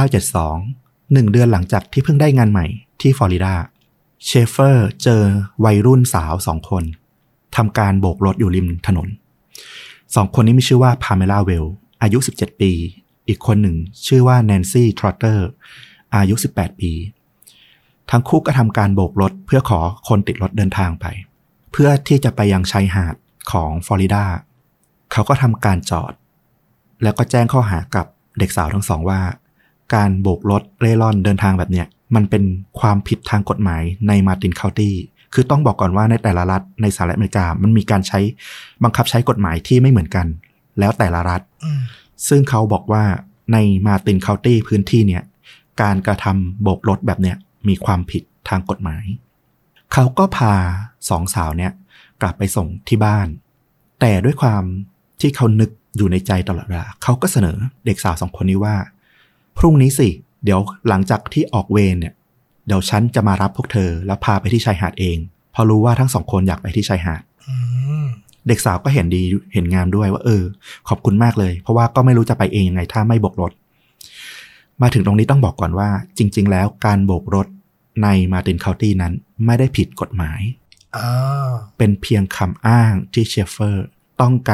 1972 1 เดือนหลังจากที่เพิ่งได้งานใหม่ที่ฟลอริดาเชฟเฟอร์เจอวัยรุ่นสาว2 คนทำการโบกรถอยู่ริมถนน2 คนนี้มีชื่อว่าพาเมล่าเวลอายุ17 ปีอีกคนหนึ่งชื่อว่าแนนซี่ทรอตเตอร์อายุ18 ปีทั้งคู่ก็ทำการโบกรถเพื่อขอคนติดรถเดินทางไปเพื่อที่จะไปยังชายหาดของฟลอริดาเขาก็ทำการจอดแล้วก็แจ้งข้อหากับเด็กสาวทั้ง2ว่าการโบกรถเร่ร่อนเดินทางแบบเนี้ยมันเป็นความผิดทางกฎหมายในมาร์ตินเคานตี้คือต้องบอกก่อนว่าในแต่ละรัฐในสหรัฐอเมริกามันมีการใช้บังคับใช้กฎหมายที่ไม่เหมือนกันแล้วแต่ละรัฐซึ่งเขาบอกว่าในมาร์ตินเคานตี้พื้นที่เนี้ยการกระทำโบกรถแบบเนี้ยมีความผิดทางกฎหมายเขาก็พา2 สาวเนี่ยกลับไปส่งที่บ้านแต่ด้วยความที่เขานึกอยู่ในใจตลอดเวลาเขาก็เสนอเด็กสาว2 คนนี้ว่าพรุ่งนี้สิเดี๋ยวหลังจากที่ออกเวรเนี่ยเดี๋ยวฉันจะมารับพวกเธอแล้วพาไปที่ชายหาดเองพอรู้ว่าทั้ง2 คนอยากไปที่ชายหาดเด็กสาวก็เห็นดีเห็นงามด้วยว่าขอบคุณมากเลยเพราะว่าก็ไม่รู้จะไปเองยังไงถ้าไม่โบกรถมาถึงตรงนี้ต้องบอกก่อนว่าจริงๆแล้วการโบกรถในมาร์ตินเคานตี้นั้นไม่ได้ผิดกฎหมายเป็นเพียงคำอ้างที่เชฟเฟอร์ต้องการ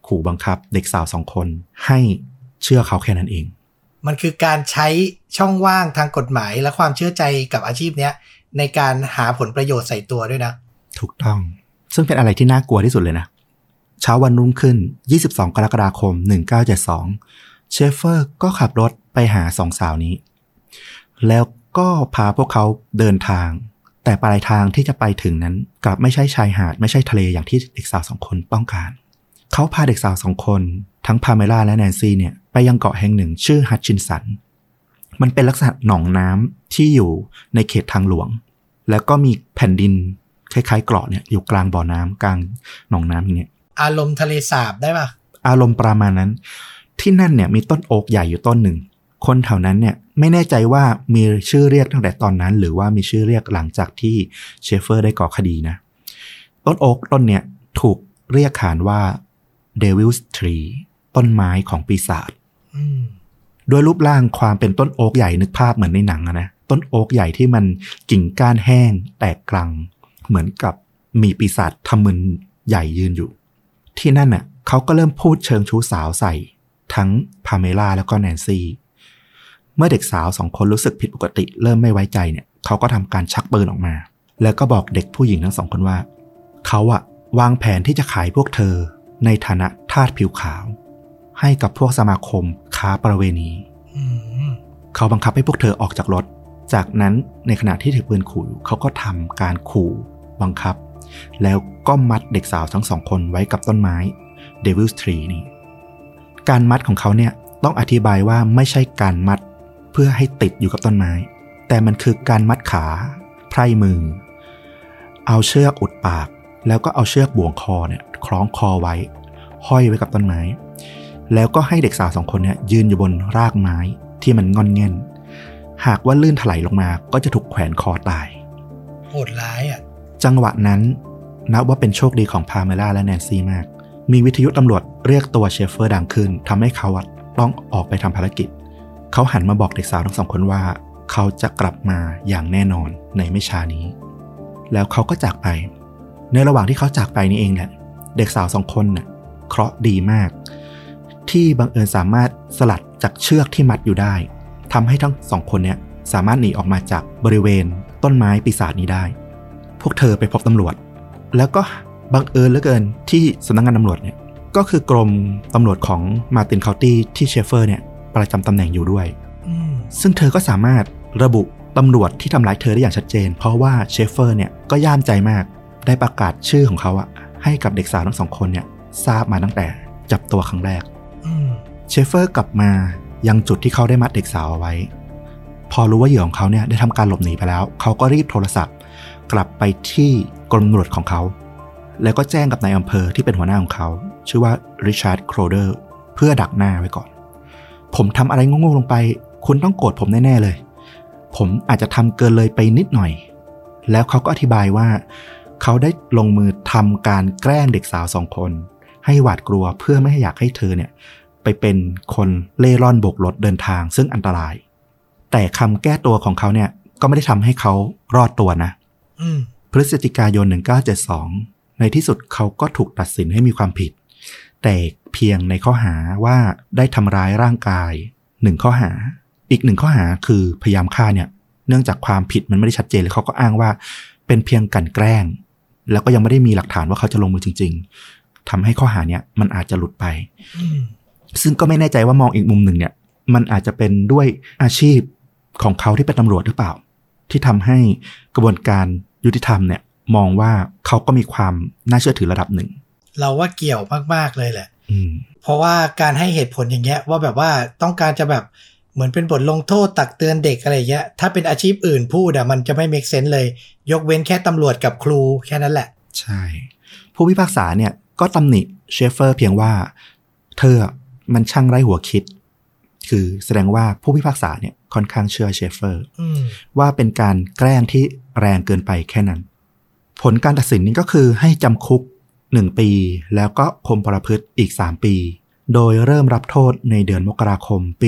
ขู่บังคับเด็กสาว2 คนให้เชื่อเขาแค่นั้นเองมันคือการใช้ช่องว่างทางกฎหมายและความเชื่อใจกับอาชีพเนี้ยในการหาผลประโยชน์ใส่ตัวด้วยนะถูกต้องซึ่งเป็นอะไรที่น่ากลัวที่สุดเลยนะเช้าวันรุ่งขึ้น22 กรกฎาคม 1972เชฟเฟอร์ก็ขับรถไปหา2 สาวนี้แล้วก็พาพวกเขาเดินทางแต่ปลายทางที่จะไปถึงนั้นกลับไม่ใช่ชายหาดไม่ใช่ทะเลอย่างที่เด็กสาว2 คนต้องการเขาพาเด็กสาว2 คนทั้งพาเมล่าและแนนซี่เนี่ยไปยังเกาะแห่งหนึ่งชื่อฮัตชินสันมันเป็นลักษณะหนองน้ำที่อยู่ในเขตทางหลวงแล้วก็มีแผ่นดินคล้ายๆเกราะเนี่ยอยู่กลางบ่อน้ำกลางหนองน้ำอย่างเนี้ยอารมณ์ทะเลสาบได้ป่ะอารมณ์ประมาณนั้นที่นั่นเนี่ยมีต้นโอ๊กใหญ่อยู่ต้นหนึ่งคนแถวนั้นเนี่ยไม่แน่ใจว่ามีชื่อเรียกตั้งแต่ตอนนั้นหรือว่ามีชื่อเรียกหลังจากที่เชฟเฟอร์ได้ก่อคดีนะต้นโอ๊กต้นเนี่ยถูกเรียกขานว่า Devil's Tree ต้นไม้ของปีศาจโดยรูปร่างความเป็นต้นโอ๊กใหญ่นึกภาพเหมือนในหนังนะต้นโอ๊กใหญ่ที่มันกิ่งก้านแห้งแตกกรังเหมือนกับมีปีศาจทำมึนใหญ่ยืนอยู่ที่นั่นน่ะเขาก็เริ่มพูดเชิงชู้สาวใส่ทั้งพาเมล่าแล้วก็แนนซี่เมื่อเด็กสาว2 คนรู้สึกผิดปกติเริ่มไม่ไว้ใจเนี่ยเขาก็ทำการชักปืนออกมาแล้วก็บอกเด็กผู้หญิงทั้ง2 คนว่าเขาอะวางแผนที่จะขายพวกเธอในฐานะทาสผิวขาวให้กับพวกสมาคมค้าประเวณีเขาบังคับให้พวกเธอออกจากรถจากนั้นในขณะที่ถือปืนขู่เขาก็ทำการขู่บังคับแล้วก็มัดเด็กสาวทั้ง2 คนไว้กับต้นไม้ Devil's Tree นี่การมัดของเขาเนี่ยต้องอธิบายว่าไม่ใช่การมัดเพื่อให้ติดอยู่กับต้นไม้แต่มันคือการมัดขาไพร่มือเอาเชือกอุดปากแล้วก็เอาเชือกบ่วงคอเนี่ยคล้องคอไว้ห้อยไว้กับต้นไม้แล้วก็ให้เด็กสาว2 คนเนี่ยยืนอยู่บนรากไม้ที่มันงอนเง่นหากว่าลื่นถลายลงมาก็จะถูกแขวนคอตายโหดร้ายอ่ะจังหวะนั้นนับว่าเป็นโชคดีของพาเมล่าและแนนซี่มากมีวิทยุตำรวจเรียกตัวเชฟเฟอร์ดังขึ้นทำให้เขาต้องออกไปทำภารกิจเขาหันมาบอกเด็กสาวทั้ง2 คนว่าเขาจะกลับมาอย่างแน่นอนในไม่ช้านี้แล้วเขาก็จากไปในระหว่างที่เขาจากไปนี่เองแหละเด็กสาว2 คนน่ะเคราะห์ดีมากที่บังเอิญสามารถสลัดจากเชือกที่มัดอยู่ได้ทำให้ทั้ง2 คนเนี่ยสามารถหนีออกมาจากบริเวณต้นไม้ปีศาจนี้ได้พวกเธอไปพบตำรวจแล้วก็บังเอิญเหลือเกินที่สำนักงานตำรวจเนี่ยก็คือกรมตำรวจของมาร์ตินเคานตี้ที่เชฟเฟอร์เนี่ยประจำตำแหน่งอยู่ด้วยซึ่งเธอก็สามารถระบุตำรวจที่ทำร้ายเธอได้อย่างชัดเจนเพราะว่าเชฟเฟอร์เนี่ยก็ย่ามใจมากได้ประกาศชื่อของเขาอะให้กับเด็กสาวทั้ง2 คนเนี่ยทราบมาตั้งแต่จับตัวครั้งแรกเชฟเฟอร์กลับมายังจุดที่เขาได้มัดเด็กสาวเอาไว้พอรู้ว่าเหยื่อของเขาเนี่ยได้ทำการหลบหนีไปแล้วเขาก็รีบโทรศัพท์กลับไปที่กรมตำรวจของเขาแล้วก็แจ้งกับนายอำเภอที่เป็นหัวหน้าของเขาชื่อว่าริชาร์ดโครเดอร์เพื่อดักหน้าไว้ก่อนผมทำอะไรโง่ๆลงไปคุณต้องโกรธผมแน่ๆเลยผมอาจจะทำเกินเลยไปนิดหน่อยแล้วเขาก็อธิบายว่าเขาได้ลงมือทำการแกล้งเด็กสาว2 คนให้หวาดกลัวเพื่อไม่ให้อยากให้เธอเนี่ยไปเป็นคนเล่ร่อนโบกรถเดินทางซึ่งอันตรายแต่คำแก้ตัวของเขาเนี่ยก็ไม่ได้ทำให้เขารอดตัวนะพฤศจิกายน 1972ในที่สุดเขาก็ถูกตัดสินให้มีความผิดแต่เพียงในข้อหาว่าได้ทำร้ายร่างกาย1 ข้อหาอีก1 ข้อหาคือพยายามฆ่าเนี่ยเนื่องจากความผิดมันไม่ได้ชัดเจนเลยเขาก็อ้างว่าเป็นเพียงกลั่นแกล้งแล้วก็ยังไม่ได้มีหลักฐานว่าเขาจะลงมือจริงๆทำให้ข้อหาเนี่ยมันอาจจะหลุดไปซึ่งก็ไม่แน่ใจว่ามองอีกมุมหนึ่งเนี่ยมันอาจจะเป็นด้วยอาชีพของเขาที่เป็นตำรวจหรือเปล่าที่ทำให้กระบวนการยุติธรรมเนี่ยมองว่าเขาก็มีความน่าเชื่อถือระดับหนึ่งเราว่าเกี่ยวมากๆเลยแหละเพราะว่าการให้เหตุผลอย่างเงี้ยว่าแบบว่าต้องการจะแบบเหมือนเป็นบทลงโทษตักเตือนเด็กอะไรเงี้ยถ้าเป็นอาชีพอื่นพูดมันจะไม่เมคเซนส์เลยยกเว้นแค่ตำรวจกับครูแค่นั้นแหละใช่ผู้พิพากษาเนี่ยก็ตำหนิเชฟเฟอร์เพียงว่าเธอมันช่างไร้หัวคิดคือแสดงว่าผู้พิพากษาเนี่ยค่อนข้างเชื่อเชฟเฟอร์ว่าเป็นการแกล้งที่แรงเกินไปแค่นั้นผลการตัดสินนี้ก็คือให้จำคุก1 ปีแล้วก็คุมประพฤติอีก3 ปีโดยเริ่มรับโทษในเดือนมกราคมปี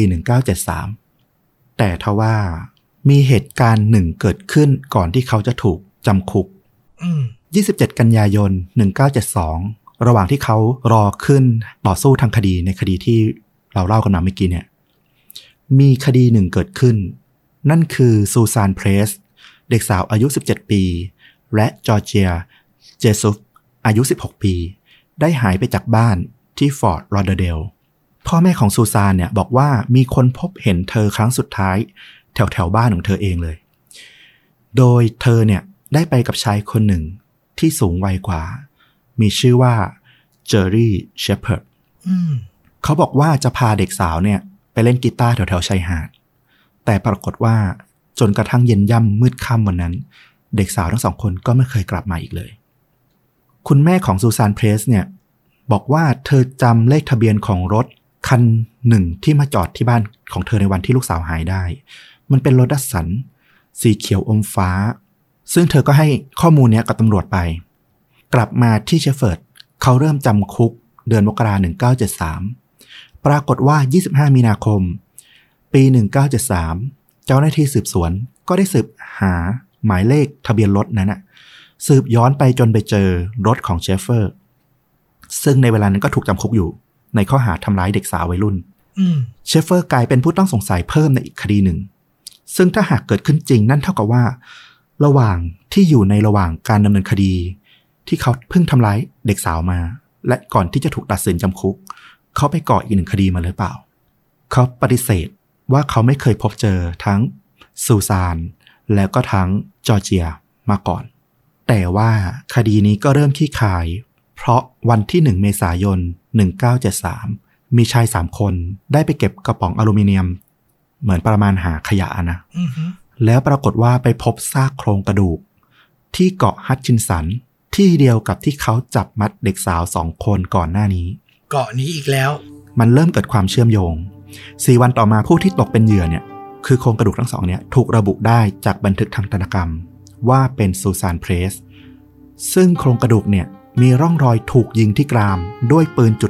1973แต่ทว่ามีเหตุการณ์หนึ่งเกิดขึ้นก่อนที่เขาจะถูกจำคุก27 กันยายน 1972 ระหว่างที่เขารอขึ้นต่อสู้ทางคดีในคดีที่เราเล่ากันมาเมื่อกี้เนี่ยมีคดีหนึ่งเกิดขึ้นนั่นคือซูซานเพรสเด็กสาวอายุ17ปีและจอร์เจียเจซุฟอายุ16ปีได้หายไปจากบ้านที่ฟอร์ตลอเดอร์เดลพ่อแม่ของซูซานเนี่ยบอกว่ามีคนพบเห็นเธอครั้งสุดท้ายแถวบ้านของเธอเองเลยโดยเธอเนี่ยได้ไปกับชายคนหนึ่งที่สูงวัยกว่ามีชื่อว่าเจอร์รี่เชพเพิร์ดเขาบอกว่าจะพาเด็กสาวเนี่ยไปเล่นกีตาร์แถวชายหาดแต่ปรากฏว่าจนกระทั่งเย็นย่ำมืดค่ำวันนั้นเด็กสาวทั้งสองคนก็ไม่เคยกลับมาอีกเลยคุณแม่ของซูซานเพรสเนี่ยบอกว่าเธอจำเลขทะเบียนของรถคันหนึ่งที่มาจอดที่บ้านของเธอในวันที่ลูกสาวหายได้มันเป็นรถดัสสันสีเขียวอมฟ้าซึ่งเธอก็ให้ข้อมูลนี้กับตำรวจไปกลับมาที่เชฟเฟิร์ดเขาเริ่มจำคุกเดือนมกราคม1973ปรากฏว่า25มีนาคมปี1973เจ้าหน้าที่สืบสวนก็ได้สืบหาหมายเลขทะเบียนรถนั้นนะสืบย้อนไปจนไปเจอรถของเชฟเฟอร์ซึ่งในเวลานั้นก็ถูกจำคุกอยู่ในข้อหาทำร้ายเด็กสาววัยรุ่นเชฟเฟอร์กลายเป็นผู้ต้องสงสัยเพิ่มในอีกคดีหนึ่งซึ่งถ้าหากเกิดขึ้นจริงนั่นเท่ากับว่าระหว่างที่อยู่ในระหว่างการดำเนินคดีที่เขาเพิ่งทำร้ายเด็กสาวมาและก่อนที่จะถูกตัดสินจำคุกเขาไปก่ออีกหนึ่งคดีมาหรือเปล่าเขาปฏิเสธว่าเขาไม่เคยพบเจอทั้งซูซานแล้วก็ทั้งจอร์เจียมาก่อนแต่ว่าคดีนี้ก็เริ่มขี้คายเพราะวันที่1เมษายน1973มีชาย3คนได้ไปเก็บกระป๋องอลูมิเนียมเหมือนประมาณหาขยะนะ แล้วปรากฏว่าไปพบซากโครงกระดูกที่เกาะฮัตชินสันที่เดียวกับที่เขาจับมัดเด็กสาว2คนก่อนหน้านี้เกาะนี้อีกแล้วมันเริ่มเกิดความเชื่อมโยง4วันต่อมาผู้ที่ตกเป็นเหยื่อเนี่ยคือโครงกระดูกทั้งสองเนี่ยถูกระบุได้จากบันทึกทางธนกรรมว่าเป็นซูซานเพรสซึ่งโครงกระดูกเนี่ยมีร่องรอยถูกยิงที่กรามด้วยปืน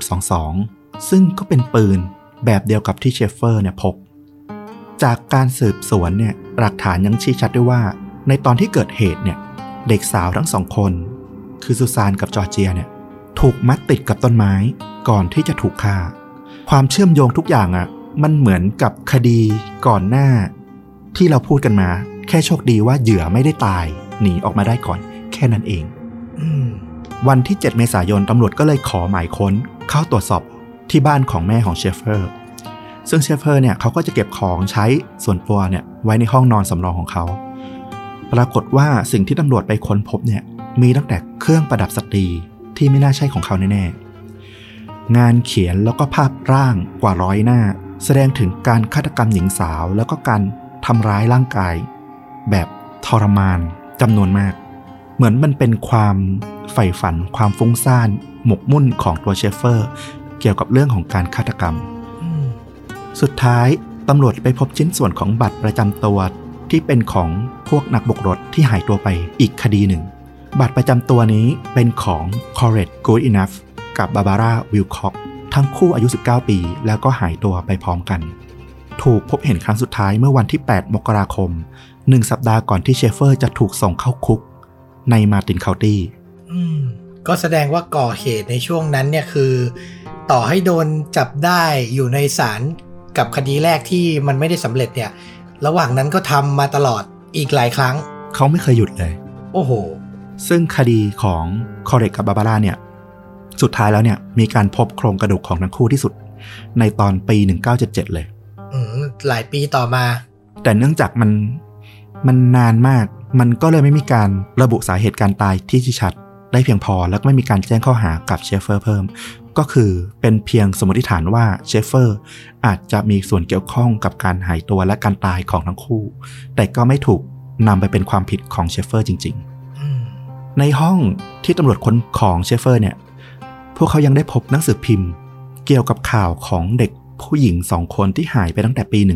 .22ซึ่งก็เป็นปืนแบบเดียวกับที่เชฟเฟอร์เนี่ยพกจากการสืบสวนเนี่ยหลักฐานยังชี้ชัดด้วยว่าในตอนที่เกิดเหตุเนี่ยเด็กสาวทั้ง2คนคือซูซานกับจอร์เจียเนี่ยถูกมัดติดกับต้นไม้ก่อนที่จะถูกฆ่าความเชื่อมโยงทุกอย่างอ่ะมันเหมือนกับคดีก่อนหน้าที่เราพูดกันมาแค่โชคดีว่าเหยื่อไม่ได้ตายหนีออกมาได้ก่อนแค่นั้นเองวันที่7เมษายนตำรวจก็เลยขอหมายค้นเข้าตรวจสอบที่บ้านของแม่ของเชฟเฟอร์ซึ่งเชฟเฟอร์เนี่ยเขาก็จะเก็บของใช้ส่วนตัวเนี่ยไว้ในห้องนอนสำรองของเขาปรากฏว่าสิ่งที่ตำรวจไปค้นพบเนี่ยมีตั้งแต่เครื่องประดับสตรีที่ไม่น่าใช่ของเขาแน่ๆงานเขียนแล้วก็ภาพร่างกว่า100หน้าแสดงถึงการฆาตกรรมหญิงสาวแล้วก็การทำร้ายร่างกายแบบทรมานจำนวนมากเหมือนมันเป็นความใฝ่ฝันความฟุ้งซ่านหมกมุ่นของตัวเชฟเฟอร์เกี่ยวกับเรื่องของการฆาตกรรมสุดท้ายตำรวจไปพบชิ้นส่วนของบัตรประจำตัวที่เป็นของพวกนักบกรถที่หายตัวไปอีกคดีหนึ่งบัตรประจำตัวนี้เป็นของ Correct Good Enough กับบาบาร่าวิลค็อกทั้งคู่อายุ19ปีแล้วก็หายตัวไปพร้อมกันถูกพบเห็นครั้งสุดท้ายเมื่อวันที่8มกราคม1สัปดาห์ก่อนที่เชฟเฟอร์จะถูกส่งเข้าคุกในมาร์ตินเคานตี้ก็แสดงว่าก่อเหตุในช่วงนั้นเนี่ยคือต่อให้โดนจับได้อยู่ในศาลกับคดีแรกที่มันไม่ได้สำเร็จเนี่ยระหว่างนั้นก็ทำมาตลอดอีกหลายครั้งเขาไม่เคยหยุดเลยโอ้โหซึ่งคดีของคอเรกกับบาบาร่าเนี่ยสุดท้ายแล้วเนี่ยมีการพบโครงกระดูกของทั้งคู่ที่สุดในตอนปี1977เลยหลายปีต่อมาแต่เนื่องจากมันนานมากมันก็เลยไม่มีการระบุสาเหตุการตายที่ชี้ชัดได้เพียงพอและไม่มีการแจ้งข้อหากับเชฟเฟอร์เพิ่มก็คือเป็นเพียงสมมติฐานว่าเชฟเฟอร์อาจจะมีส่วนเกี่ยวข้องกับการหายตัวและการตายของทั้งคู่แต่ก็ไม่ถูกนำไปเป็นความผิดของเชฟเฟอร์จริงๆในห้องที่ตำรวจค้นของเชฟเฟอร์เนี่ยพวกเขายังได้พบหนังสือพิมพ์เกี่ยวกับข่าวของเด็กผู้หญิง2คนที่หายไปตั้งแต่ปี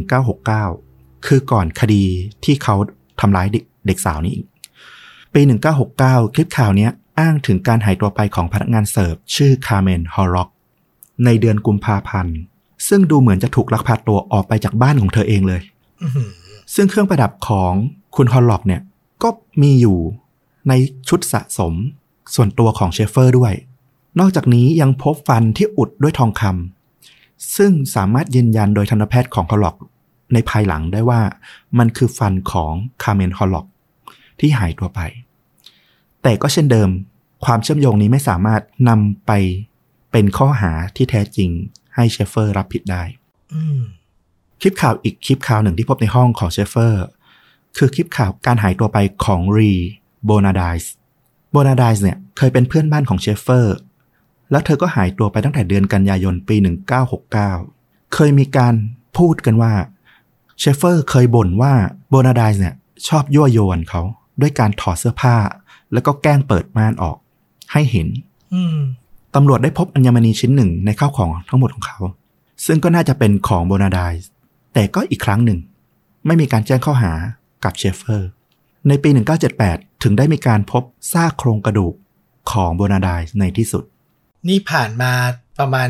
1969คือก่อนคดีที่เขาทำร้ายเด็กสาวนี้ปี1969คลิปข่าวนี้อ้างถึงการหายตัวไปของพนักงานเสิร์ฟชื่อคาร์เมนฮอลล็อกในเดือนกุมภาพันธ์ซึ่งดูเหมือนจะถูกลักพาตัวออกไปจากบ้านของเธอเองเลยซึ่งเครื่องประดับของคุณฮอลล็อกเนี่ยก็มีอยู่ในชุดสะสมส่วนตัวของเชฟเฟอร์ด้วยนอกจากนี้ยังพบฟันที่อุดด้วยทองคำซึ่งสามารถยืนยันโดยทันตแพทย์ของฮอลล็อกในภายหลังได้ว่ามันคือฟันของคาร์เมนฮอลล็อกที่หายตัวไปแต่ก็เช่นเดิมความเชื่อมโยงนี้ไม่สามารถนำไปเป็นข้อหาที่แท้จริงให้เชฟเฟอร์รับผิดได้คลิปข่าวอีกคลิปข่าวหนึ่งที่พบในห้องของเชฟเฟอร์คือคลิปข่าวการหายตัวไปของรีโบนาไดส์เนี่ยเคยเป็นเพื่อนบ้านของเชฟเฟอร์แล้วเธอก็หายตัวไปตั้งแต่เดือนกันยายนปี1969เคยมีการพูดกันว่าเชฟเฟอร์เคยบ่นว่าโบนาไดส์เนี่ยชอบยั่วยวนเขาด้วยการถอดเสื้อผ้าแล้วก็แกล้งเปิดม่านออกให้เห็นตำรวจได้พบอัญมณีชิ้นหนึ่งในข้าวของทั้งหมดของเขาซึ่งก็น่าจะเป็นของโบนาไดส์แต่ก็อีกครั้งหนึ่งไม่มีการแจ้งข้อหากับเชฟเฟอร์ในปี1978ถึงได้มีการพบซากโครงกระดูกของโบนาไดส์ในที่สุดนี่ผ่านมาประมาณ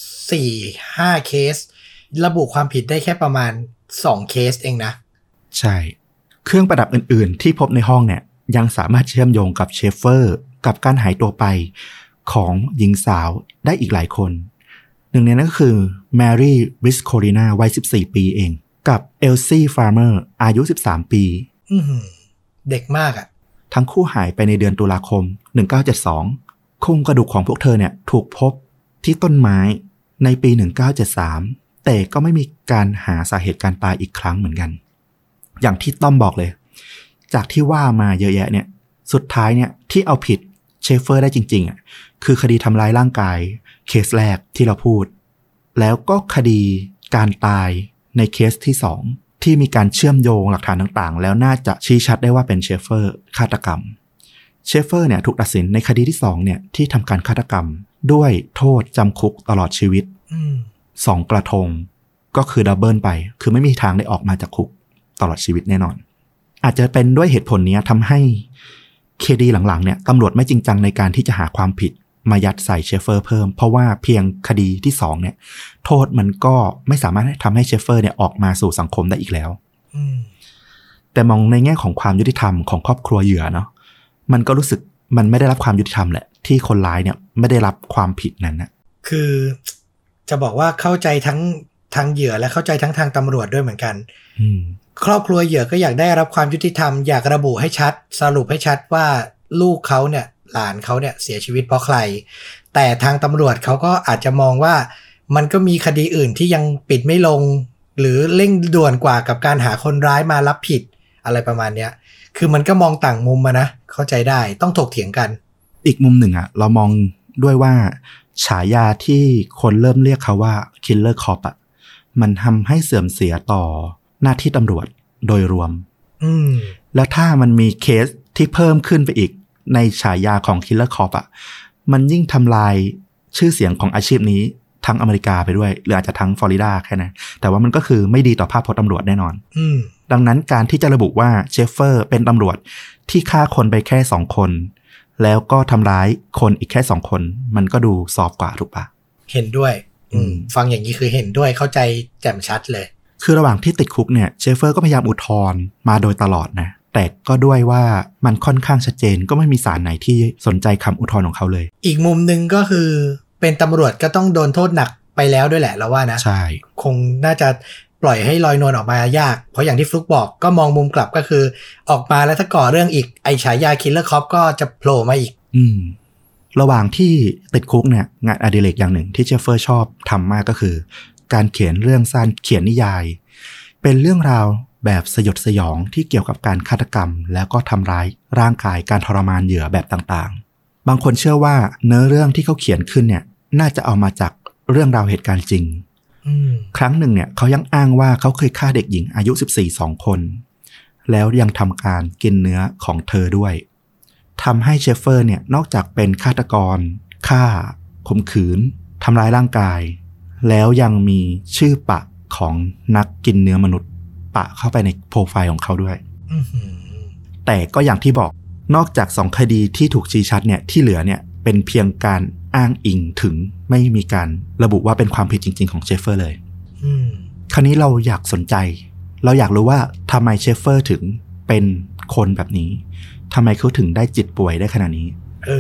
4-5 เคสระบุความผิดได้แค่ประมาณ2เคสเองนะใช่เครื่องประดับอื่นๆที่พบในห้องเนี่ยยังสามารถเชื่อมโยงกับเชฟเฟอร์กับการหายตัวไปของหญิงสาวได้อีกหลายคนหนึ่งในนั้นก็คือแมรี่วิสโคลินาวัย14ปีเองกับเอลซี่ฟาร์เมอร์อายุ13ปีเด็กมากอ่ะทั้งคู่หายไปในเดือนตุลาคม1972โครงกระดูกของพวกเธอเนี่ยถูกพบที่ต้นไม้ในปี1973แต่ก็ไม่มีการหาสาเหตุการตายอีกครั้งเหมือนกันอย่างที่ต้อมบอกเลยจากที่ว่ามาเยอะแยะเนี่ยสุดท้ายเนี่ยที่เอาผิดเชฟเฟอร์ได้จริงๆอ่ะคือคดีทำร้ายร่างกายเคสแรกที่เราพูดแล้วก็คดีการตายในเคสที่2ที่มีการเชื่อมโยงหลักฐานต่างๆแล้วน่าจะชี้ชัดได้ว่าเป็นเชฟเฟอร์ฆาตกรรมเชฟเฟอร์เนี่ยถูกตัดสินในคดีที่2เนี่ยที่ทำการฆาตกรรมด้วยโทษจำคุกตลอดชีวิต2กระทงก็คือดับเบิลไปคือไม่มีทางได้ออกมาจากคุกตลอดชีวิตแน่นอนอาจจะเป็นด้วยเหตุผลนี้ทำให้คดีหลังๆเนี่ยตำรวจไม่จริงจังในการที่จะหาความผิดมายัดใส่เชฟเฟอร์เพิ่มเพราะว่าเพียงคดีที่2เนี่ยโทษมันก็ไม่สามารถทำให้เชฟเฟอร์เนี่ยออกมาสู่สังคมได้อีกแล้วแต่มองในแง่ของความยุติธรรมของครอบครัวเหยื่อเนาะมันก็รู้สึกมันไม่ได้รับความยุติธรรมแหละที่คนร้ายเนี่ยไม่ได้รับความผิดนั้นนะคือจะบอกว่าเข้าใจทั้งทางเหยื่อและเข้าใจทั้งทางตำรวจด้วยเหมือนกันครอบครัวเหยื่อก็อยากได้รับความยุติธรรมอยากระบุให้ชัดสรุปให้ชัดว่าลูกเขาเนี่ยหลานเขาเนี่ยเสียชีวิตเพราะใครแต่ทางตำรวจเขาก็อาจจะมองว่ามันก็มีคดีอื่นที่ยังปิดไม่ลงหรือเร่งด่วนกว่ากับการหาคนร้ายมารับผิดอะไรประมาณเนี้ยคือมันก็มองต่างมุมนะเข้าใจได้ต้องถกเถียงกันอีกมุมหนึ่งอ่ะเรามองด้วยว่าฉายาที่คนเริ่มเรียกเขาว่า Killer Cop อ่ะมันทำให้เสื่อมเสียต่อหน้าที่ตำรวจโดยรวมแล้วถ้ามันมีเคสที่เพิ่มขึ้นไปอีกในฉายาของ Killer Cop อ่ะมันยิ่งทำลายชื่อเสียงของอาชีพนี้ทั้งอเมริกาไปด้วยหรืออาจจะทั้งฟลอริดาแค่นั้นแต่ว่ามันก็คือไม่ดีต่อภาพพจน์ตำรวจแน่นอนดังนั้นการที่จะระบุว่าเชฟเฟอร์เป็นตำรวจที่ฆ่าคนไปแค่2คนแล้วก็ทำร้ายคนอีกแค่2คนมันก็ดูซอฟต์กว่าถูกปะเห็นด้วยฟังอย่างนี้คือเห็นด้วยเข้าใจแจ่มชัดเลยคือระหว่างที่ติดคุกเนี่ยเชฟเฟอร์ก็พยายามอุทธรณ์มาโดยตลอดนะแต่ก็ด้วยว่ามันค่อนข้างชัดเจนก็ไม่มีศาลไหนที่สนใจคำอุทธรณ์ของเขาเลยอีกมุมนึงก็คือเป็นตำรวจก็ต้องโดนโทษหนักไปแล้วด้วยแหละเราว่านะใช่คงน่าจะปล่อยให้ลอยนวลออกมายากเพราะอย่างที่ฟลุกบอกก็มองมุมกลับก็คือออกมาแล้วถ้าก่อเรื่องอีกไอฉายา Killer Cop ก็จะโผล่มาอีกระหว่างที่ติดคุกเนี่ยงานอดิเรกอย่างหนึ่งที่เชฟเฟอร์ชอบทำมากก็คือการเขียนเรื่องสั้นเขียนนิยายเป็นเรื่องราวแบบสยดสยองที่เกี่ยวกับการฆาตกรรมแล้วก็ทำร้ายร่างกายการทรมานเหยื่อแบบต่างๆบางคนเชื่อว่าเนื้อเรื่องที่เขาเขียนขึ้นเนี่ยน่าจะเอามาจากเรื่องราวเหตุการณ์จริงครั้งหนึ่งเนี่ยเขายังอ้างว่าเขาเคยฆ่าเด็กหญิงอายุ14 2 คนแล้วยังทำการกินเนื้อของเธอด้วยทำให้เชฟเฟอร์เนี่ยนอกจากเป็นฆาตกรฆ่าข่มขืนทำร้ายร่างกายแล้วยังมีชื่อปะของนักกินเนื้อมนุษย์ปะเข้าไปในโปรไฟล์ของเขาด้วยแต่ก็อย่างที่บอกนอกจาก2คดีที่ถูกชี้ชัดเนี่ยที่เหลือเนี่ยเป็นเพียงการอ้างอิงถึงไม่มีการระบุว่าเป็นความผิดจริงๆของเชฟเฟอร์เลยคราวนี้เราอยากสนใจเราอยากรู้ว่าทำไมเชฟเฟอร์ถึงเป็นคนแบบนี้ทำไมเขาถึงได้จิตป่วยได้ขนาดนี้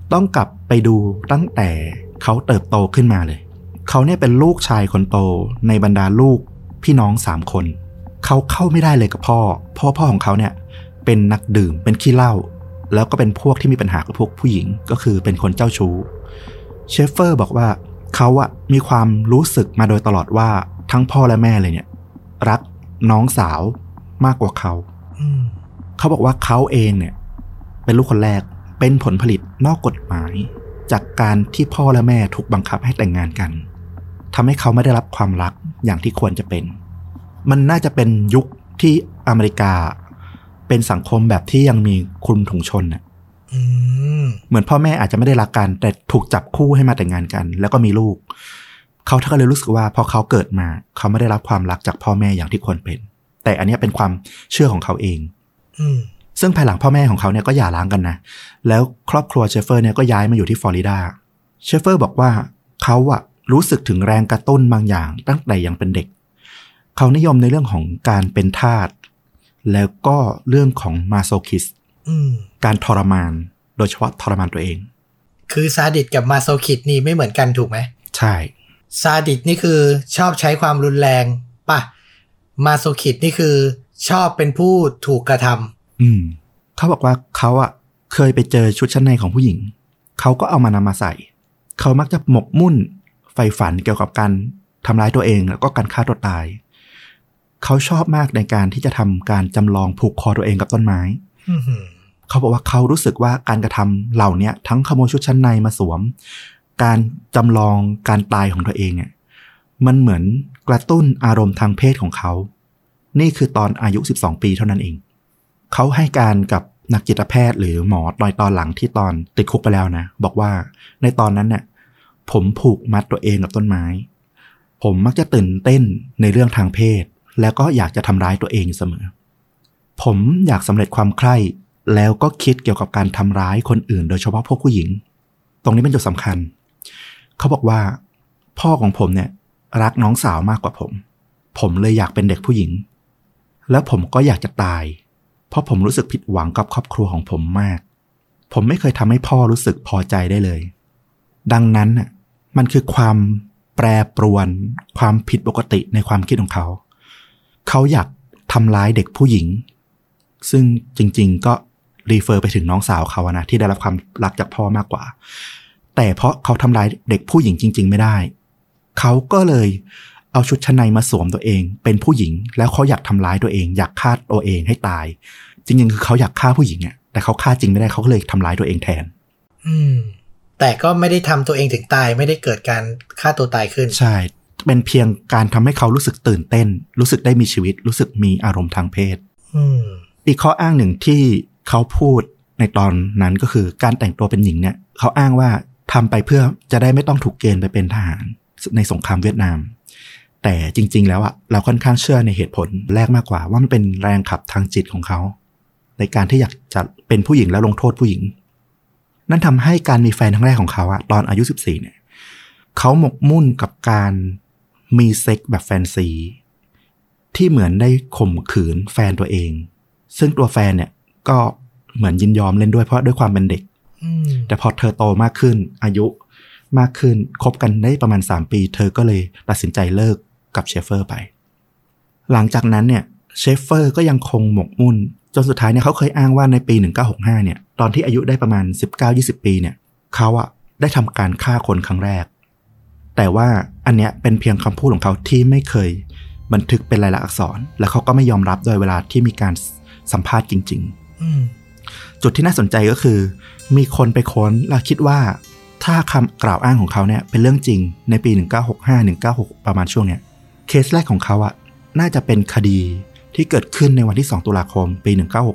ต้องกลับไปดูตั้งแต่เขาเติบโตขึ้นมาเลยเขาเนี่ยเป็นลูกชายคนโตในบรรดาลูกพี่น้อง3 คนเขาเข้าไม่ได้เลยกับพ่อของเขาเนี่ยเป็นนักดื่มเป็นขี้เหล้าแล้วก็เป็นพวกที่มีปัญหากับพวกผู้หญิงก็คือเป็นคนเจ้าชู้เชฟเฟอร์บอกว่าเขาอะมีความรู้สึกมาโดยตลอดว่าทั้งพ่อและแม่เลยเนี่ยรักน้องสาวมากกว่าเขาเขาบอกว่าเขาเองเนี่ยเป็นลูกคนแรกเป็นผลผลิตนอกกฎหมายจากการที่พ่อและแม่ถูกบังคับให้แต่งงานกันทำให้เขาไม่ได้รับความรักอย่างที่ควรจะเป็นมันน่าจะเป็นยุคที่อเมริกาเป็นสังคมแบบที่ยังมีคลุมถุงชนน่ะเหมือนพ่อแม่อาจจะไม่ได้รักกันแต่ถูกจับคู่ให้มาแต่งงานกันแล้วก็มีลูกเขาก็เลยรู้สึกว่าพอเขาเกิดมาเขาไม่ได้รับความรักจากพ่อแม่อย่างที่ควรเป็นแต่อันนี้เป็นความเชื่อของเขาเองซึ่งภายหลังพ่อแม่ของเขาเนี่ยก็หย่าร้างกันนะแล้วครอบครัวเชฟเฟอร์เนี่ยก็ย้ายมาอยู่ที่ฟลอริดาเชฟเฟอร์บอกว่าเขาอะรู้สึกถึงแรงกระตุ้นบางอย่างตั้งแต่ยังเป็นเด็กเขานิยมในเรื่องของการเป็นทาสแล้วก็เรื่องของมาโซคิสการทรมานโดยเฉพาะทรมานตัวเองคือซาดิสกับมาโซคิสนี่ไม่เหมือนกันถูกไหมใช่ซาดิสนี่คือชอบใช้ความรุนแรงป่ะมาโซคิสนี่คือชอบเป็นผู้ถูกกระทำเขาบอกว่าเขาอะเคยไปเจอชุดชั้นในของผู้หญิงเขาก็เอามานำมาใส่เขามักจะหมกมุ่นใฝ่ฝันเกี่ยวกับการทำร้ายตัวเองแล้วก็การฆ่าตัวตายเขาชอบมากในการที่จะทำการจำลองผูกคอตัวเองกับต้นไม้เขาบอกว่าเขารู้สึกว่าการกระทำเหล่านี้ทั้งขโมยชุดชั้นในมาสวมการจำลองการตายของตัวเองเนี่ยมันเหมือนกระตุ้นอารมณ์ทางเพศของเขานี่คือตอนอายุ12 ปีเท่านั้นเองเขาให้การกับนักจิตแพทย์หรือหมอตอนหลังที่ตอนติดคุกไปแล้วนะบอกว่าในตอนนั้นเนี่ยผมผูกมัดตัวเองกับต้นไม้ผมมักจะตื่นเต้นในเรื่องทางเพศแล้วก็อยากจะทำร้ายตัวเองเสมอผมอยากสำเร็จความใคร่แล้วก็คิดเกี่ยวกับการทำร้ายคนอื่นโดยเฉพาะพวกผู้หญิงตรงนี้เป็นจุดสำคัญเขาบอกว่าพ่อของผมเนี่ยรักน้องสาวมากกว่าผมเลยอยากเป็นเด็กผู้หญิงแล้วผมก็อยากจะตายเพราะผมรู้สึกผิดหวังกับครอบครัวของผมมากผมไม่เคยทำให้พ่อรู้สึกพอใจได้เลยดังนั้นน่ะมันคือความแปรปรวนความผิดปกติในความคิดของเขาอยากทำร้ายเด็กผู้หญิงซึ่งจริงๆก็รีเฟอร์ไปถึงน้องสาวเขานะที่ได้รับความรักจากพ่อมากกว่าแต่เพราะเขาทำร้ายเด็กผู้หญิงจริงๆไม่ได้เขาก็เลยเอาชุดชั้นในมาสวมตัวเองเป็นผู้หญิงแล้วเขาอยากทำร้ายตัวเองอยากฆ่าตัวเองให้ตายจริงๆคือเขาอยากฆ่าผู้หญิงอ่ะแต่เขาฆ่าจริงไม่ได้เขาก็เลยทำร้ายตัวเองแทนแต่ก็ไม่ได้ทำตัวเองถึงตายไม่ได้เกิดการฆ่าตัวตายขึ้นใช่เป็นเพียงการทำให้เขารู้สึกตื่นเต้นรู้สึกได้มีชีวิตรู้สึกมีอารมณ์ทางเพศอีกข้ออ้างหนึ่งที่เขาพูดในตอนนั้นก็คือการแต่งตัวเป็นหญิงเนี่ยเขาอ้างว่าทำไปเพื่อจะได้ไม่ต้องถูกเกณฑ์ไปเป็นทหารในสงครามเวียดนามแต่จริงๆแล้วอะเราค่อนข้างเชื่อในเหตุผลแรกมากกว่าว่ามันเป็นแรงขับทางจิตของเขาในการที่อยากจะเป็นผู้หญิงแล้วลงโทษผู้หญิงนั่นทำให้การมีแฟนครั้งแรกของเขาอะตอนอายุ14เนี่ยเขาหมกมุ่นกับการมีเซ็กแบบแฟนซีที่เหมือนได้ข่มขืนแฟนตัวเองซึ่งตัวแฟนเนี่ยก็เหมือนยินยอมเล่นด้วยเพราะด้วยความเป็นเด็กแต่พอเธอโตมากขึ้นอายุมากขึ้นคบกันได้ประมาณ3 ปีเธอก็เลยตัดสินใจเลิกกับเชฟเฟอร์ไปหลังจากนั้นเนี่ยเชฟเฟอร์ก็ยังคงหมกมุ่นจนสุดท้ายเนี่ยเขาเคยอ้างว่าในปี1965เนี่ยตอนที่อายุได้ประมาณ 19-20 ปีเนี่ยเขาอะได้ทำการฆ่าคนครั้งแรกแต่ว่าอันเนี้ยเป็นเพียงคำพูดของเขาที่ไม่เคยบันทึกเป็นลายลักษณ์อักษรและเขาก็ไม่ยอมรับโดยเวลาที่มีการสัมภาษณ์จริงๆจุดที่น่าสนใจก็คือมีคนไปค้นและคิดว่าถ้าคำกล่าวอ้างของเขาเนี่ยเป็นเรื่องจริงในปี1965-1966ประมาณช่วงเนี้ยเคสแรกของเขาอะน่าจะเป็นคดีที่เกิดขึ้นในวันที่2 ตุลาคมปี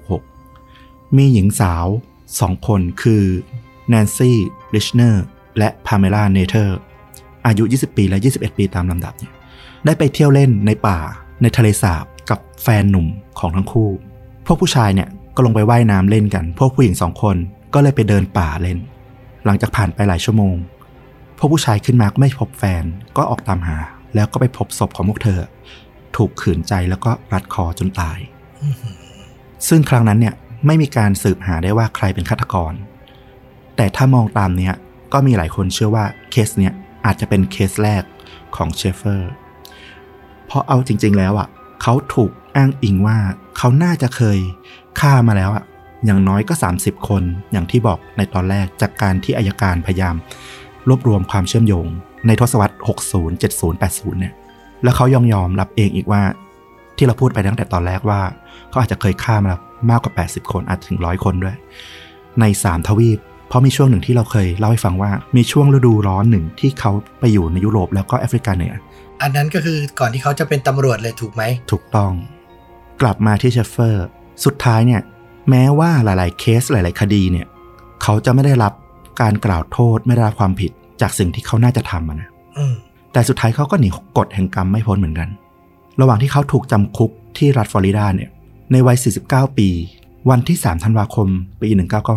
1966มีหญิงสาว2 คนคือแนนซี่ริชเนอร์และพาเมล่าเนเธอร์อายุ20 ปีและ21 ปีตามลำดับเนี่ยได้ไปเที่ยวเล่นในป่าในทะเลสาบกับแฟนหนุ่มของทั้งคู่พวกผู้ชายเนี่ยก็ลงไปว่ายน้ำเล่นกันพวกผู้หญิง2 คนก็เลยไปเดินป่าเล่นหลังจากผ่านไปหลายชั่วโมงพวกผู้ชายขึ้นมาก็ไม่พบแฟนก็ออกตามหาแล้วก็ไปพบศพของพวกเธอถูกขืนใจแล้วก็รัดคอจนตายซึ่งครั้งนั้นเนี่ยไม่มีการสืบหาได้ว่าใครเป็นฆาตกรแต่ถ้ามองตามเนี้ยก็มีหลายคนเชื่อว่าเคสเนี้ยอาจจะเป็นเคสแรกของเชฟเฟอร์เพราะเอาจริงๆแล้วอ่ะเขาถูกอ้างอิงว่าเขาน่าจะเคยฆ่ามาแล้วอ่ะอย่างน้อยก็30คนอย่างที่บอกในตอนแรกจากการที่อัยการพยายามรวบรวมความเชื่อมโยงในทศวรรษ60 70 80เนี่ยแล้วเขายอมรับเองอีกว่าที่เราพูดไปตั้งแต่ตอนแรกว่าเขาอาจจะเคยฆ่ามาแล้วมากกว่า80คนอาจถึง100คนด้วยใน3ทวีปเพราะมีช่วงหนึ่งที่เราเคยเล่าให้ฟังว่ามีช่วงฤดูร้อนหนึ่งที่เขาไปอยู่ในยุโรปแล้วก็แอฟริกาเหนืออันนั้นก็คือก่อนที่เขาจะเป็นตำรวจเลยถูกไหมถูกต้องกลับมาที่เชฟเฟอร์สุดท้ายเนี่ยแม้ว่าหลายๆเคสหลายๆคดีเนี่ยเขาจะไม่ได้รับการกล่าวโทษไม่ได้รับความผิดจากสิ่งที่เขาน่าจะทำนะแต่สุดท้ายเขาก็หนีกฎแห่งกรรมไม่พ้นเหมือนกันระหว่างที่เขาถูกจำคุกที่รัฐฟลอริดาเนี่ยในวัย49ปีวันที่3ธันวาคมปี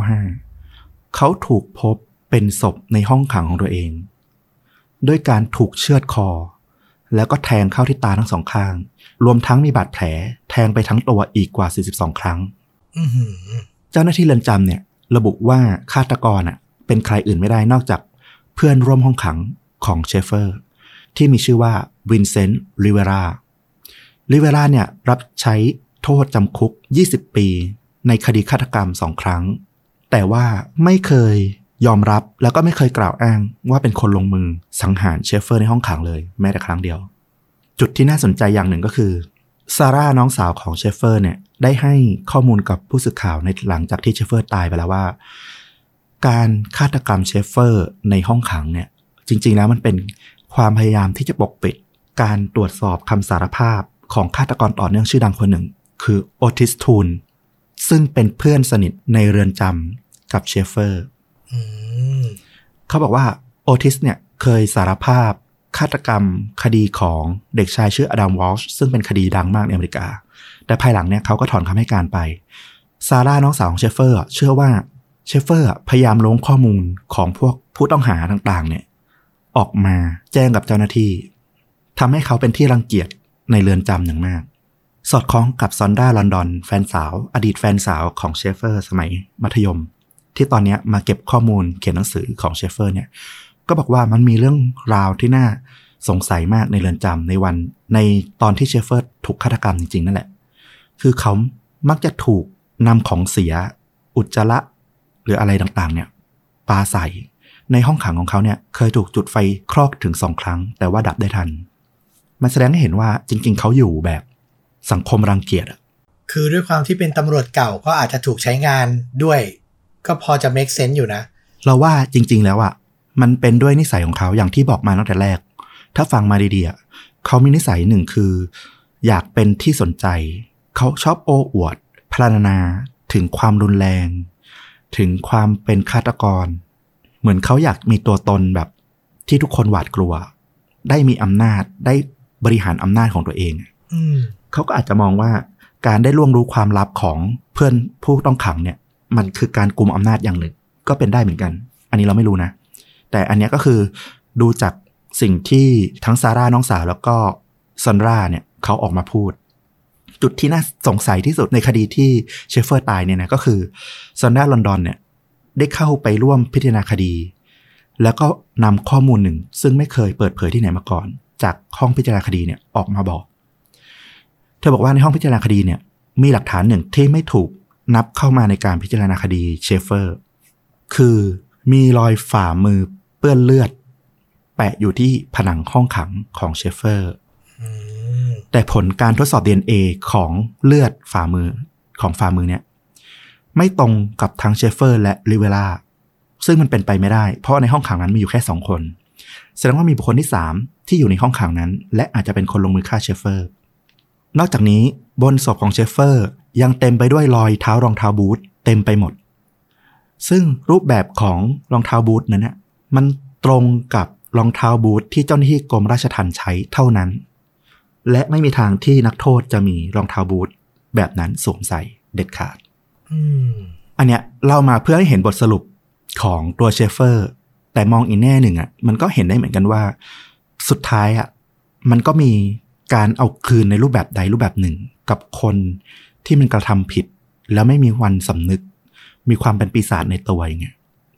1995เขาถูกพบเป็นศพในห้องขังของตัวเองด้วยการถูกเชือดคอแล้วก็แทงเข้าที่ตาทั้งสองข้างรวมทั้งมีบาดแผลแทงไปทั้งตัวอีกกว่า42ครั้งเจ้าหน้าที่เรือนจำเนี่ยระบุว่าฆาตกรเป็นใครอื่นไม่ได้นอกจากเพื่อนร่วมห้องขังของเชฟเฟอร์ที่มีชื่อว่าวินเซนต์ริเวราเนี่ยรับใช้โทษจำคุก20ปีในคดีฆาตกรรม2ครั้งแต่ว่าไม่เคยยอมรับแล้วก็ไม่เคยกล่าวอ้างว่าเป็นคนลงมือสังหารเชฟเฟอร์ในห้องขังเลยแม้แต่ครั้งเดียวจุดที่น่าสนใจอย่างหนึ่งก็คือซาร่าน้องสาวของเชฟเฟอร์เนี่ยได้ให้ข้อมูลกับผู้สื่อข่าวในหลังจากที่เชฟเฟอร์ตายไปแล้วว่าการฆาตกรรมเชฟเฟอร์ในห้องขังเนี่ยจริงๆแล้วมันเป็นความพยายามที่จะปกปิดการตรวจสอบคำสารภาพของฆาตกรต่อเนื่องชื่อดังคนหนึ่งคือโอทิสทูนซึ่งเป็นเพื่อนสนิทในเรือนจำกับเชฟเฟอร์เขาบอกว่าโอทิสเนี่ยเคยสารภาพฆาตกรรมคดีของเด็กชายชื่ออดัมวอลช์ซึ่งเป็นคดีดังมากในอเมริกาแต่ภายหลังเนี่ยเขาก็ถอนคำให้การไปซาร่าน้องสาวของเชฟเฟอร์เชื่อว่าเชฟเฟอร์พยายามล้วงข้อมูลของพวกผู้ต้องหาต่างๆเนี่ยออกมาแจ้งกับเจ้าหน้าที่ทำให้เขาเป็นที่รังเกียจในเรือนจำอย่างมากสอดคล้องกับซอนดาลอนดอนแฟนสาวอดีตแฟนสาวของเชฟเฟอร์สมัยมัธยมที่ตอนนี้มาเก็บข้อมูลเขียนหนังสือของเชฟเฟอร์เนี่ยก็บอกว่ามันมีเรื่องราวที่น่าสงสัยมากในเรือนจำในตอนที่เชฟเฟอร์ถูกฆาตกรรมจริงๆนั่นแหละคือเขามักจะถูกนำของเสียอุจจาระหรืออะไรต่างๆเนี่ยปาใส่ในห้องขังของเขาเนี่ยเคยถูกจุดไฟคลอกถึง2ครั้งแต่ว่าดับได้ทันมันแสดงให้เห็นว่าจริงๆเขาอยู่แบบสังคมรังเกียจคือด้วยความที่เป็นตำรวจเก่าก็อาจจะถูกใช้งานด้วยก็พอจะ make sense อยู่นะเราว่าจริงๆแล้วมันเป็นด้วยนิสัยของเขาอย่างที่บอกมาตั้งแต่แรกถ้าฟังมาดีๆเขามีนิสัยหนึ่งคืออยากเป็นที่สนใจเขาชอบโอ้อวดพรรณนาถึงความรุนแรงถึงความเป็นฆาตกรเหมือนเขาอยากมีตัวตนแบบที่ทุกคนหวาดกลัวได้มีอำนาจได้บริหารอำนาจของตัวเองเขาก็อาจจะมองว่าการได้ล่วงรู้ความลับของเพื่อนผู้ต้องขังเนี่ยมันคือการกุมอำนาจอย่างหนึ่งก็เป็นได้เหมือนกันอันนี้เราไม่รู้นะแต่อันนี้ก็คือดูจากสิ่งที่ทั้งซาร่าน้องสาวแล้วก็ซอนราเนี่ยเขาออกมาพูดจุดที่น่าสงสัยที่สุดในคดีที่เชฟเฟอร์ตายเนี่ยนะก็คือซอนดาลอนดอนเนี่ยได้เข้าไปร่วมพิจารณาคดีแล้วก็นำข้อมูลหนึ่งซึ่งไม่เคยเปิดเผยที่ไหนมาก่อนจากห้องพิจารณาคดีเนี่ยออกมาบอกเธอบอกว่าในห้องพิจารณาคดีเนี่ยมีหลักฐานหนึ่งที่ไม่ถูกนับเข้ามาในการพิจารณาคดีเชฟเฟอร์คือมีรอยฝ่ามือเปื้อนเลือดแปะอยู่ที่ผนังห้องขังของเชฟเฟอร์แต่ผลการทดสอบ DNA ของเลือดฝ่ามือเนี่ยไม่ตรงกับทั้งเชฟเฟอร์และริเวล่าซึ่งมันเป็นไปไม่ได้เพราะในห้องขังนั้นมีอยู่แค่2คนแสดงว่ามีบุคคลที่3ที่อยู่ในห้องขังนั้นและอาจจะเป็นคนลงมือฆ่าเชฟเฟอร์นอกจากนี้บนศพของเชฟเฟอร์ยังเต็มไปด้วยรอยเท้ารองเท้าบูทเต็มไปหมดซึ่งรูปแบบของรองเท้าบูทนั้นมันตรงกับรองเท้าบูทที่เจ้าหน้าที่กรมราชทัณฑ์ใช้เท่านั้นและไม่มีทางที่นักโทษจะมีรองเท้าบูทแบบนั้นสวมใส่เด็ดขาดอันเนี้ยเล่ามาเพื่อให้เห็นบทสรุปของตัวเชฟเฟอร์แต่มองอีกแง่หนึ่งมันก็เห็นได้เหมือนกันว่าสุดท้ายมันก็มีการเอาคืนในรูปแบบใดรูปแบบหนึ่งกับคนที่มันกระทำผิดแล้วไม่มีวันสำนึกมีความเป็นปีศาจในตัวอย่างเงี้ย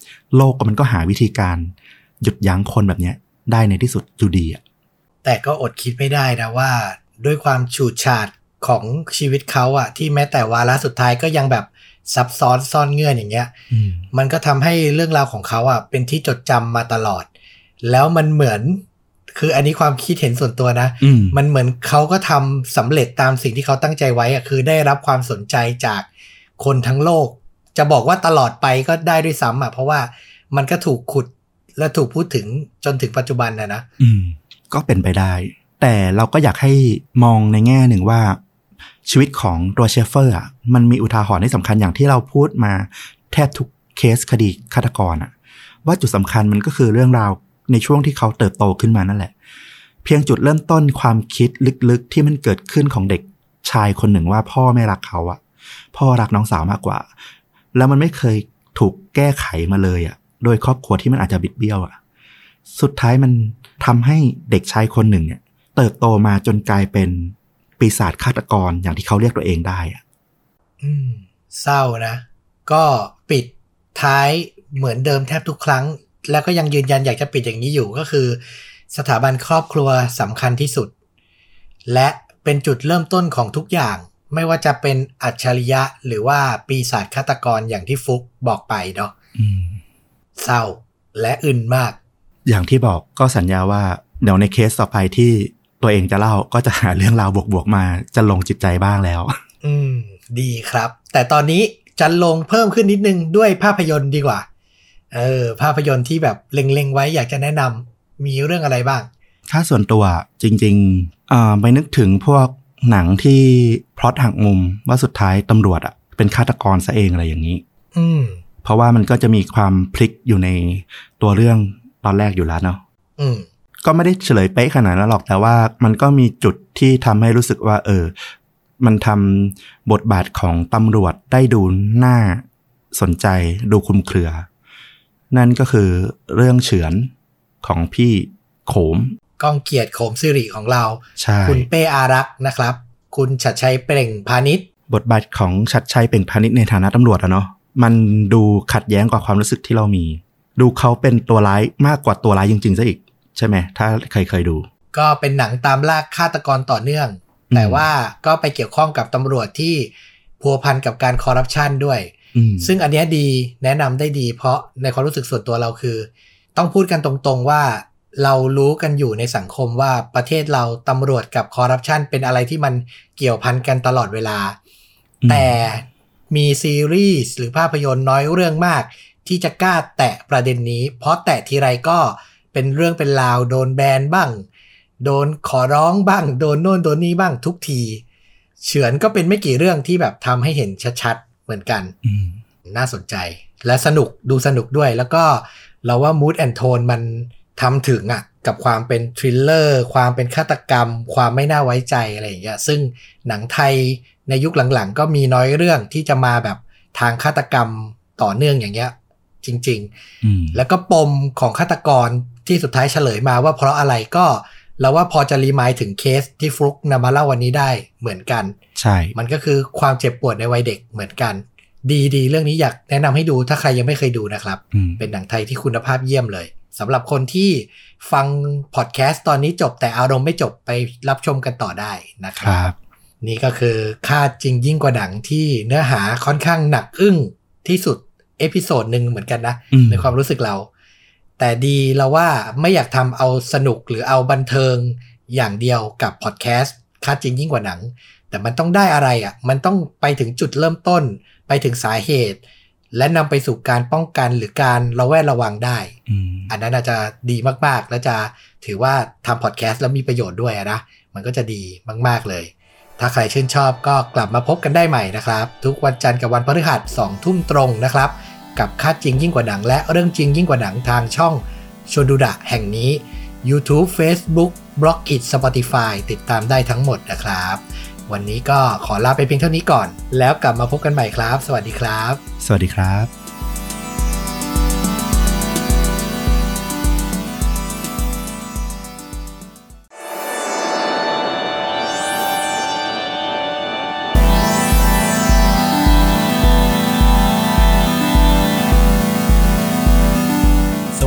โลกมันก็หาวิธีการหยุดยั้งคนแบบนี้ได้ในที่สุดอยู่ดีอะแต่ก็อดคิดไม่ได้นะว่าด้วยความฉูดฉาดของชีวิตเขาอะที่แม้แต่วาระสุดท้ายก็ยังแบบซับซ้อนซ่อนเงื่อนอย่างเงี้ยมันก็ทำให้เรื่องราวของเขาอะเป็นที่จดจำมาตลอดแล้วมันเหมือนคืออันนี้ความคิดเห็นส่วนตัวนะมันเหมือนเขาก็ทำสำเร็จตามสิ่งที่เขาตั้งใจไว้อะคือได้รับความสนใจจากคนทั้งโลกจะบอกว่าตลอดไปก็ได้ด้วยซ้ำอะเพราะว่ามันก็ถูกขุดและถูกพูดถึงจนถึงปัจจุบันนะก็เป็นไปได้แต่เราก็อยากให้มองในแง่หนึ่งว่าชีวิตของตัวเชฟเฟอร์อ่ะมันมีอุทาหรณ์ที่สำคัญอย่างที่เราพูดมาแทบทุกเคสคดีฆาตกรอ่ะว่าจุดสำคัญมันก็คือเรื่องราวในช่วงที่เขาเติบโตขึ้นมานั่นแหละเพียงจุดเริ่มต้นความคิดลึกๆที่มันเกิดขึ้นของเด็กชายคนหนึ่งว่าพ่อไม่รักเขาอ่ะพ่อรักน้องสาวมากกว่าแล้วมันไม่เคยถูกแก้ไขมาเลยอ่ะโดยครอบครัวที่มันอาจจะบิดเบี้ยวอ่ะสุดท้ายมันทำให้เด็กชายคนหนึ่งเนี่ยเติบโตมาจนกลายเป็นปีศาจฆาตกรอย่างที่เขาเรียกตัวเองได้อ่ะเศร้านะก็ปิดท้ายเหมือนเดิมแทบทุกครั้งแล้วก็ยังยืนยันอยากจะปิดอย่างนี้อยู่ก็คือสถาบันครอบครัวสำคัญที่สุดและเป็นจุดเริ่มต้นของทุกอย่างไม่ว่าจะเป็นอัจฉริยะหรือว่าปีศาจฆาตกรอย่างที่ฟุกบอกไปเนาะเศร้าและอึนมากอย่างที่บอกก็สัญญาว่าเดี๋ยวในเคสต่อไปที่ตัวเองจะเล่าก็จะหาเรื่องราวบวกๆมาจะลงจิตใจบ้างแล้วดีครับแต่ตอนนี้จะลงเพิ่มขึ้นนิดนึงด้วยภาพยนตร์ดีกว่าภาพยนตร์ที่แบบเล็งๆไว้อยากจะแนะนำมีเรื่องอะไรบ้างถ้าส่วนตัวจริงๆไปนึกถึงพวกหนังที่พล็อตหักมุมว่าสุดท้ายตำรวจเป็นฆาตกรซะเองอะไรอย่างนี้เพราะว่ามันก็จะมีความพลิกอยู่ในตัวเรื่องตอนแรกอยู่แล้วเนาะก็ไม่ได้เฉลยเป๊ะขนาดนั้นหรอกแต่ว่ามันก็มีจุดที่ทำให้รู้สึกว่ามันทำบทบาทของตำรวจได้ดูน่าสนใจดูคลุมเครือนั่นก็คือเรื่องเฉือนของพี่โขมก้องเกียรติโขมสิริของเราคุณเป้อารักษ์นะครับคุณชัดชัยเปล่งพาณิชย์บทบาทของชัดชัยเปล่งพาณิชย์ในฐานะตำรวจเนาะมันดูขัดแย้งกับความรู้สึกที่เรามีดูเขาเป็นตัวร้ายมากกว่าตัวร้ายจริงๆซะอีกใช่ไหมถ้าใครเคยดูก็เป็นหนังตามล่าฆาตกรต่อเนื่องแต่ว่าก็ไปเกี่ยวข้องกับตำรวจที่พัวพันกับการคอร์รัปชันด้วยซึ่งอันนี้ดีแนะนำได้ดีเพราะในความรู้สึกส่วนตัวเราคือต้องพูดกันตรงๆว่าเรารู้กันอยู่ในสังคมว่าประเทศเราตำรวจกับคอร์รัปชันเป็นอะไรที่มันเกี่ยวพันกันตลอดเวลาแต่มีซีรีส์หรือภาพยนตร์น้อยเรื่องมากที่จะกล้าแตะประเด็นนี้เพราะแตะทีไรก็เป็นเรื่องเป็นราวโดนแบนบ้างโดนขอร้องบ้างโดนโน่นโดนนี่บ้างทุกทีเฉือนก็เป็นไม่กี่เรื่องที่แบบทำให้เห็นชัดๆเหมือนกันน่าสนใจและสนุกดูสนุกด้วยแล้วก็เราว่า mood and tone มันทำถึงกับความเป็นทริลเลอร์ความเป็นฆาตกรรมความไม่น่าไว้ใจอะไรอย่างเงี้ยซึ่งหนังไทยในยุคหลังๆก็มีน้อยเรื่องที่จะมาแบบทางฆาตกรรมต่อเนื่องอย่างเงี้ยจริงๆแล้วก็ปมของฆาตกรที่สุดท้ายเฉลยมาว่าเพราะอะไรก็เราว่าพอจะรีมายถึงเคสที่ฟลุกนำมาเล่าวันนี้ได้เหมือนกันใช่มันก็คือความเจ็บปวดในวัยเด็กเหมือนกันดีเรื่องนี้อยากแนะนำให้ดูถ้าใครยังไม่เคยดูนะครับเป็นหนังไทยที่คุณภาพเยี่ยมเลยสำหรับคนที่ฟังพอดแคสต์ตอนนี้จบแต่อารมณ์ไม่จบไปรับชมกันต่อได้นะครับนี่ก็คือค่าจริงยิ่งกว่าหนังที่เนื้อหาค่อนข้างหนักอึ้งที่สุดเอพิโซดนึงเหมือนกันนะในความรู้สึกเราแต่ดีเราว่าไม่อยากทำเอาสนุกหรือเอาบันเทิงอย่างเดียวกับพอดแคสต์ค่าจริงยิ่งกว่าหนังแต่มันต้องได้อะไรมันต้องไปถึงจุดเริ่มต้นไปถึงสาเหตุและนำไปสู่การป้องกันหรือการระแวดระวังได้อันนั้นอาจจะดีมากๆและจะถือว่าทำพอดแคสต์แล้วมีประโยชน์ด้วยนะมันก็จะดีมากๆเลยถ้าใครชื่นชอบก็กลับมาพบกันได้ใหม่นะครับทุกวันจันทร์กับวันพฤหัส 20:00 นตรงนะครับกับค่าจริงยิ่งกว่าหนังและเรื่องจริงยิ่งกว่าหนังทางช่องชวนดูดะแห่งนี้ YouTube Facebook Blogit Spotify ติดตามได้ทั้งหมดนะครับวันนี้ก็ขอลาไปเพียงเท่านี้ก่อนแล้วกลับมาพบกันใหม่ครับสวัสดีครับสวัสดีครับ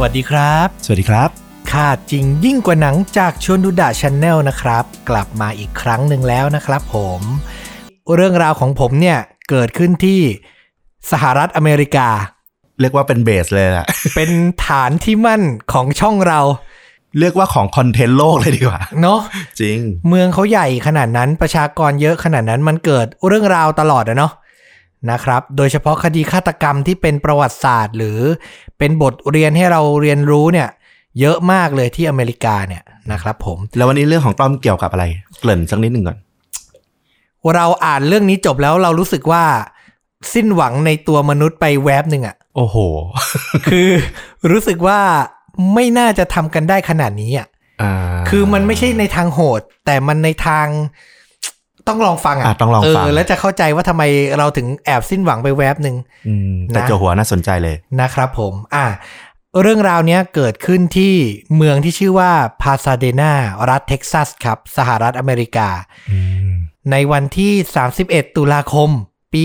วัสดีครับสวัสดีครับค่าจริงยิ่งกว่าหนังจากชวนดูดะ Channel นะครับกลับมาอีกครั้งหนึ่งแล้วนะครับผมเรื่องราวของผมเนี่ยเกิดขึ้นที่สหรัฐอเมริกาเรียกว่าเป็นเบสเลยแหละเป็นฐานที่มั่นของช่องเราเรียกว่าของคอนเทนต์โลกเลยดีกว่าเนาะจริงเมืองเขาใหญ่ขนาดนั้นประชากรเยอะขนาดนั้นมันเกิดเรื่องราวตลอดเนาะนะครับโดยเฉพาะคดีฆาตกรรมที่เป็นประวัติศาสตร์หรือเป็นบทเรียนให้เราเรียนรู้เนี่ยเยอะมากเลยที่อเมริกาเนี่ยนะครับผมแล้ววันนี้เรื่องของต้อมเกี่ยวกับอะไรเกริ่นสักนิดหนึ่งก่อนเราอ่านเรื่องนี้จบแล้วเรารู้สึกว่าสิ้นหวังในตัวมนุษย์ไปแวบหนึ่งโอ้โหคือรู้สึกว่าไม่น่าจะทำกันได้ขนาดนี้คือมันไม่ใช่ในทางโหดแต่มันในทางต้องลองฟังต้องลองฟังแล้วจะเข้าใจว่าทำไมเราถึงแอบสิ้นหวังไปแวบหนึ่งแต่โจหัวน่าสนใจเลยนะครับผมเรื่องราวนี้เกิดขึ้นที่เมืองที่ชื่อว่าพาซาเดนารัฐเท็กซัสครับสหรัฐอเมริกาในวันที่31ตุลาคมปี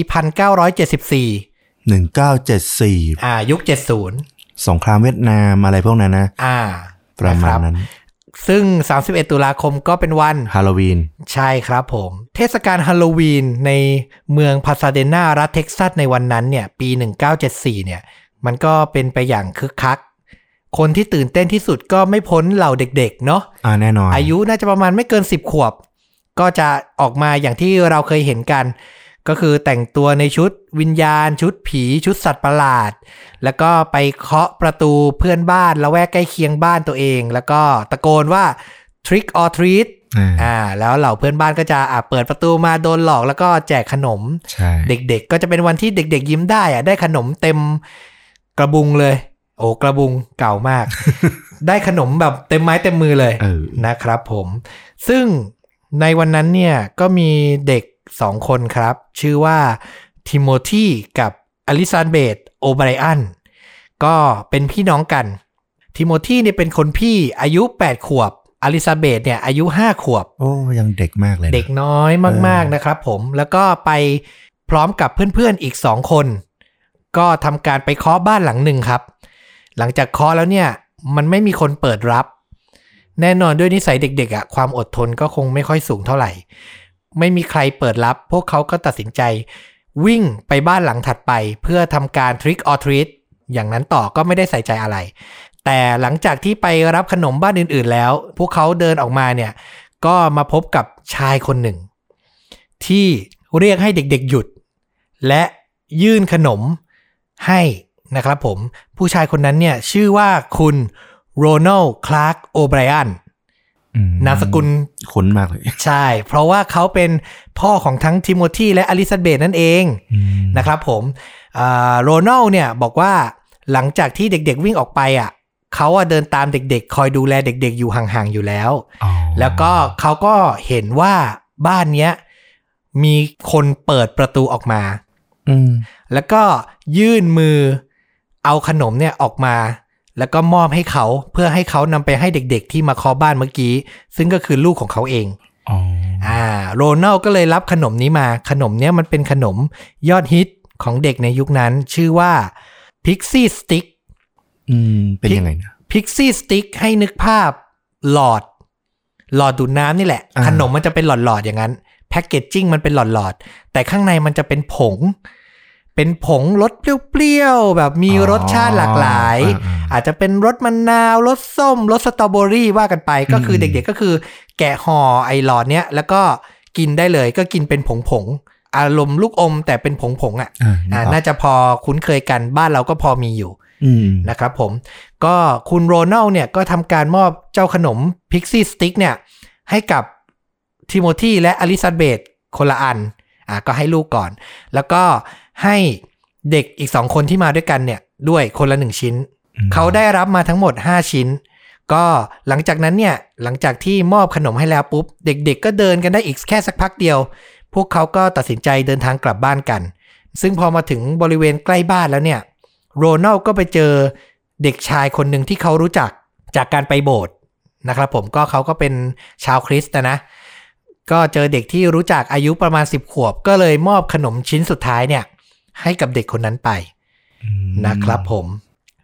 1974ยุค70 สงครามเวียดนามอะไรพวกนั้นนะประมาณนั้นซึ่ง31ตุลาคมก็เป็นวันฮาโลวีนใช่ครับผมเทศกาลฮาโลวีนในเมืองพาซาเดนารัฐเท็กซัสในวันนั้นเนี่ยปี1974เนี่ยมันก็เป็นไปอย่างคึกคักคนที่ตื่นเต้นที่สุดก็ไม่พ้นเหล่าเด็กๆเนาะแน่นอนอายุน่าจะประมาณไม่เกิน10ขวบก็จะออกมาอย่างที่เราเคยเห็นกันก็คือแต่งตัวในชุดวิญญาณชุดผีชุดสัตว์ประหลาดแล้วก็ไปเคาะประตูเพื่อนบ้านละแวกใกล้เคียงบ้านตัวเองแล้วก็ตะโกนว่า trick or treat แล้วเหล่าเพื่อนบ้านก็จะเปิดประตูมาโดนหลอกแล้วก็แจกขนมเด็กๆก็จะเป็นวันที่เด็กๆยิ้มได้ได้ขนมเต็มกระบุงเลยโอ้กระบุงเก่ามาก ได้ขนมแบบเต็มไม้เต็มมือเลยนะครับผมซึ่งในวันนั้นเนี่ยก็มีเด็ก2คนครับชื่อว่าทิโมธีกับอลิซาเบธโอไบรอันก็เป็นพี่น้องกันทิโมธีเนี่ยเป็นคนพี่อายุ8ขวบอลิซาเบธเนี่ยอายุ5ขวบโอ้ยังเด็กมากเลยเด็กน้อยมากๆนะครับผมแล้วก็ไปพร้อมกับเพื่อนๆอีก2คนก็ทำการไปเคาะบ้านหลังหนึ่งครับหลังจากเคาะแล้วเนี่ยมันไม่มีคนเปิดรับแน่นอนด้วยนิสัยเด็กๆความอดทนก็คงไม่ค่อยสูงเท่าไหร่ไม่มีใครเปิดรับพวกเขาก็ตัดสินใจวิ่งไปบ้านหลังถัดไปเพื่อทำการ trick or treat อย่างนั้นต่อก็ไม่ได้ใส่ใจอะไรแต่หลังจากที่ไปรับขนมบ้านอื่นๆแล้วพวกเขาเดินออกมาเนี่ยก็มาพบกับชายคนหนึ่งที่เรียกให้เด็กๆหยุดและยื่นขนมให้นะครับผมผู้ชายคนนั้นเนี่ยชื่อว่าคุณโรนัลด์คลาร์กโอไบรอันนามสกุลคุ้นมากเลยใช่เพราะว่าเขาเป็นพ่อของทั้งทิโมธีและอลิซาเบธนั่นเองนะครับผมโรนัลด์เนี่ยบอกว่าหลังจากที่เด็กๆวิ่งออกไปเขาเดินตามเด็กๆคอยดูแลเด็กๆอยู่ห่างๆอยู่แล้วแล้วก็เขาก็เห็นว่าบ้านเนี้ยมีคนเปิดประตูออกมาแล้วก็ยื่นมือเอาขนมเนี่ยออกมาแล้วก็มอบให้เขาเพื่อให้เขานำไปให้เด็กๆที่มาเคาะบ้านเมื่อกี้ซึ่งก็คือลูกของเขาเองโรนัลก็เลยรับขนมนี้มาขนมเนี้ยมันเป็นขนมยอดฮิตของเด็กในยุคนั้นชื่อว่า Pixie Stick เป็นยังไงนะ Pixie Stick ให้นึกภาพหลอดดูดน้ำนี่แหละขนมมันจะเป็นหลอดๆอย่างนั้นแพคเกจจิ้งมันเป็นหลอดๆแต่ข้างในมันจะเป็นผงรสเปรี้ยวๆแบบมีรสชาติหลากหลายอาจจะเป็นรสมะนาวรสส้มรสสตรอเบอรี่ว่ากันไปก็คือเด็กๆก็คือแกะห่อไอ้หลอดเนี้ยแล้วก็กินได้เลยก็กินเป็นผงอารมณ์ลูกอมแต่เป็นผงน่าจะพอคุ้นเคยกันบ้านเราก็พอมีอยู่นะครับผมก็คุณโรนัลเนี่ยก็ทำการมอบเจ้าขนม Pixie Stick เนี่ยให้กับทิโมธีและอลิซาเบธคนละอันก็ให้ลูกก่อนแล้วก็ให้เด็กอีก2คนที่มาด้วยกันเนี่ยด้วยคนละ1ชิ้นเขาได้รับมาทั้งหมด5ชิ้นก็หลังจากนั้นเนี่ยหลังจากที่มอบขนมให้แล้วปุ๊บเด็กๆก็เดินกันได้อีกแค่สักพักเดียวพวกเขาก็ตัดสินใจเดินทางกลับบ้านกันซึ่งพอมาถึงบริเวณใกล้บ้านแล้วเนี่ยโรนัลก็ไปเจอเด็กชายคนหนึ่งที่เขารู้จักจากการไปโบสถ์นะครับผมก็เขาก็เป็นชาวคริสต์นะก็เจอเด็กที่รู้จักอายุประมาณ10ขวบก็เลยมอบขนมชิ้นสุดท้ายเนี่ยให้กับเด็กคนนั้นไปนะครับผม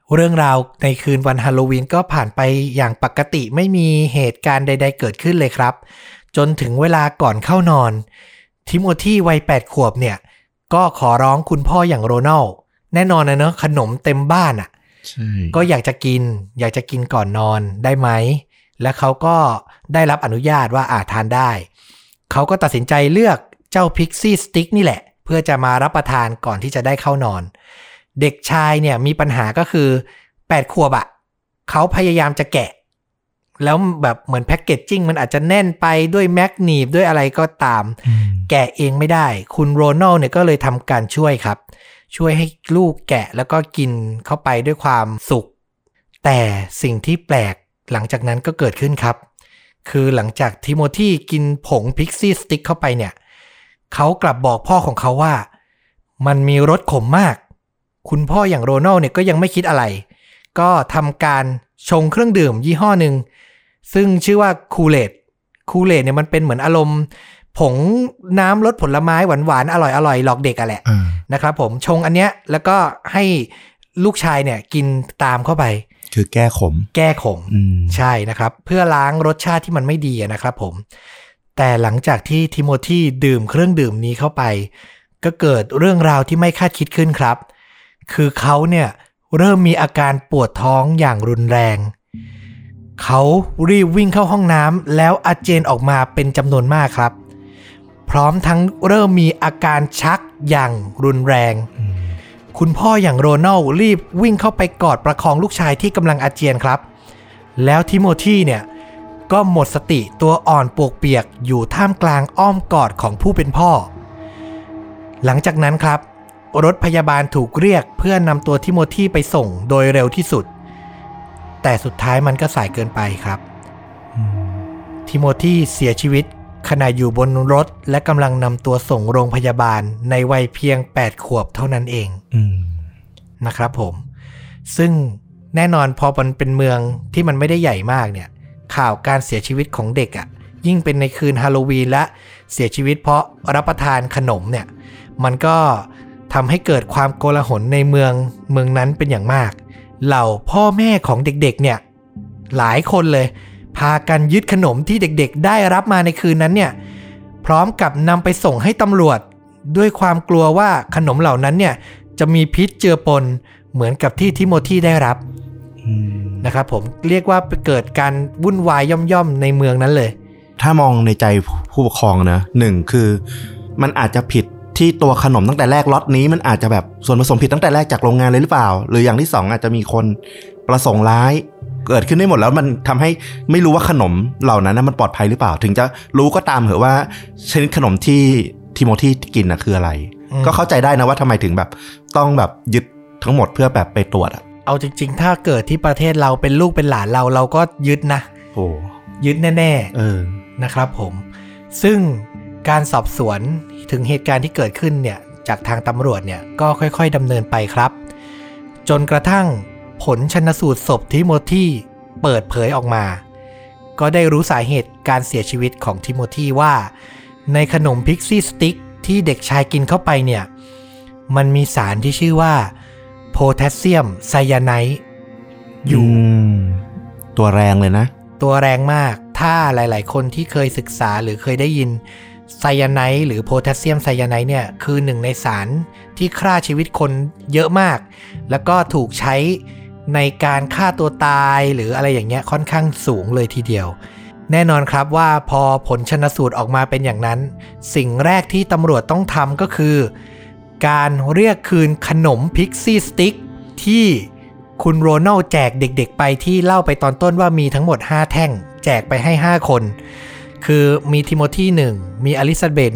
เรื่องราวในคืนวันฮาโลวีนก็ผ่านไปอย่างปกติไม่มีเหตุการณ์ใดๆเกิดขึ้นเลยครับจนถึงเวลาก่อนเข้านอนทิโมธีวัย8 ขวบเนี่ยก็ขอร้องคุณพ่ออย่างโรนัลแน่นอนนะเนอะขนมเต็มบ้านอ่ะก็อยากจะกินก่อนนอนได้ไหมและเขาก็ได้รับอนุญาตว่าทานได้เขาก็ตัดสินใจเลือกเจ้าพิกซี่สติ๊กนี่แหละเพื่อจะมารับประทานก่อนที่จะได้เข้านอนเด็กชายเนี่ยมีปัญหาก็คือ8 ขวบอ่ะเขาพยายามจะแกะแล้วแบบเหมือนแพ็กเกจจิ้งมันอาจจะแน่นไปด้วยแมกนีบด้วยอะไรก็ตามแกะเองไม่ได้คุณโรนัลเนี่ยก็เลยทำการช่วยครับช่วยให้ลูกแกะแล้วก็กินเข้าไปด้วยความสุขแต่สิ่งที่แปลกหลังจากนั้นก็เกิดขึ้นครับคือหลังจากทิโมธีกินผงพิกซี่สติ๊กเข้าไปเนี่ยเขากลับบอกพ่อของเขาว่ามันมีรสขมมากคุณพ่ออย่างโรนัลเนี่ยก็ยังไม่คิดอะไรก็ทำการชงเครื่องดื่มยี่ห้อหนึ่งซึ่งชื่อว่าคูเลตเนี่ยมันเป็นเหมือนอารมณ์ผงน้ำรสผลไม้หวานๆอร่อยหลอกเด็กอะแหละนะครับผมชงอันเนี้ยแล้วก็ให้ลูกชายเนี่ยกินตามเข้าไปคือแก้ขมใช่นะครับเพื่อล้างรสชาติที่มันไม่ดีนะครับผมแต่หลังจากที่ทิโมธีดื่มเครื่องดื่มนี้เข้าไปก็เกิดเรื่องราวที่ไม่คาดคิดขึ้นครับคือเขาเนี่ยเริ่มมีอาการปวดท้องอย่างรุนแรงเขารีบวิ่งเข้าห้องน้ำแล้วอาเจียนออกมาเป็นจำนวนมากครับพร้อมทั้งเริ่มมีอาการชักอย่างรุนแรงคุณพ่ออย่างโรนัลรีบวิ่งเข้าไปกอดประคองลูกชายที่กำลังอาเจียนครับแล้วทิโมธีเนี่ยก็หมดสติตัวอ่อนปวกเปียกอยู่ท่ามกลางอ้อมกอดของผู้เป็นพ่อหลังจากนั้นครับรถพยาบาลถูกเรียกเพื่อนำตัวทิโมธีไปส่งโดยเร็วที่สุดแต่สุดท้ายมันก็สายเกินไปครับทิโมธีเสียชีวิตขณะอยู่บนรถและกำลังนำตัวส่งโรงพยาบาลในวัยเพียง8 ขวบเท่านั้นเองนะครับผมซึ่งแน่นอนพอมันเป็นเมืองที่มันไม่ได้ใหญ่มากเนี่ยข่าวการเสียชีวิตของเด็กยิ่งเป็นในคืนฮาโลวีนและเสียชีวิตเพราะรับประทานขนมเนี่ยมันก็ทำให้เกิดความโกลาหลในเมืองนั้นเป็นอย่างมากเหล่าพ่อแม่ของเด็กๆเนี่ยหลายคนเลยพากันยึดขนมที่เด็กๆได้รับมาในคืนนั้นเนี่ยพร้อมกับนำไปส่งให้ตำรวจด้วยความกลัวว่าขนมเหล่านั้นเนี่ยจะมีพิษเจือปนเหมือนกับที่ทิโมธีได้รับนะครับผมเรียกว่าเกิดการวุ่นวายย่อมๆในเมืองนั้นเลยถ้ามองในใจผู้ปกครองนะ1คือมันอาจจะผิดที่ตัวขนมตั้งแต่แรกล็อตนี้มันอาจจะแบบส่วนผสมผิดตั้งแต่แรกจากโรงงานเลยหรือเปล่าหรืออย่างที่2อาจจะมีคนประสงค์ร้ายเกิดขึ้นได้หมดแล้วมันทำให้ไม่รู้ว่าขนมเหล่านั้นมันปลอดภัยหรือเปล่าถึงจะรู้ก็ตามเถอะว่าชนิดขนมที่ทิโมธีกินคืออะไรก็เข้าใจได้นะว่าทำไมถึงแบบต้องแบบยึดทั้งหมดเพื่อแบบไปตรวจเอาจริงๆถ้าเกิดที่ประเทศเราเป็นลูกเป็นหลานเราก็ยึดนะยึดแน่ๆนะครับผมซึ่งการสอบสวนถึงเหตุการณ์ที่เกิดขึ้นเนี่ยจากทางตำรวจเนี่ยก็ค่อยๆดำเนินไปครับจนกระทั่งผลชันสูตรศพทิโมธีเปิดเผยออกมาก็ได้รู้สาเหตุการเสียชีวิตของทิโมธีว่าในขนมพิกซี่สติ๊กที่เด็กชายกินเข้าไปเนี่ยมันมีสารที่ชื่อว่าโพแทสเซียมไซยาไนด์อยู่ตัวแรงเลยนะตัวแรงมากถ้าหลายๆคนที่เคยศึกษาหรือเคยได้ยินไซยาไนด์หรือโพแทสเซียมไซยาไนด์เนี่ยคือหนึ่งในสารที่ฆ่าชีวิตคนเยอะมากแล้วก็ถูกใช้ในการฆ่าตัวตายหรืออะไรอย่างเงี้ยค่อนข้างสูงเลยทีเดียวแน่นอนครับว่าพอผลชันสูตรออกมาเป็นอย่างนั้นสิ่งแรกที่ตำรวจต้องทำก็คือการเรียกคืนขนมพิกซี่สติ๊กที่คุณโรนัลแจกเด็กๆไปที่เล่าไปตอนต้นว่ามีทั้งหมด5แท่งแจกไปให้5คนคือมีทิโมธี1มีอลิซาเบธ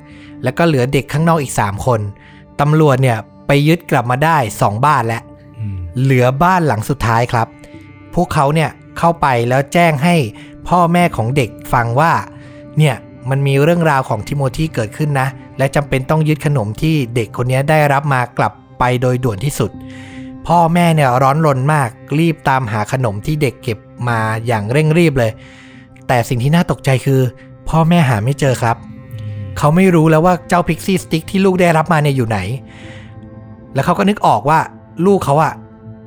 1แล้วก็เหลือเด็กข้างนอกอีก3คนตำรวจเนี่ยไปยึดกลับมาได้2บ้านแล้วเหลือบ้านหลังสุดท้ายครับพวกเขาเนี่ยเข้าไปแล้วแจ้งให้พ่อแม่ของเด็กฟังว่าเนี่ยมันมีเรื่องราวของทิโมธีเกิดขึ้นนะและจำเป็นต้องยึดขนมที่เด็กคนนี้ได้รับมากลับไปโดยด่วนที่สุดพ่อแม่เนี่ยร้อนรนมากรีบตามหาขนมที่เด็กเก็บมาอย่างเร่งรีบเลยแต่สิ่งที่น่าตกใจคือพ่อแม่หาไม่เจอครับเขาไม่รู้แล้วว่าเจ้าพิกซี่สติ๊กที่ลูกได้รับมาเนี่ยอยู่ไหนแล้วเขาก็นึกออกว่าลูกเขา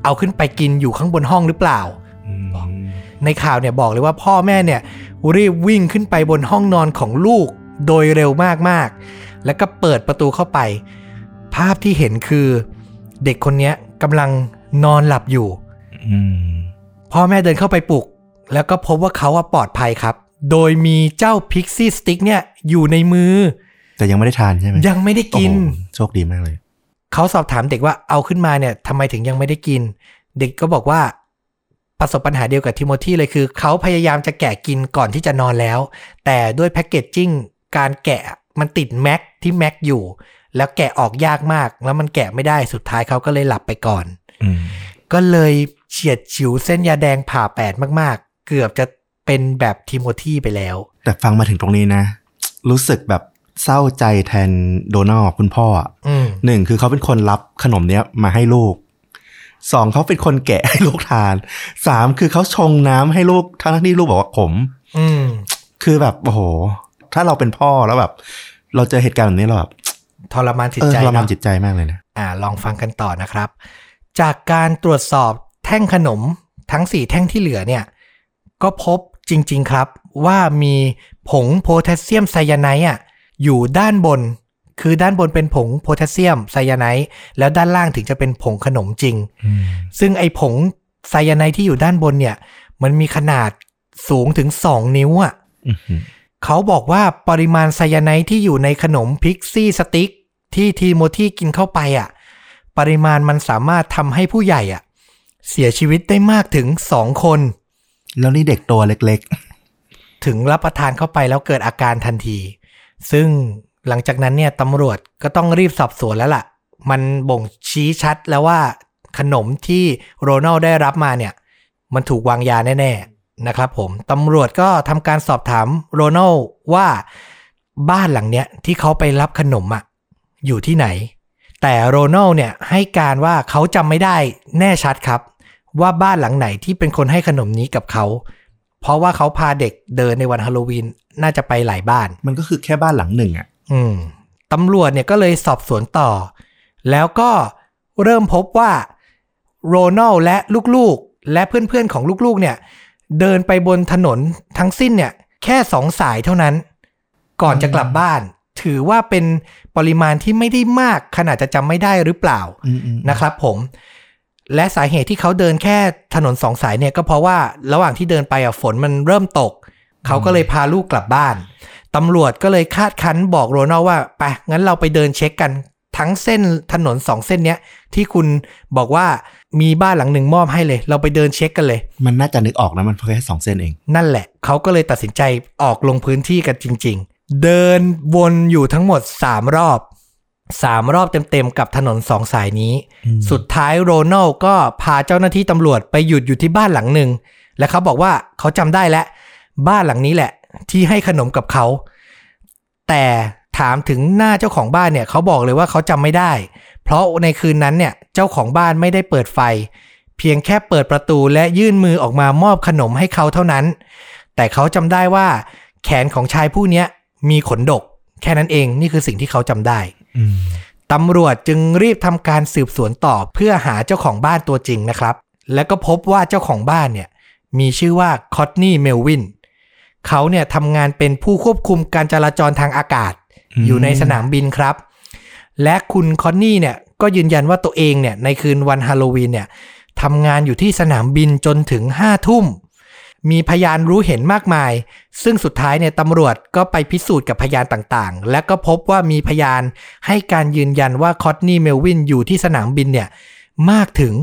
เอาขึ้นไปกินอยู่ข้างบนห้องหรือเปล่าในข่าวเนี่ยบอกเลยว่าพ่อแม่เนี่ยรีบวิ่งขึ้นไปบนห้องนอนของลูกโดยเร็วมากๆแล้วก็เปิดประตูเข้าไปภาพที่เห็นคือเด็กคนนี้กำลังนอนหลับอยู่พ่อแม่เดินเข้าไปปลุกแล้วก็พบว่าเขาปลอดภัยครับโดยมีเจ้าพิกซี่สติ๊กเนี่ยอยู่ในมือแต่ยังไม่ได้ทานใช่ไหมยังไม่ได้กินโชคดีมากเลยเขาสอบถามเด็กว่าเอาขึ้นมาเนี่ยทำไมถึงยังไม่ได้กินเด็กก็บอกว่าประสบปัญหาเดียวกับทิโมธีเลยคือเขาพยายามจะแกะกินก่อนที่จะนอนแล้วแต่ด้วยแพคเกจจิ้งการแกะมันติดแม็กที่แม็กอยู่แล้วแกะออกยากมากแล้วมันแกะไม่ได้สุดท้ายเขาก็เลยหลับไปก่อนก็เลยเฉียดฉิวเส้นยาแดงผ่าแปดมากๆเกือบจะเป็นแบบทิโมธีไปแล้วแต่ฟังมาถึงตรงนี้นะรู้สึกแบบเศร้าใจแทนโดนัลด์คุณพ่อหนึ่งคือเขาเป็นคนรับขนมเนี้ยมาให้ลูกสองเขาเป็นคนแกะให้ลูกทานสามคือเขาชงน้ำให้ลูกทั้งที่ลูกบอกว่าขมคือแบบโอ้โหถ้าเราเป็นพ่อแล้วแบบเราเจอเหตุการณ์แบบนี้เราแบบทรมานจิตใจทรมานจิตใจมากเลยนะลองฟังกันต่อนะครับจากการตรวจสอบแท่งขนมทั้ง4แท่งที่เหลือเนี่ยก็พบจริงๆครับว่ามีผงโพแทสเซียมไซยาไนด์อยู่ด้านบนคือด้านบนเป็นผงโพแทสเซียมไซยาไนด์แล้วด้านล่างถึงจะเป็นผงขนมจริงซึ่งไอ้ผงไซยาไนด์ที่อยู่ด้านบนเนี่ยมันมีขนาดสูงถึง2นิ้วเขาบอกว่าปริมาณไซยาไนด์ที่อยู่ในขนมพิกซี่สติ๊กที่ทิโมธีกินเข้าไปปริมาณมันสามารถทำให้ผู้ใหญ่เสียชีวิตได้มากถึง2คนแล้วนี่เด็กตัวเล็กๆถึงรับประทานเข้าไปแล้วเกิดอาการทันทีซึ่งหลังจากนั้นเนี่ยตำรวจก็ต้องรีบสอบสวนแล้วล่ะมันบ่งชี้ชัดแล้วว่าขนมที่โรนัลได้รับมาเนี่ยมันถูกวางยาแน่ๆนะครับผมตำรวจก็ทำการสอบถามโรนัลว่าบ้านหลังเนี้ยที่เขาไปรับขนมอยู่ที่ไหนแต่โรนัลเนี่ยให้การว่าเขาจำไม่ได้แน่ชัดครับว่าบ้านหลังไหนที่เป็นคนให้ขนมนี้กับเขาเพราะว่าเขาพาเด็กเดินในวันฮาโลวีนน่าจะไปหลายบ้านมันก็คือแค่บ้านหลังหนึ่งตำรวจเนี่ยก็เลยสอบสวนต่อแล้วก็เริ่มพบว่าโรนัลและลูกๆและเพื่อนๆของลูกๆเนี่ยเดินไปบนถนนทั้งสิ้นเนี่ยแค่2สายเท่านั้นก่อนจะกลับบ้านถือว่าเป็นปริมาณที่ไม่ได้มากขนาดจะจำไม่ได้หรือเปล่านะครับผมและสาเหตุที่เขาเดินแค่ถนน2สายเนี่ยก็เพราะว่าระหว่างที่เดินไปฝนมันเริ่มตกเขาก็เลยพาลูกกลับบ้านตำรวจก็เลยคาดคั้นบอกโรนัลว่าไปงั้นเราไปเดินเช็คกันทั้งเส้นถนน2เส้นเนี้ยที่คุณบอกว่ามีบ้านหลังหนึ่งมอบให้เลยเราไปเดินเช็คกันเลยมันน่าจะนึกออกนะมันแค่2เส้นเองนั่นแหละเขาก็เลยตัดสินใจออกลงพื้นที่กันจริงๆเดินวนอยู่ทั้งหมด3รอบเต็มๆกับถนน2สายนี้สุดท้ายโรนัลก็พาเจ้าหน้าที่ตำรวจไปหยุดอยู่ที่บ้านหลังหนึ่งและเขาบอกว่าเขาจำได้แล้วบ้านหลังนี้แหละที่ให้ขนมกับเขาแต่ถามถึงหน้าเจ้าของบ้านเนี่ยเขาบอกเลยว่าเขาจำไม่ได้เพราะในคืนนั้นเนี่ยเจ้าของบ้านไม่ได้เปิดไฟเพียงแค่เปิดประตูและยื่นมือออกมามอบขนมให้เขาเท่านั้นแต่เขาจำได้ว่าแขนของชายผู้นี้มีขนดกแค่นั้นเองนี่คือสิ่งที่เขาจำได้ตำรวจจึงรีบทำการสืบสวนต่อเพื่อหาเจ้าของบ้านตัวจริงนะครับและก็พบว่าเจ้าของบ้านเนี่ยมีชื่อว่าคอตนีย์เมลวินเขาเนี่ยทำงานเป็นผู้ควบคุมการจราจรทางอากาศอยู่ในสนามบินครับและคุณคอนนี่เนี่ยก็ยืนยันว่าตัวเองเนี่ยในคืนวันฮาโลวีนเนี่ยทำงานอยู่ที่สนามบินจนถึง5 ทุ่มมีพยานรู้เห็นมากมายซึ่งสุดท้ายเนี่ยตำรวจก็ไปพิสูจน์กับพยานต่างๆและก็พบว่ามีพยานให้การยืนยันว่าคอตนีย์เมลวินอยู่ที่สนามบินเนี่ยมากถึง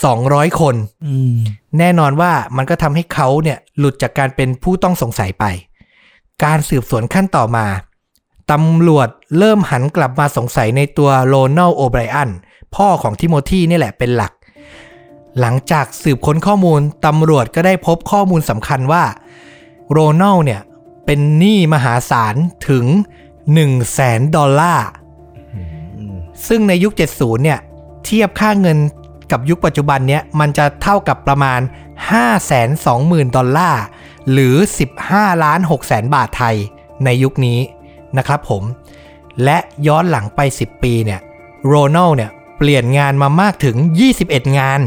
200 คนแน่นอนว่ามันก็ทำให้เขาเนี่ยหลุดจากการเป็นผู้ต้องสงสัยไปการสืบสวนขั้นต่อมาตำรวจเริ่มหันกลับมาสงสัยในตัวโรนัลโอไบรอันพ่อของทิโมธีนี่แหละเป็นหลักหลังจากสืบค้นข้อมูลตำรวจก็ได้พบข้อมูลสำคัญว่าโรนัลเนี่ยเป็นหนี้มหาศาลถึง$100,000ซึ่งในยุค70เนี่ยเทียบค่าเงินกับยุคปัจจุบันเนี้ยมันจะเท่ากับประมาณ$520,000หรือ$15.6 ล้านไทยในยุคนี้นะครับผมและย้อนหลังไป10 ปีเนี่ยโรนัลเนี่ยเปลี่ยนงานมามากถึง21 งาน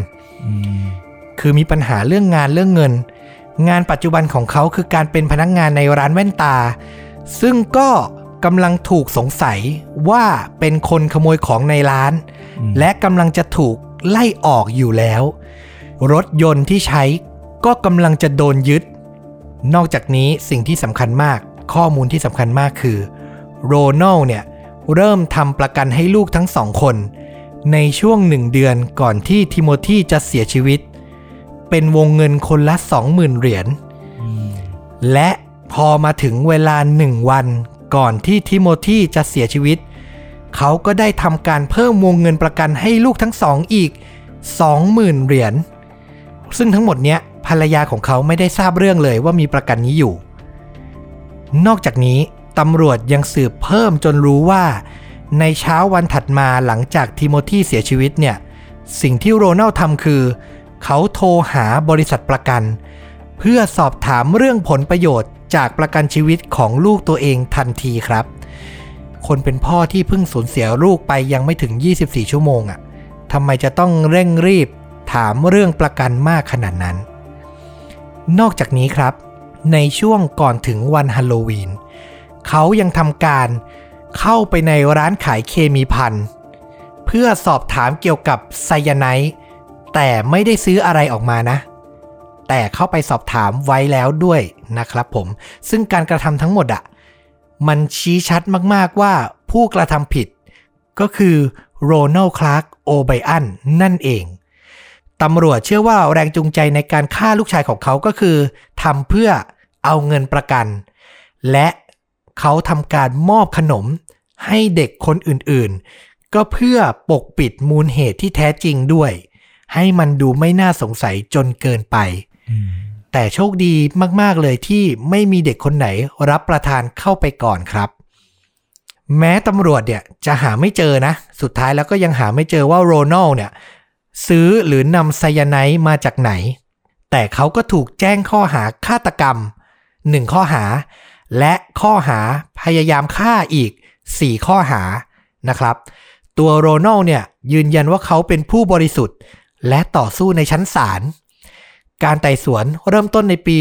คือมีปัญหาเรื่องงานเรื่องเงินงานปัจจุบันของเขาคือการเป็นพนักงานในร้านแว่นตาซึ่งก็กำลังถูกสงสัยว่าเป็นคนขโมยของในร้านและกำลังจะถูกไล่ออกอยู่แล้วรถยนต์ที่ใช้ก็กำลังจะโดนยึดนอกจากนี้สิ่งที่สำคัญมากข้อมูลที่สำคัญมากคือโรนัลเนี่ยเริ่มทำประกันให้ลูกทั้ง2 คนในช่วง1 เดือนก่อนที่ทิโมธีจะเสียชีวิตเป็นวงเงินคนละ 20,000 เหรียญและพอมาถึงเวลา1 วันก่อนที่ทิโมธีจะเสียชีวิตเขาก็ได้ทำการเพิ่มวงเงินประกันให้ลูกทั้ง2อีก 20,000 เหรียญซึ่งทั้งหมดเนี้ยภรรยาของเขาไม่ได้ทราบเรื่องเลยว่ามีประกันนี้อยู่นอกจากนี้ตำรวจยังสืบเพิ่มจนรู้ว่าในเช้าวันถัดมาหลังจากทิโมธีเสียชีวิตเนี่ยสิ่งที่โรนัลทำคือเขาโทรหาบริษัทประกันเพื่อสอบถามเรื่องผลประโยชน์จากประกันชีวิตของลูกตัวเองทันทีครับคนเป็นพ่อที่เพิ่งสูญเสียลูกไปยังไม่ถึง24 ชั่วโมงอ่ะทำไมจะต้องเร่งรีบถามเรื่องประกันมากขนาดนั้นนอกจากนี้ครับในช่วงก่อนถึงวันฮาโลวีนเขายังทำการเข้าไปในร้านขายเคมีภัณฑ์เพื่อสอบถามเกี่ยวกับไซยาไนด์แต่ไม่ได้ซื้ออะไรออกมานะแต่เข้าไปสอบถามไว้แล้วด้วยนะครับผมซึ่งการกระทำทั้งหมดอ่ะมันชี้ชัดมากๆว่าผู้กระทำผิดก็คือโรนัลด์ คลาร์ก โอไบอันนั่นเองตำรวจเชื่อว่าแรงจูงใจในการฆ่าลูกชายของเขาก็คือทำเพื่อเอาเงินประกันและเขาทำการมอบขนมให้เด็กคนอื่นๆก็เพื่อปกปิดมูลเหตุที่แท้จริงด้วยให้มันดูไม่น่าสงสัยจนเกินไปแต่โชคดีมากๆเลยที่ไม่มีเด็กคนไหนรับประทานเข้าไปก่อนครับแม้ตำรวจเนี่ยจะหาไม่เจอนะสุดท้ายแล้วก็ยังหาไม่เจอว่าโรนัลเนี่ยซื้อหรือนำไซยาไนด์มาจากไหนแต่เขาก็ถูกแจ้งข้อหาฆาตกรรม1 ข้อหาและข้อหาพยายามฆ่าอีก4 ข้อหานะครับตัวโรนัลเนี่ยยืนยันว่าเขาเป็นผู้บริสุทธิ์และต่อสู้ในชั้นศาลการไต่สวนเริ่มต้นในปี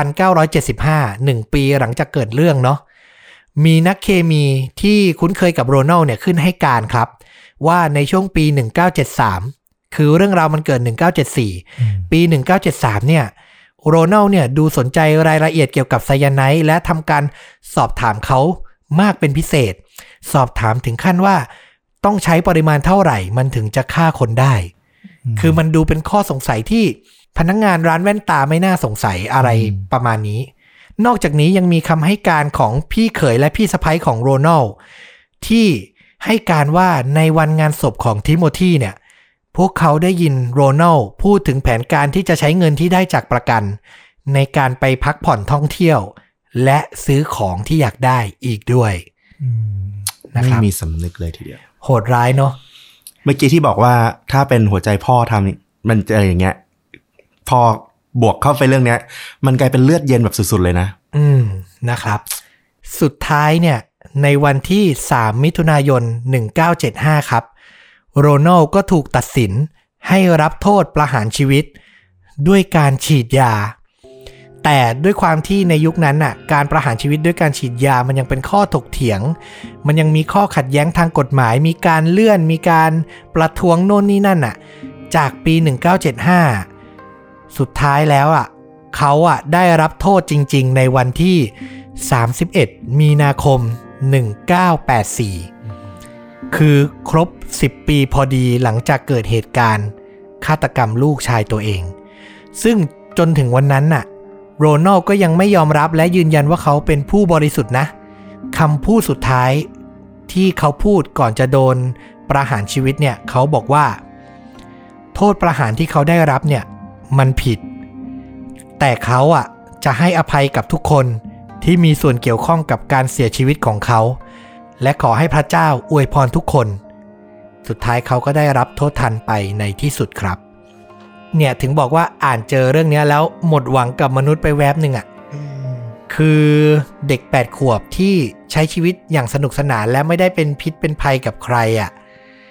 1975 1 ปีหลังจากเกิดเรื่องเนาะมีนักเคมีที่คุ้นเคยกับโรนัลเนี่ยขึ้นให้การครับว่าในช่วงปี 1973 คือเรื่องราวมันเกิด 1974 ปี 1973 เนี่ยโรนัลเนี่ยดูสนใจรายละเอียดเกี่ยวกับไซยาไนด์และทำการสอบถามเขามากเป็นพิเศษสอบถามถึงขั้นว่าต้องใช้ปริมาณเท่าไหร่มันถึงจะฆ่าคนได้คือมันดูเป็นข้อสงสัยที่พนักงานร้านแว่นตาไม่น่าสงสัยอะไรประมาณนี้นอกจากนี้ยังมีคำให้การของพี่เขยและพี่สะใภ้ของโรนัลที่ให้การว่าในวันงานศพของทิโมธีเนี่ยพวกเขาได้ยินโรนัลพูดถึงแผนการที่จะใช้เงินที่ได้จากประกันในการไปพักผ่อนท่องเที่ยวและซื้อของที่อยากได้อีกด้วยไม่มีสำนึกเลยทีเดียวโหดร้ายเนาะเมื่อกี้ที่บอกว่าถ้าเป็นหัวใจพ่อทำมันจะอย่างเงี้ยพอบวกเข้าไปเรื่องเนี้ยมันกลายเป็นเลือดเย็นแบบสุดๆเลยนะนะครับสุดท้ายเนี่ยในวันที่3 มิถุนายน 1975 ครับโรนัลก็ถูกตัดสินให้รับโทษประหารชีวิตด้วยการฉีดยาแต่ด้วยความที่ในยุคนั้นน่ะการประหารชีวิตด้วยการฉีดยามันยังเป็นข้อถกเถียงมันยังมีข้อขัดแย้งทางกฎหมายมีการเลื่อนมีการประท้วงโน่นนี่นั่นน่ะจากปี 1975 สุดท้ายแล้วเขาได้รับโทษจริงๆในวันที่31 มีนาคม 1984คือครบ10 ปีพอดีหลังจากเกิดเหตุการณ์ฆาตกรรมลูกชายตัวเองซึ่งจนถึงวันนั้นน่ะโรนัลก็ยังไม่ยอมรับและยืนยันว่าเขาเป็นผู้บริสุทธิ์นะคำพูดสุดท้ายที่เขาพูดก่อนจะโดนประหารชีวิตเนี่ยเขาบอกว่าโทษประหารที่เขาได้รับเนี่ยมันผิดแต่เขาจะให้อภัยกับทุกคนที่มีส่วนเกี่ยวข้องกับการเสียชีวิตของเขาและขอให้พระเจ้าอวยพรทุกคนสุดท้ายเขาก็ได้รับโทษทันไปในที่สุดครับเนี่ยถึงบอกว่าอ่านเจอเรื่องนี้แล้วหมดหวังกับมนุษย์ไปแวบหนึ่งคือเด็ก8 ขวบที่ใช้ชีวิตอย่างสนุกสนานและไม่ได้เป็นพิษเป็นภัยกับใคร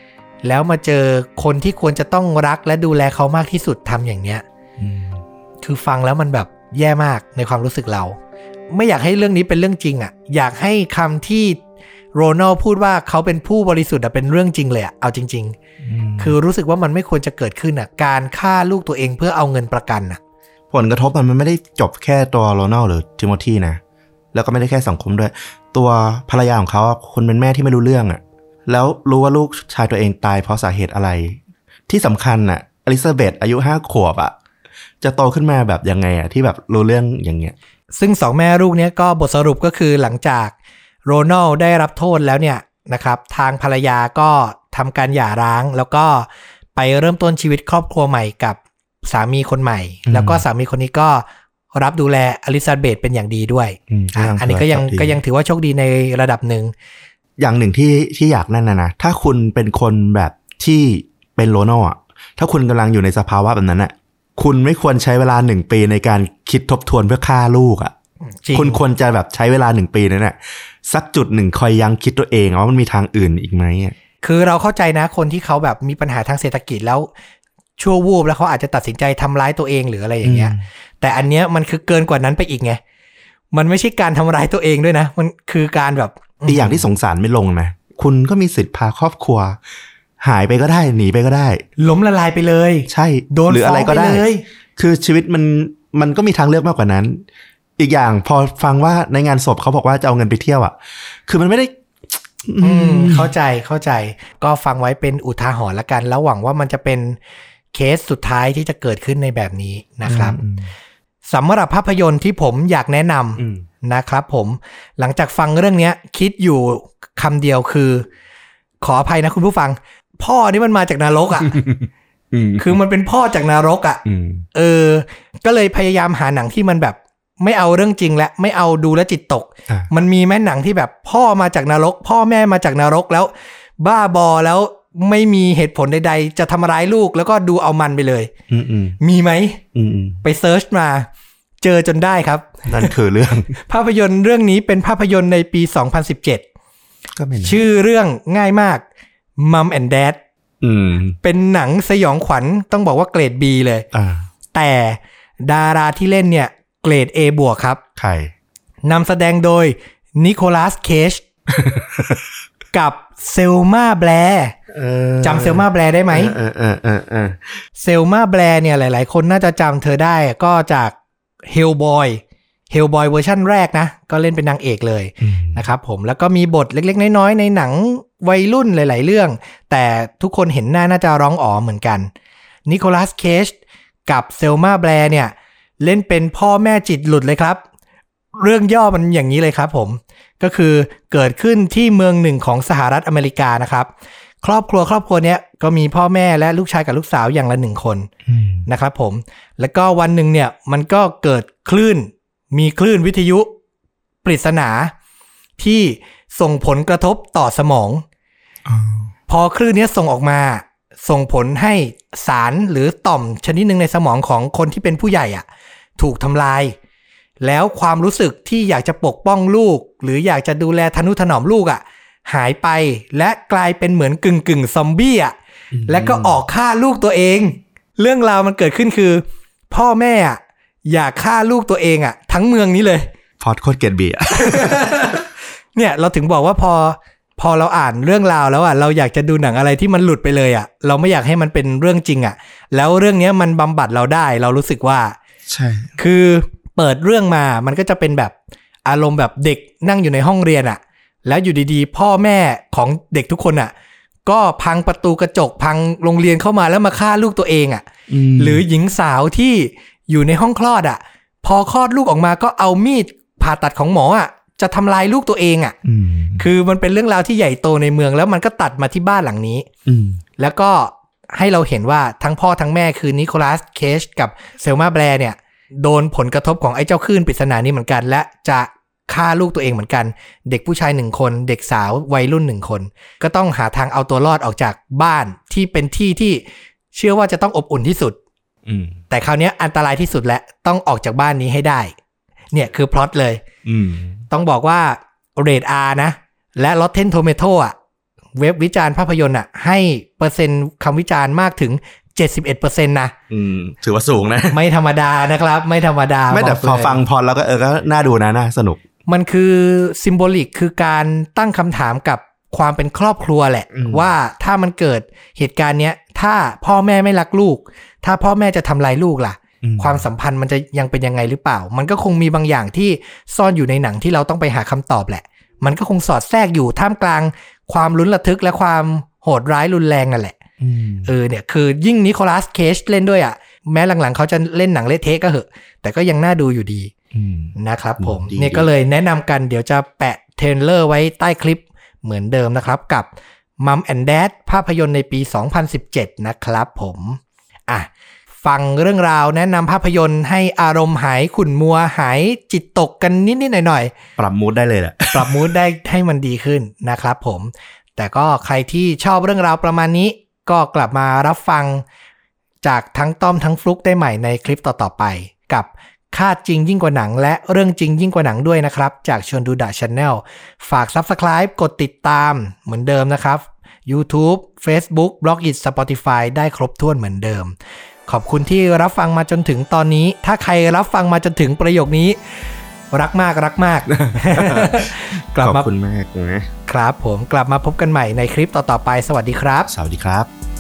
แล้วมาเจอคนที่ควรจะต้องรักและดูแลเขามากที่สุดทำอย่างเนี้ยคือฟังแล้วมันแบบแย่มากในความรู้สึกเราไม่อยากให้เรื่องนี้เป็นเรื่องจริงอ่ะอยากให้คำที่โรนัลพูดว่าเขาเป็นผู้บริสุทธิ์เป็นเรื่องจริงเลยอ่ะเอาจริงๆคือรู้สึกว่ามันไม่ควรจะเกิดขึ้นอ่ะการฆ่าลูกตัวเองเพื่อเอาเงินประกันอ่ะผลกระทบมันไม่ได้จบแค่ตัวโรนัลหรือทิโมธีนะแล้วก็ไม่ได้แค่สังคมด้วยตัวภรรยาของเขาคนเป็นแม่ที่ไม่รู้เรื่องอ่ะแล้วรู้ว่าลูกชายตัวเองตายเพราะสาเหตุอะไรที่สำคัญอ่ะอลิซาเบธอายุ5 ขวบอ่ะจะโตขึ้นมาแบบยังไงอ่ะที่แบบรู้เรื่องอย่างเงี้ยซึ่งสองแม่ลูกเนี้ยก็บทสรุปก็คือหลังจากโรนัลได้รับโทษแล้วเนี่ยนะครับทางภรรยาก็ทำการหย่าร้างแล้วก็ไปเริ่มต้นชีวิตครอบครัวใหม่กับสามีคนใหม่แล้วก็สามีคนนี้ก็รับดูแลอลิซาเบธเป็นอย่างดีด้วยอันนี้ก็ยังถือว่าโชคดีในระดับหนึ่งอย่างหนึ่งที่อยากนั่นนะถ้าคุณเป็นคนแบบที่เป็นโรนัลอ่ะถ้าคุณกำลังอยู่ในสภาวะแบบนั้นอ่ะคุณไม่ควรใช้เวลา1 ปีในการคิดทบทวนเพื่อฆ่าลูกอ่ะคุณควรจะแบบใช้เวลา1 ปีนั่นแหละสักจุดหนึ่งคอยยังคิดตัวเองว่ามันมีทางอื่นอีกไหมคือเราเข้าใจนะคนที่เขาแบบมีปัญหาทางเศรษฐกิจแล้วชั่ววูบแล้วเขาอาจจะตัดสินใจทำร้ายตัวเองหรืออะไรอย่างเงี้ยแต่อันเนี้ยมันคือเกินกว่านั้นไปอีกไงมันไม่ใช่การทำร้ายตัวเองด้วยนะมันคือการแบบอีกอย่างที่สงสารไม่ลงนะคุณก็มีสิทธิ์พาครอบครัวหายไปก็ได้หนีไปก็ได้ล้มละลายไปเลยใช่โดนหรืออะไรก็ได้คือชีวิตมันก็มีทางเลือกมากกว่านั้นอีกอย่างพอฟังว่าในงานศพเขาบอกว่าจะเอาเงินไปเที่ยวอ่ะคือมันไม่ได้เข้าใจก็ฟังไว้เป็นอุทาหรณ์ละกันแล้วหวังว่ามันจะเป็นเคสสุดท้ายที่จะเกิดขึ้นในแบบนี้นะครับสำหรับภาพยนตร์ที่ผมอยากแนะนำนะครับผมหลังจากฟังเรื่องนี้คิดอยู่คำเดียวคือขออภัยนะคุณผู้ฟังพ่อนี่มันมาจากนรกอ่ะ คือมันเป็นพ่อจากนรกอ่ะก็เลยพยายามหาหนังที่มันแบบไม่เอาเรื่องจริงและไม่เอาดูแลจิตตกมันมีแม่หนังที่แบบพ่อมาจากนรกพ่อแม่มาจากนรกแล้วบ้าบอแล้วไม่มีเหตุผลใดๆจะทำร้ายลูกแล้วก็ดูเอามันไปเลยมีไหมไปเซิร์ชมาเจอจนได้ครับนั่นคือเรื่องภาพยนตร์เรื่องนี้เป็นภาพยนตร์ในปี 2017 ก็ชื่อเรื่องง่ายมาก Mom and Dad เป็นหนังสยองขวัญต้องบอกว่าเกรด B เลยแต่ดาราที่เล่นเนี่ยเกรด A บวกครับใครนำแสดงโดยนิโคลัสเคจกับเซลมาแบร์จำเซลมาแบร์ได้ไหมเซลมาแบร์เนี่ยหลายๆคนน่าจะจำเธอได้ก็จากเฮลบอยเวอร์ชั่นแรกนะก็เล่นเป็นนางเอกเลยนะครับผมแล้วก็มีบทเล็กๆน้อยๆในหนังวัยรุ่นหลายๆเรื่องแต่ทุกคนเห็นหน้าน่าจะร้องอ๋อเหมือนกันนิโคลัสเคจกับเซลมาแบร์เนี่ยเล่นเป็นพ่อแม่จิตหลุดเลยครับเรื่องย่อมันอย่างนี้เลยครับผมก็คือเกิดขึ้นที่เมืองหนึ่งของสหรัฐอเมริกานะครับครอบครัวเนี้ยก็มีพ่อแม่และลูกชายกับลูกสาวอย่างละ1 คนนะครับผมแล้วก็วันหนึ่งเนี่ยมันก็เกิดมีคลื่นวิทยุปริศนาที่ส่งผลกระทบต่อสมองพอคลื่นนี้ส่งออกมาส่งผลให้สารหรือต่อมชนิดหนึ่งในสมองของคนที่เป็นผู้ใหญ่อ่ะถูกทำลายแล้วความรู้สึกที่อยากจะปกป้องลูกหรืออยากจะดูแลทนุถนอมลูกอ่ะหายไปและกลายเป็นเหมือนกึ่งซอมบี้อ่ะและก็ออกฆ่าลูกตัวเองเรื่องราวมันเกิดขึ้นคือพ่อแม่อ่ะอยากฆ่าลูกตัวเองอ่ะทั้งเมืองนี้เลยพอดโคตรเกลียดบีอ่ะเนี่ยเราถึงบอกว่าพอเราอ่านเรื่องราวแล้วอ่ะเราอยากจะดูหนังอะไรที่มันหลุดไปเลยอ่ะเราไม่อยากให้มันเป็นเรื่องจริงอ่ะแล้วเรื่องนี้มันบำบัดเราได้เรารู้สึกว่าใช่คือเปิดเรื่องมามันก็จะเป็นแบบอารมณ์แบบเด็กนั่งอยู่ในห้องเรียนอ่ะแล้วอยู่ดีๆพ่อแม่ของเด็กทุกคนอ่ะก็พังประตูกระจกพังโรงเรียนเข้ามาแล้วมาฆ่าลูกตัวเองอ่ะหรือหญิงสาวที่อยู่ในห้องคลอดอ่ะพอคลอดลูกออกมาก็เอามีดผ่าตัดของหมออ่ะจะทำลายลูกตัวเองอ่ะคือมันเป็นเรื่องราวที่ใหญ่โตในเมืองแล้วมันก็ตัดมาที่บ้านหลังนี้แล้วก็ให้เราเห็นว่าทั้งพ่อทั้งแม่คือนิโคลัสเคจกับเซลมาแบร์เนี่ยโดนผลกระทบของไอ้เจ้าคลื่นปริศนานี้เหมือนกันและจะฆ่าลูกตัวเองเหมือนกันเด็กผู้ชาย1 คนเด็กสาววัยรุ่น1 คนก็ต้องหาทางเอาตัวรอดออกจากบ้านที่เป็นที่เชื่อว่าจะต้องอบอุ่นที่สุดแต่คราวนี้อันตรายที่สุดและต้องออกจากบ้านนี้ให้ได้เนี่ยคือพล็อตเลยต้องบอกว่าเรท R นะและ Rotten Tomato อ่ะเว็บวิจารณ์ภาพยนตร์อ่ะให้เปอร์เซ็นต์คำวิจารณ์มากถึง 71% นะถือว่าสูงนะไม่ธรรมดานะครับไม่ธรรมดาไม่แต่พอฟังพอแล้วก็ก็น่าดูนะน่าสนุกมันคือซิมโบลิกคือการตั้งคำถามกับความเป็นครอบครัวแหละว่าถ้ามันเกิดเหตุการณ์เนี้ยถ้าพ่อแม่ไม่รักลูกถ้าพ่อแม่จะทำลายลูกล่ะความสัมพันธ์มันจะยังเป็นยังไงหรือเปล่ามันก็คงมีบางอย่างที่ซ่อนอยู่ในหนังที่เราต้องไปหาคำตอบแหละมันก็คงสอดแทรกอยู่ท่ามกลางความลุ้นระทึกและความโหดร้ายรุนแรงนั่นแหละเนี่ยคือยิ่งนิโคลัสเคจเล่นด้วยอ่ะแม้หลังๆเขาจะเล่นหนังเละเทะก็เหอะแต่ก็ยังน่าดูอยู่ดีนะครับผมเนี่ยก็เลยแนะนำกันเดี๋ยวจะแปะเทรลเลอร์ไว้ใต้คลิปเหมือนเดิมนะครับกับ Mom and Dad ภาพยนตร์ในปี 2017 นะครับผมฟังเรื่องราวแนะนำภาพยนตร์ให้อารมณ์หายขุ่นมัวหายจิตตกกันนิดๆหน่อยๆปรับมูดได้เลยแหละปรับมูดได้ให้มันดีขึ้นนะครับผมแต่ก็ใครที่ชอบเรื่องราวประมาณนี้ก็กลับมารับฟังจากทั้งต้อมทั้งฟลุกได้ใหม่ในคลิปต่อๆไปกับคาดจริงยิ่งกว่าหนังและเรื่องจริงยิ่งกว่าหนังด้วยนะครับจากชวนดูดะ Channel ฝาก Subscribe กดติดตามเหมือนเดิมนะครับ YouTube Facebook Blogit Spotify ได้ครบถ้วนเหมือนเดิมขอบคุณที่รับฟังมาจนถึงตอนนี้ถ้าใครรับฟังมาจนถึงประโยคนี้รักมากรักมากขอบคุณมากนะครับผมกลับมาพบกันใหม่ในคลิปต่อๆไปสวัสดีครับสวัสดีครับ